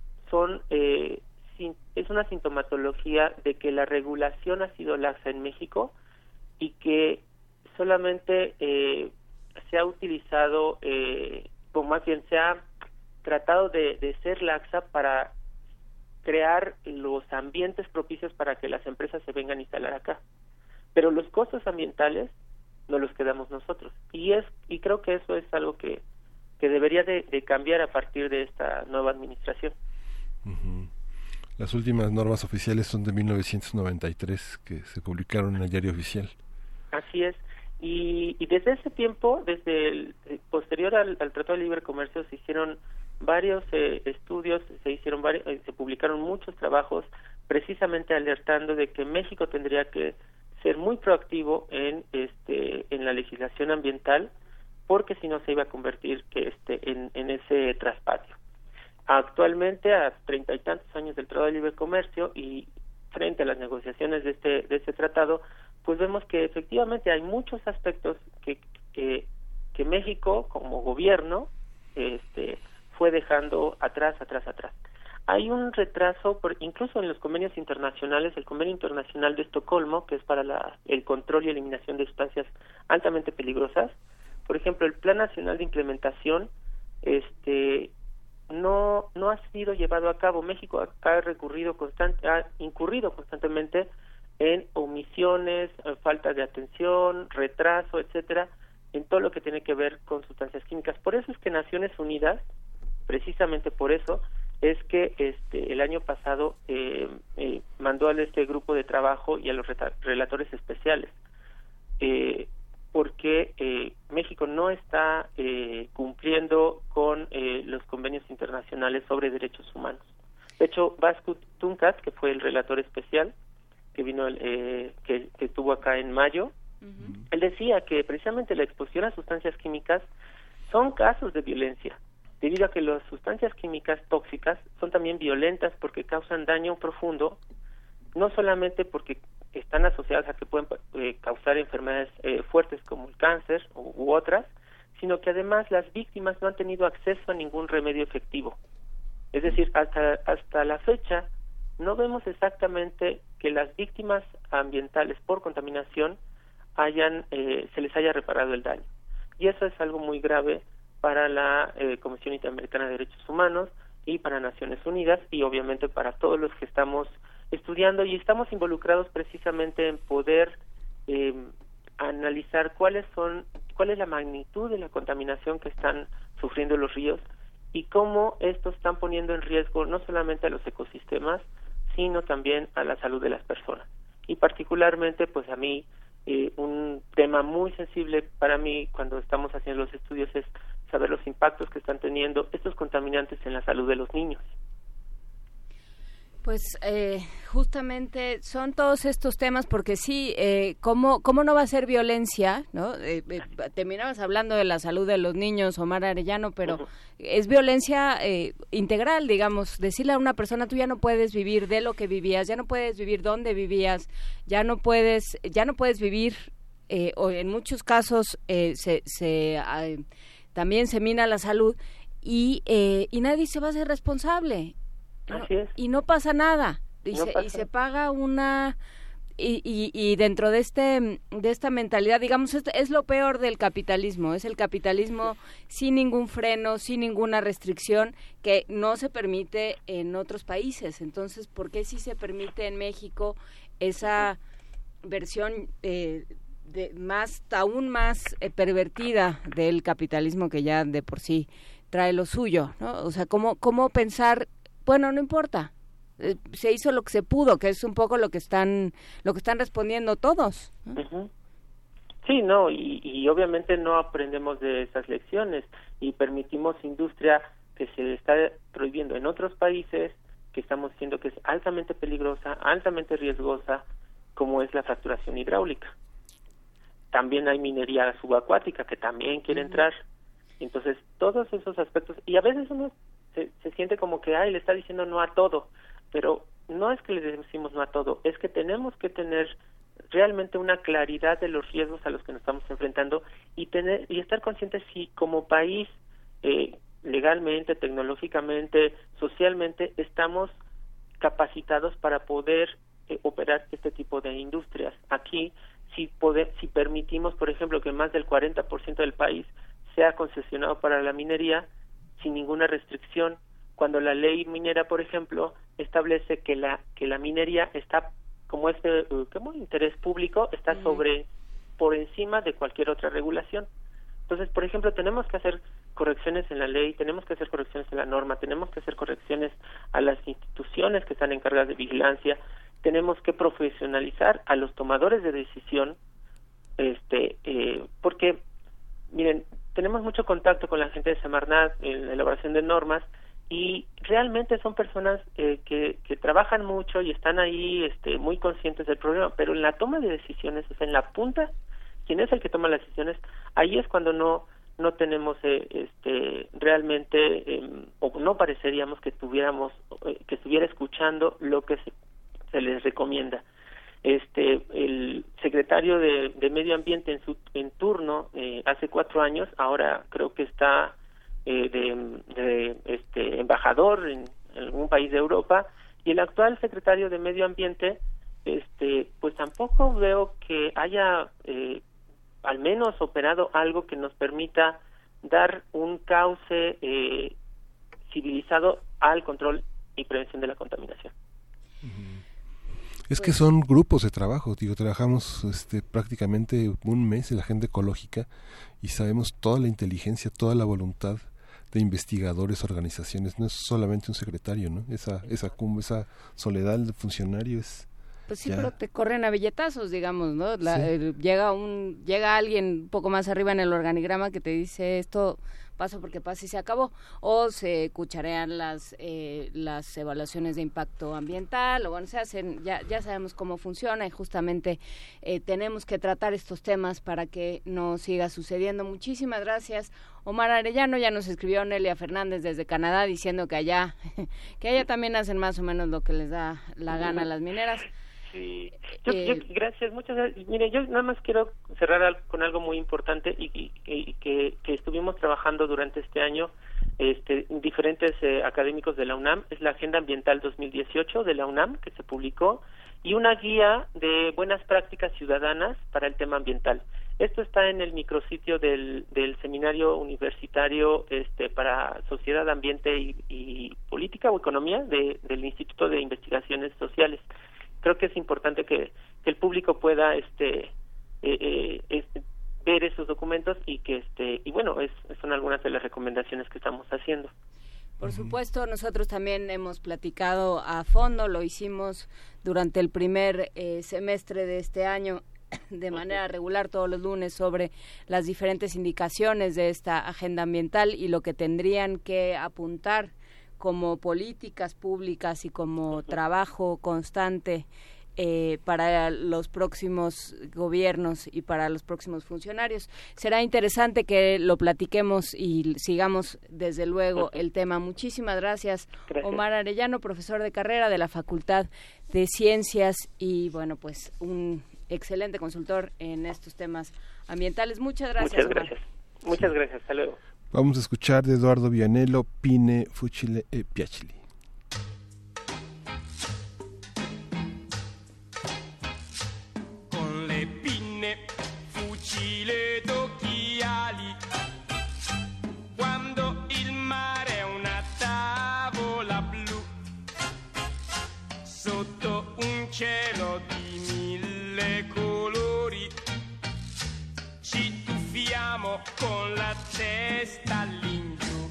es una sintomatología de que la regulación ha sido laxa en México y que solamente se ha utilizado, o más bien se ha tratado de ser laxa para crear los ambientes propicios para que las empresas se vengan a instalar acá. Pero los costos ambientales no los quedamos nosotros. Y creo que eso es algo que debería de cambiar a partir de esta nueva administración. Las últimas normas oficiales son de 1993, que se publicaron en el Diario Oficial. Así es. Y desde ese tiempo, desde el posterior al Tratado de Libre Comercio, se hicieron varios estudios, se publicaron muchos trabajos precisamente alertando de que México tendría que ser muy proactivo en la legislación ambiental, porque si no se iba a convertir en ese traspatio. Actualmente, a 30 y tantos años del Tratado de Libre Comercio y frente a las negociaciones de este tratado, pues vemos que efectivamente hay muchos aspectos que México como gobierno fue dejando atrás. Hay un retraso, incluso en los convenios internacionales, el Convenio Internacional de Estocolmo, que es para el control y eliminación de sustancias altamente peligrosas. Por ejemplo, el Plan Nacional de Implementación no ha sido llevado a cabo. México ha incurrido constantemente en omisiones, falta de atención, retraso, etcétera, en todo lo que tiene que ver con sustancias químicas. Por eso es que Naciones Unidas, precisamente por eso, es que el año pasado mandó a este grupo de trabajo y a los relatores especiales, porque México no está cumpliendo con los convenios internacionales sobre derechos humanos. De hecho, Vasco Tuncat, que fue el relator especial, que vino que estuvo acá en mayo, él decía que precisamente la exposición a sustancias químicas son casos de violencia, debido a que las sustancias químicas tóxicas son también violentas porque causan daño profundo, no solamente porque están asociadas a que pueden causar enfermedades fuertes como el cáncer u otras, sino que además las víctimas no han tenido acceso a ningún remedio efectivo. Es decir, hasta la fecha no vemos exactamente que las víctimas ambientales por contaminación se les haya reparado el daño. Y eso es algo muy grave para la Comisión Interamericana de Derechos Humanos y para Naciones Unidas, y obviamente para todos los que estamos estudiando y estamos involucrados precisamente en poder analizar cuál es la magnitud de la contaminación que están sufriendo los ríos y cómo estos están poniendo en riesgo no solamente a los ecosistemas, sino también a la salud de las personas. Y particularmente, pues a mí, un tema muy sensible para mí cuando estamos haciendo los estudios es saber los impactos que están teniendo estos contaminantes en la salud de los niños. Pues justamente son todos estos temas porque sí, ¿cómo no va a ser violencia? ¿No? Terminabas hablando de la salud de los niños, Omar Arellano, pero es violencia integral, digamos, decirle a una persona, tú ya no puedes vivir de lo que vivías, ya no puedes vivir donde vivías, ya no puedes vivir, o en muchos casos también se mina la salud y nadie se va a hacer responsable. Así es. Y no pasa nada y se paga una y dentro de esta mentalidad, digamos, es lo peor del capitalismo, es el capitalismo sin ningún freno, sin ninguna restricción, que no se permite en otros países. Entonces, ¿por qué sí se permite en México esa versión aún más pervertida del capitalismo que ya de por sí trae lo suyo, ¿no? O sea, ¿cómo pensar? Bueno, no importa, se hizo lo que se pudo, que es un poco lo que están respondiendo todos, ¿no? Uh-huh. Sí, no, y obviamente no aprendemos de esas lecciones y permitimos industria que se está prohibiendo en otros países, que estamos diciendo que es altamente peligrosa, altamente riesgosa, como es la fracturación hidráulica. También hay minería subacuática que también quiere entrar. Entonces, todos esos aspectos, y a veces uno se siente como que le está diciendo no a todo, pero no es que le decimos no a todo, es que tenemos que tener realmente una claridad de los riesgos a los que nos estamos enfrentando y estar conscientes si como país legalmente, tecnológicamente, socialmente estamos capacitados para poder operar este tipo de industrias. Aquí, si permitimos, por ejemplo, que más del 40% del país sea concesionado para la minería sin ninguna restricción, cuando la ley minera, por ejemplo, establece que la minería está como interés público, está por encima de cualquier otra regulación. Entonces, por ejemplo, tenemos que hacer correcciones en la ley, tenemos que hacer correcciones en la norma, tenemos que hacer correcciones a las instituciones que están encargadas de vigilancia, tenemos que profesionalizar a los tomadores de decisión, porque, miren, tenemos mucho contacto con la gente de Semarnat en la elaboración de normas y realmente son personas que trabajan mucho y están ahí muy conscientes del problema, pero en la toma de decisiones, o sea, en la punta, quien es el que toma las decisiones, ahí es cuando no tenemos realmente o no pareceríamos que estuviera escuchando lo que se les recomienda. El secretario de Medio Ambiente en turno hace 4 años, ahora creo que está embajador en algún país de Europa, y el actual secretario de Medio Ambiente, pues tampoco veo que haya al menos operado algo que nos permita dar un cauce civilizado al control y prevención de la contaminación. Es que son grupos de trabajo, trabajamos prácticamente un mes en la agenda ecológica y sabemos toda la inteligencia, toda la voluntad de investigadores, organizaciones, no es solamente un secretario, ¿no? Esa soledad de funcionario es... Pues sí, ya. pero te corren a billetazos, digamos, ¿no? Llega alguien un poco más arriba en el organigrama que te dice esto pasa porque pasa y se acabó, o se cucharean las evaluaciones de impacto ambiental, o bueno, se hacen, ya sabemos cómo funciona y justamente tenemos que tratar estos temas para que no siga sucediendo. Muchísimas gracias, Omar Arellano. Ya nos escribió Nelia Fernández desde Canadá diciendo que allá también hacen más o menos lo que les da la gana a las mineras. Sí. Gracias, muchas gracias. Mire, yo nada más quiero cerrar con algo muy importante y que estuvimos trabajando durante este año diferentes académicos de la UNAM. Es la Agenda Ambiental 2018 de la UNAM que se publicó, y una guía de buenas prácticas ciudadanas para el tema ambiental. Esto está en el micrositio del Seminario Universitario para Sociedad, Ambiente y Política o Economía del Instituto de Investigaciones Sociales. Creo que es importante que el público pueda ver esos documentos y que son algunas de las recomendaciones que estamos haciendo. Por supuesto, nosotros también hemos platicado a fondo, lo hicimos durante el primer semestre de este año de manera regular todos los lunes sobre las diferentes indicaciones de esta agenda ambiental y lo que tendrían que apuntar como políticas públicas y como trabajo constante para los próximos gobiernos y para los próximos funcionarios. Será interesante que lo platiquemos y sigamos desde luego el tema. Muchísimas gracias, Omar Arellano, profesor de carrera de la Facultad de Ciencias y bueno, pues un excelente consultor en estos temas ambientales. Muchas gracias. Muchas gracias, hasta luego. Vamos a escuchar de Eduardo Vianello, Pine Fucile e Piacili. Con le pinne, fucile ed occhiali, quando il mare è una tavola blu, sotto un cielo di 1000 colori, ci tuffiamo con la testa all'ingiù,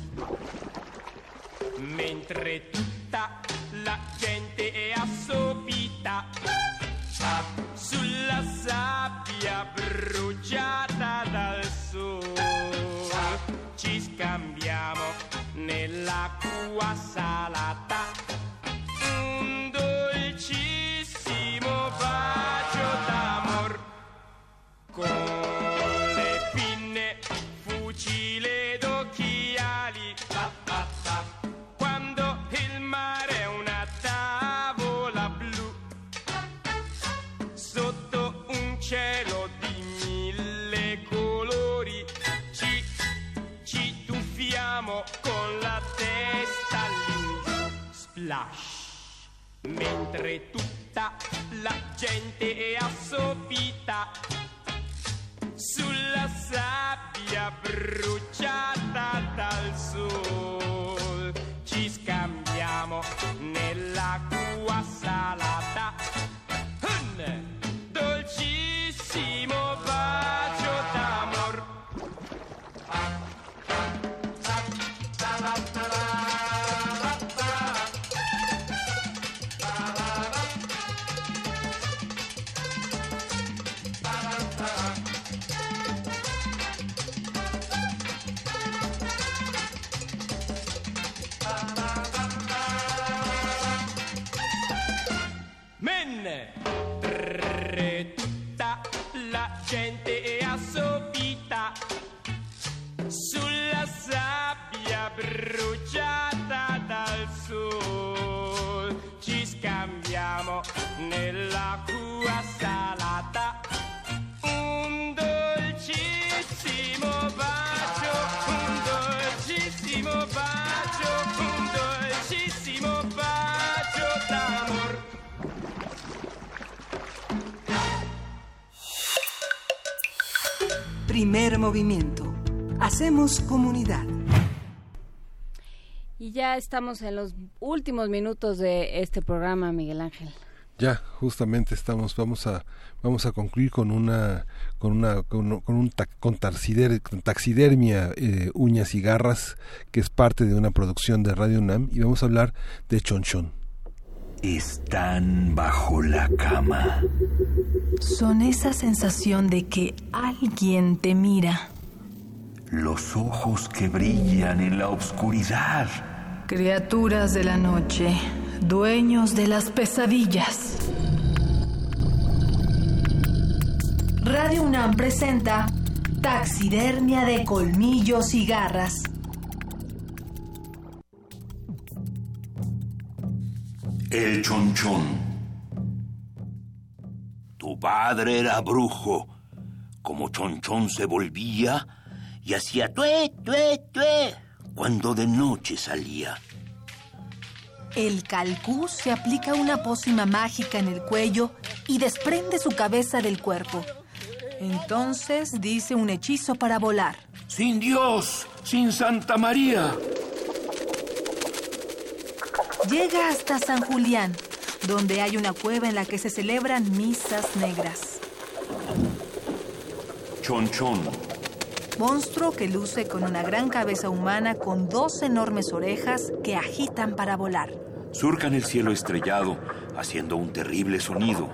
mentre tutta la gente è assopita sulla sabbia bruciata dal sole. Ci scambiamo nell'acqua salata un dolcissimo bacio d'amor. Con fucile ed occhiali, quando il mare è una tavola blu, sotto un cielo di 1000 colori, ci tuffiamo con la testa all'ingiù, splash, mentre tutta la gente è assopita sulla sabbia bruciata dal sol. Ci scambiamo nell'acqua salata un dolcissimo bacio d'amor. Tutta la gente è assopita sulla sabbia bruciata dal sol. Ci scambiamo nell'acqua salata un dolcissimo bacio, un dolcissimo Primer movimiento. Hacemos comunidad. Y ya estamos en los últimos minutos de este programa, Miguel Ángel. Ya, justamente vamos a concluir con taxidermia, uñas y garras, que es parte de una producción de Radio UNAM, y vamos a hablar de chonchón. Están bajo la cama. Son esa sensación de que alguien te mira. Los ojos que brillan en la oscuridad. Criaturas de la noche, dueños de las pesadillas. Radio UNAM presenta Taxidermia de colmillos y garras. El chonchón. Tu padre era brujo. Como chonchón se volvía y hacía tué, tué, tué cuando de noche salía. El calcú se aplica una pócima mágica en el cuello y desprende su cabeza del cuerpo. Entonces dice un hechizo para volar. Sin Dios, sin Santa María. Llega hasta San Julián, donde hay una cueva en la que se celebran misas negras. Chonchón. Monstruo que luce con una gran cabeza humana con 2 enormes orejas que agitan para volar. Surcan el cielo estrellado, haciendo un terrible sonido.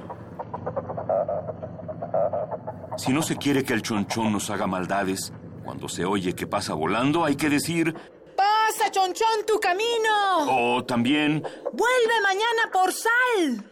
Si no se quiere que el chonchón nos haga maldades, cuando se oye que pasa volando, hay que decir: ¡Pasa, chonchón, tu camino! O también: ¡Vuelve mañana por sal!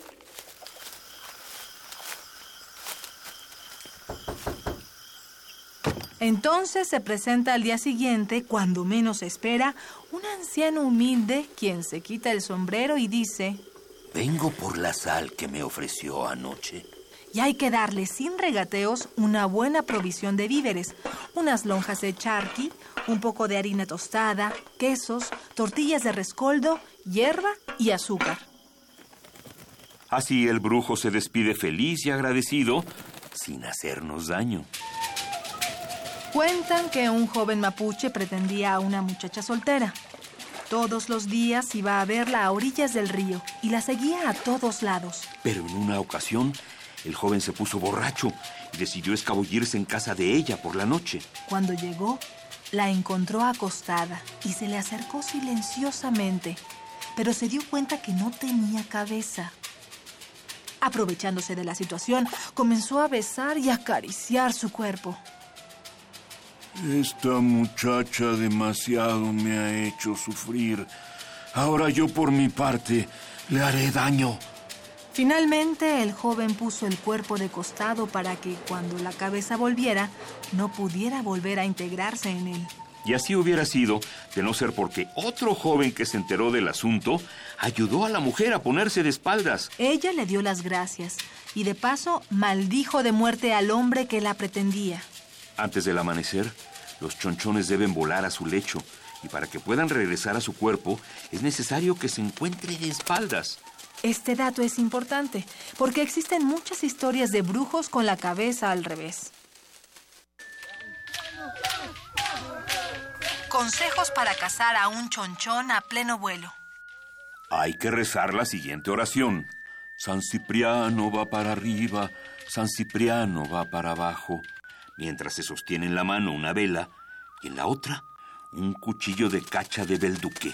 Entonces se presenta al día siguiente, cuando menos se espera, un anciano humilde quien se quita el sombrero y dice: vengo por la sal que me ofreció anoche. Y hay que darle sin regateos una buena provisión de víveres, unas lonjas de charqui, un poco de harina tostada, quesos, tortillas de rescoldo, hierba y azúcar. Así el brujo se despide feliz y agradecido, sin hacernos daño. Cuentan que un joven mapuche pretendía a una muchacha soltera. Todos los días iba a verla a orillas del río y la seguía a todos lados. Pero en una ocasión, el joven se puso borracho y decidió escabullirse en casa de ella por la noche. Cuando llegó, la encontró acostada y se le acercó silenciosamente, pero se dio cuenta que no tenía cabeza. Aprovechándose de la situación, comenzó a besar y acariciar su cuerpo. Esta muchacha demasiado me ha hecho sufrir. Ahora yo por mi parte le haré daño. Finalmente, el joven puso el cuerpo de costado para que, cuando la cabeza volviera, no pudiera volver a integrarse en él. Y así hubiera sido, de no ser porque otro joven que se enteró del asunto ayudó a la mujer a ponerse de espaldas. Ella le dio las gracias y, de paso, maldijo de muerte al hombre que la pretendía. Antes del amanecer, los chonchones deben volar a su lecho, y para que puedan regresar a su cuerpo, es necesario que se encuentre de espaldas. Este dato es importante, porque existen muchas historias de brujos con la cabeza al revés. Consejos para cazar a un chonchón a pleno vuelo. Hay que rezar la siguiente oración. San Cipriano va para arriba, San Cipriano va para abajo. Mientras se sostiene en la mano una vela y en la otra un cuchillo de cacha de belduque.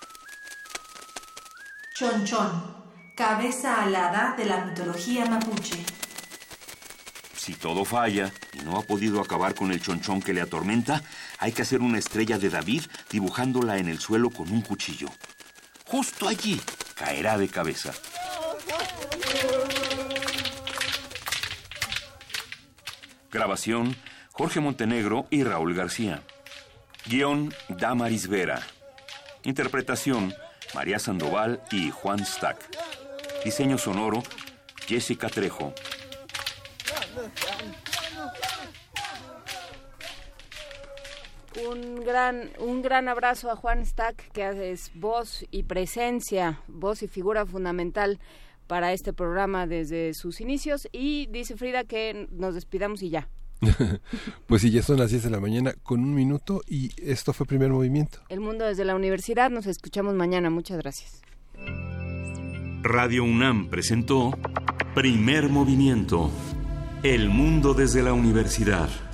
Chonchón, cabeza alada de la mitología mapuche. Si todo falla y no ha podido acabar con el chonchón que le atormenta, hay que hacer una estrella de David dibujándola en el suelo con un cuchillo. Justo allí caerá de cabeza. Grabación: Jorge Montenegro y Raúl García. Guión: Damaris Vera. Interpretación: María Sandoval y Juan Stack. Diseño sonoro: Jessica Trejo. Un gran abrazo a Juan Stack, que es voz y presencia, voz y figura fundamental para este programa desde sus inicios. Y dice Frida que nos despidamos y ya. Pues sí, ya son las 10 de la mañana con 1 minuto y esto fue Primer Movimiento. El mundo desde la universidad, nos escuchamos mañana, muchas gracias. Radio UNAM presentó Primer Movimiento, el mundo desde la universidad.